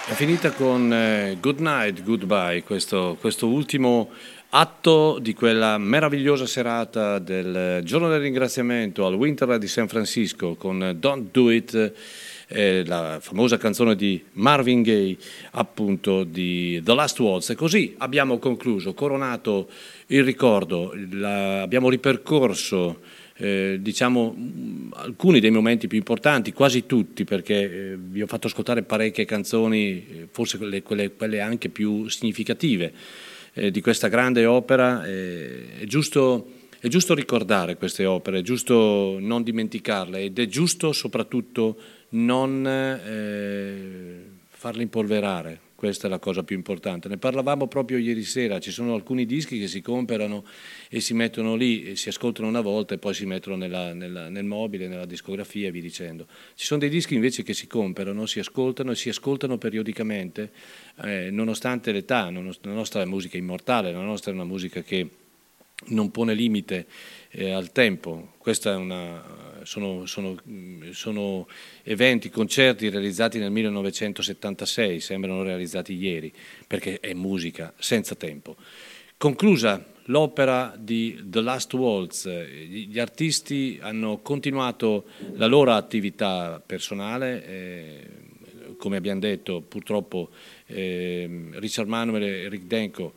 È finita con Good Night, Goodbye, questo ultimo atto di quella meravigliosa serata del giorno del ringraziamento al Winterland di San Francisco con Don't Do It, la famosa canzone di Marvin Gaye, appunto di The Last Waltz. E così abbiamo concluso, coronato il ricordo, abbiamo ripercorso diciamo alcuni dei momenti più importanti, quasi tutti, perché vi ho fatto ascoltare parecchie canzoni, forse quelle anche più significative di questa grande opera. È giusto ricordare queste opere, è giusto non dimenticarle ed è giusto soprattutto non farle impolverare. Questa è la cosa più importante. Ne parlavamo proprio ieri sera, ci sono alcuni dischi che si comprano e si mettono lì, e si ascoltano una volta e poi si mettono nel mobile, nella discografia e via dicendo. Ci sono dei dischi invece che si comprano, si ascoltano e si ascoltano periodicamente, nonostante l'età. La nostra è musica immortale, la nostra è una musica che non pone limite al tempo. Questa è sono eventi, concerti realizzati nel 1976, sembrano realizzati ieri, perché è musica senza tempo. Conclusa l'opera di The Last Waltz, gli artisti hanno continuato la loro attività personale, come abbiamo detto purtroppo Richard Manuel e Rick Denko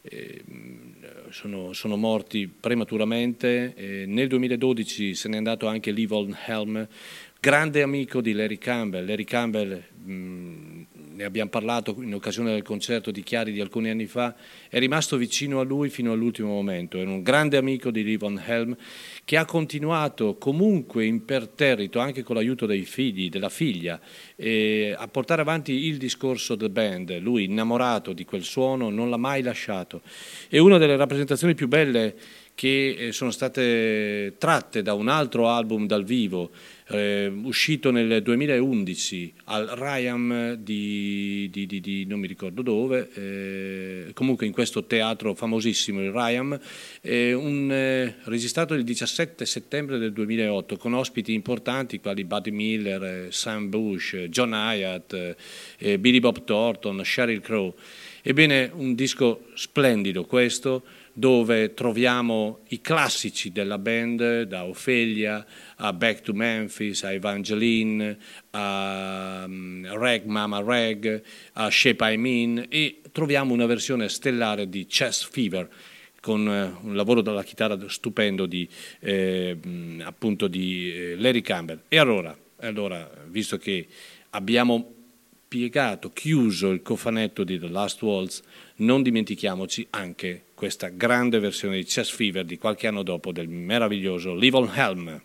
sono morti prematuramente. Nel 2012 se n'è andato anche Lee Von Helm, grande amico di Larry Campbell. Larry Campbell, ne abbiamo parlato in occasione del concerto di Chiari di alcuni anni fa, è rimasto vicino a lui fino all'ultimo momento. Era un grande amico di Lee Von Helm, che ha continuato comunque imperterrito, anche con l'aiuto dei figli, della figlia, a portare avanti il discorso The Band. Lui, innamorato di quel suono, non l'ha mai lasciato. E una delle rappresentazioni più belle che sono state tratte da un altro album dal vivo, uscito nel 2011 al Ryam di non mi ricordo dove, comunque in questo teatro famosissimo, il Ryam, registrato il 17 settembre del 2008 con ospiti importanti quali Buddy Miller, Sam Bush, John Hyatt, Billy Bob Thornton, Sheryl Crow. Ebbene, un disco splendido questo, dove troviamo i classici della band, da Ophelia a Back to Memphis, a Evangeline, a Rag Mama Rag, a Shape I Mean, e troviamo una versione stellare di Chest Fever con un lavoro dalla chitarra stupendo di appunto di Larry Campbell. E allora, visto che abbiamo chiuso il cofanetto di The Last Waltz, non dimentichiamoci anche questa grande versione di Chest Fever di qualche anno dopo del meraviglioso Lee Von Helm.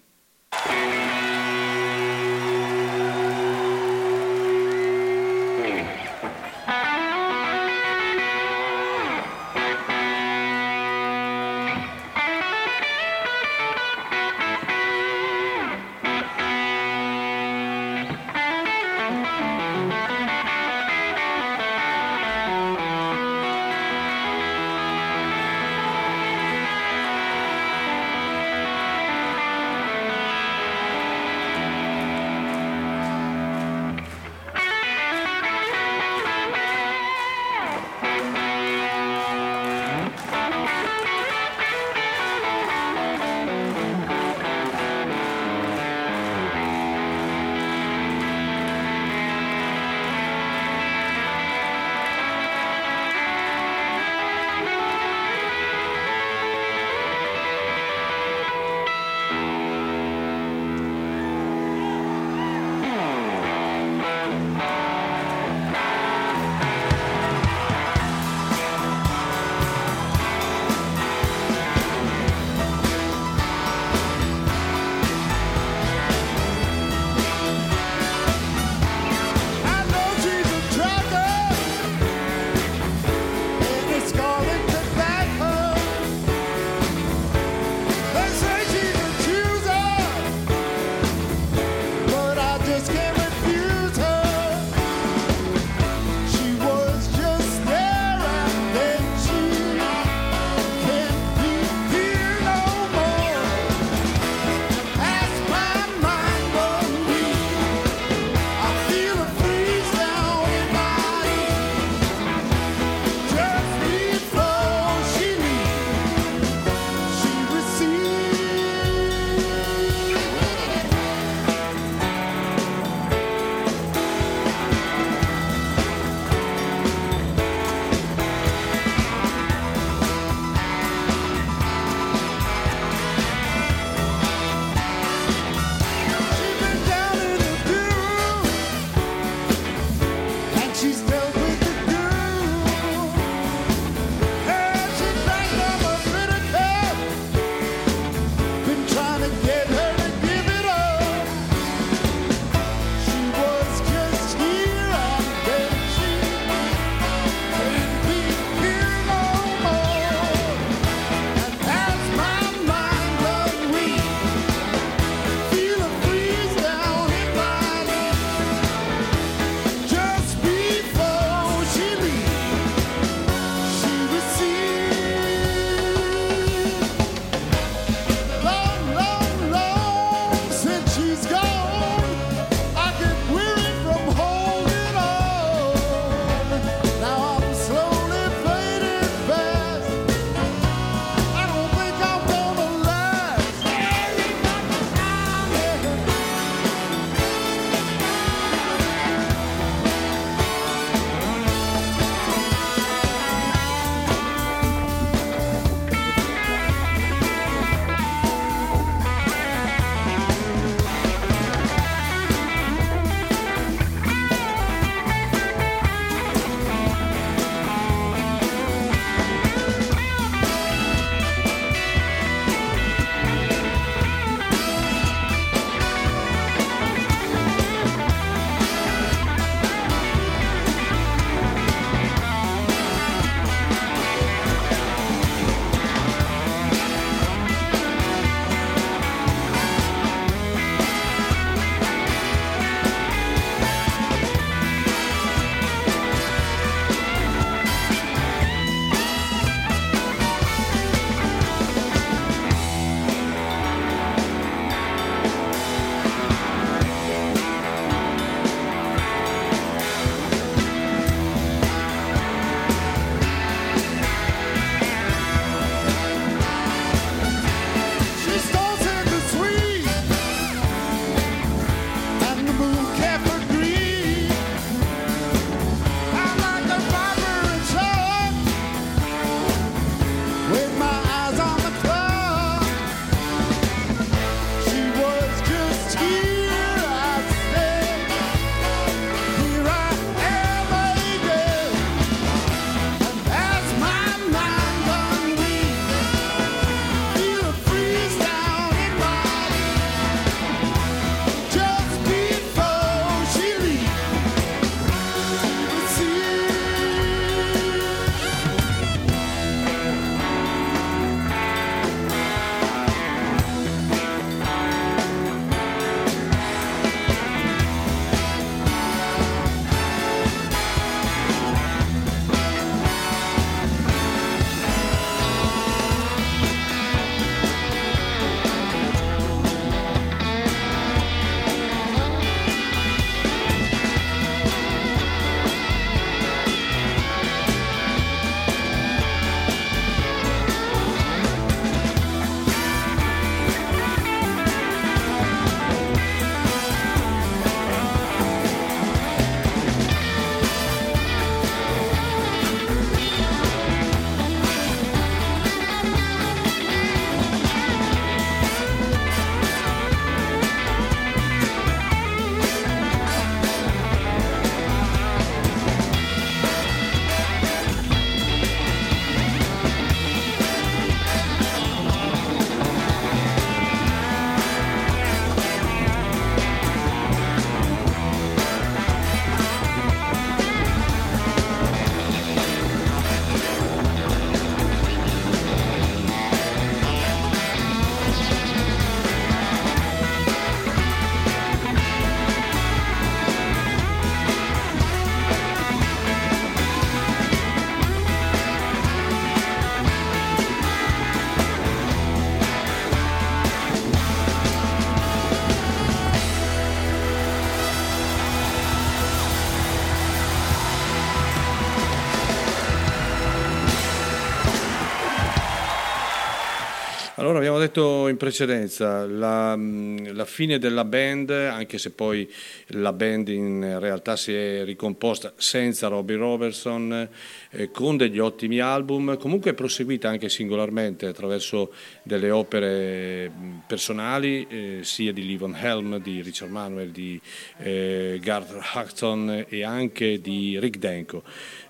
Allora, abbiamo detto in precedenza la fine della band, anche se poi la band in realtà si è ricomposta senza Robbie Robertson, con degli ottimi album, comunque è proseguita anche singolarmente attraverso delle opere personali, sia di Levon Helm, di Richard Manuel, di Garth Hudson e anche di Rick Denko.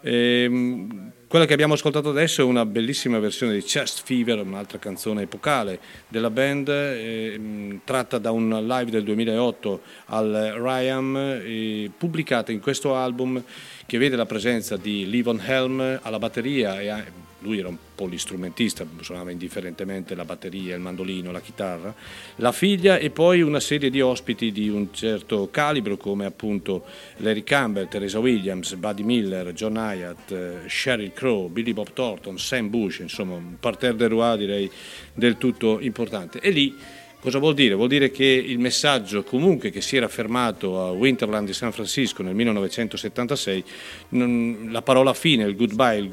Quella che abbiamo ascoltato adesso è una bellissima versione di Chest Fever, un'altra canzone epocale della band, tratta da un live del 2008 al Ryam, pubblicata in questo album che vede la presenza di Levon Helm alla batteria, e lui era un polistrumentista, suonava indifferentemente la batteria, il mandolino, la chitarra, la figlia e poi una serie di ospiti di un certo calibro come appunto Larry Campbell, Teresa Williams, Buddy Miller, John Hyatt, Sheryl Crow, Billy Bob Thornton, Sam Bush, insomma un parterre de roi direi del tutto importante. E lì cosa vuol dire? Vuol dire che il messaggio comunque che si era fermato a Winterland di San Francisco nel 1976, la parola fine, il goodbye, il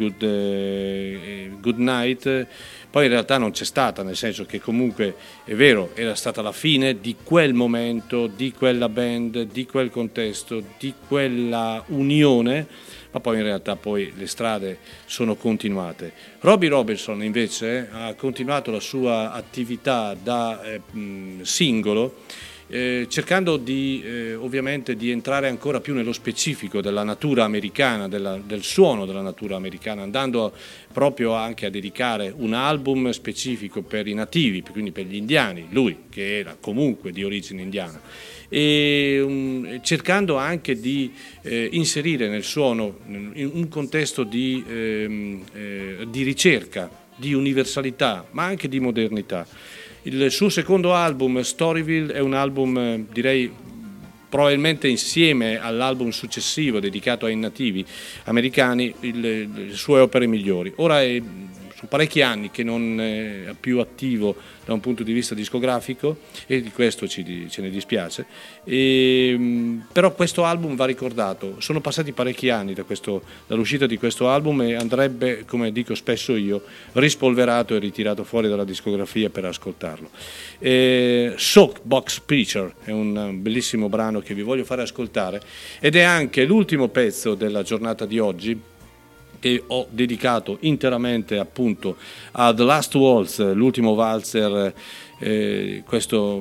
good night, poi in realtà non c'è stata, nel senso che comunque è vero, era stata la fine di quel momento, di quella band, di quel contesto, di quella unione, ma poi in realtà poi le strade sono continuate. Robbie Robertson invece ha continuato la sua attività da singolo, cercando di ovviamente di entrare ancora più nello specifico della natura americana, del suono della natura americana, andando proprio anche a dedicare un album specifico per i nativi, quindi per gli indiani, lui che era comunque di origine indiana, e cercando anche di inserire nel suono in un contesto di ricerca, di universalità, ma anche di modernità. Il suo secondo album, Storyville, è un album, direi, probabilmente insieme all'album successivo dedicato ai nativi americani, le sue opere migliori. Ora sono parecchi anni che non è più attivo da un punto di vista discografico e di questo ce ne dispiace, però questo album va ricordato. Sono passati parecchi anni dall'uscita di questo album e andrebbe, come dico spesso io, rispolverato e ritirato fuori dalla discografia per ascoltarlo. Soapbox Preacher è un bellissimo brano che vi voglio fare ascoltare ed è anche l'ultimo pezzo della giornata di oggi, che ho dedicato interamente appunto a The Last Waltz, l'ultimo valzer, questo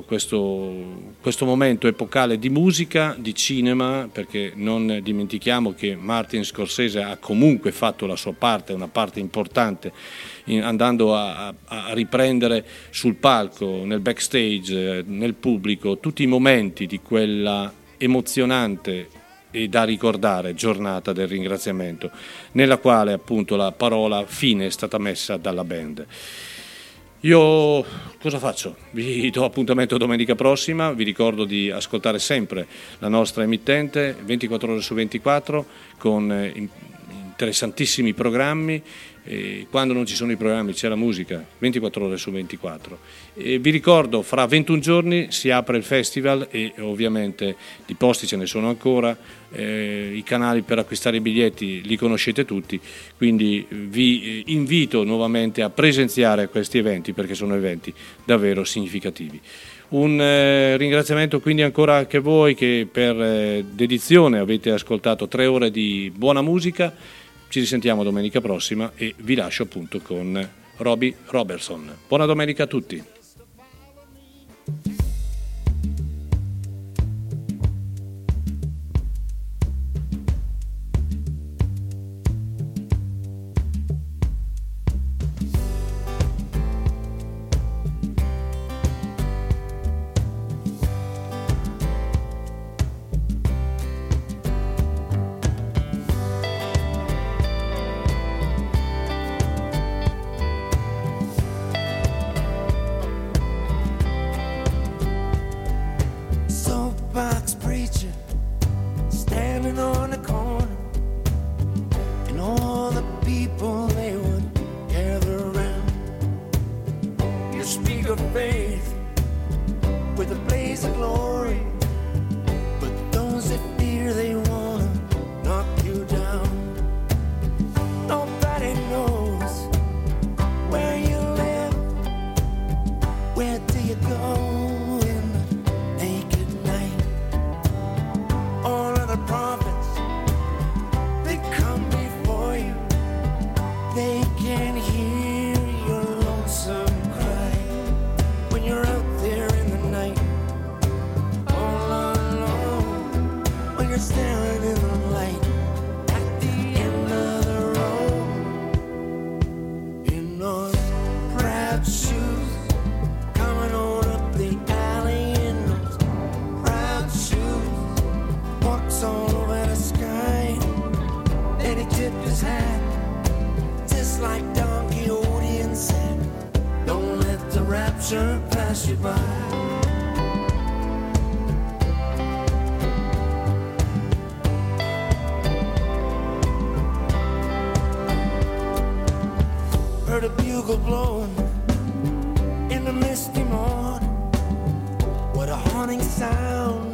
momento epocale di musica, di cinema, perché non dimentichiamo che Martin Scorsese ha comunque fatto la sua parte, una parte importante, andando a riprendere sul palco, nel backstage, nel pubblico, tutti i momenti di quella emozionante e da ricordare giornata del ringraziamento, nella quale appunto la parola fine è stata messa dalla band. Io cosa faccio? Vi do appuntamento domenica prossima, vi ricordo di ascoltare sempre la nostra emittente 24 ore su 24 con interessantissimi programmi. Quando non ci sono i programmi c'è la musica 24 ore su 24. Vi ricordo, fra 21 giorni si apre il festival e ovviamente di posti ce ne sono ancora, i canali per acquistare i biglietti li conoscete tutti, quindi vi invito nuovamente a presenziare a questi eventi perché sono eventi davvero significativi. Un ringraziamento quindi ancora anche a voi che per dedizione avete ascoltato 3 ore di buona musica. Ci risentiamo domenica prossima e vi lascio appunto con Robbie Robertson. Buona domenica a tutti. rapture pass you by. Heard a bugle blowing in the misty morn. What a haunting sound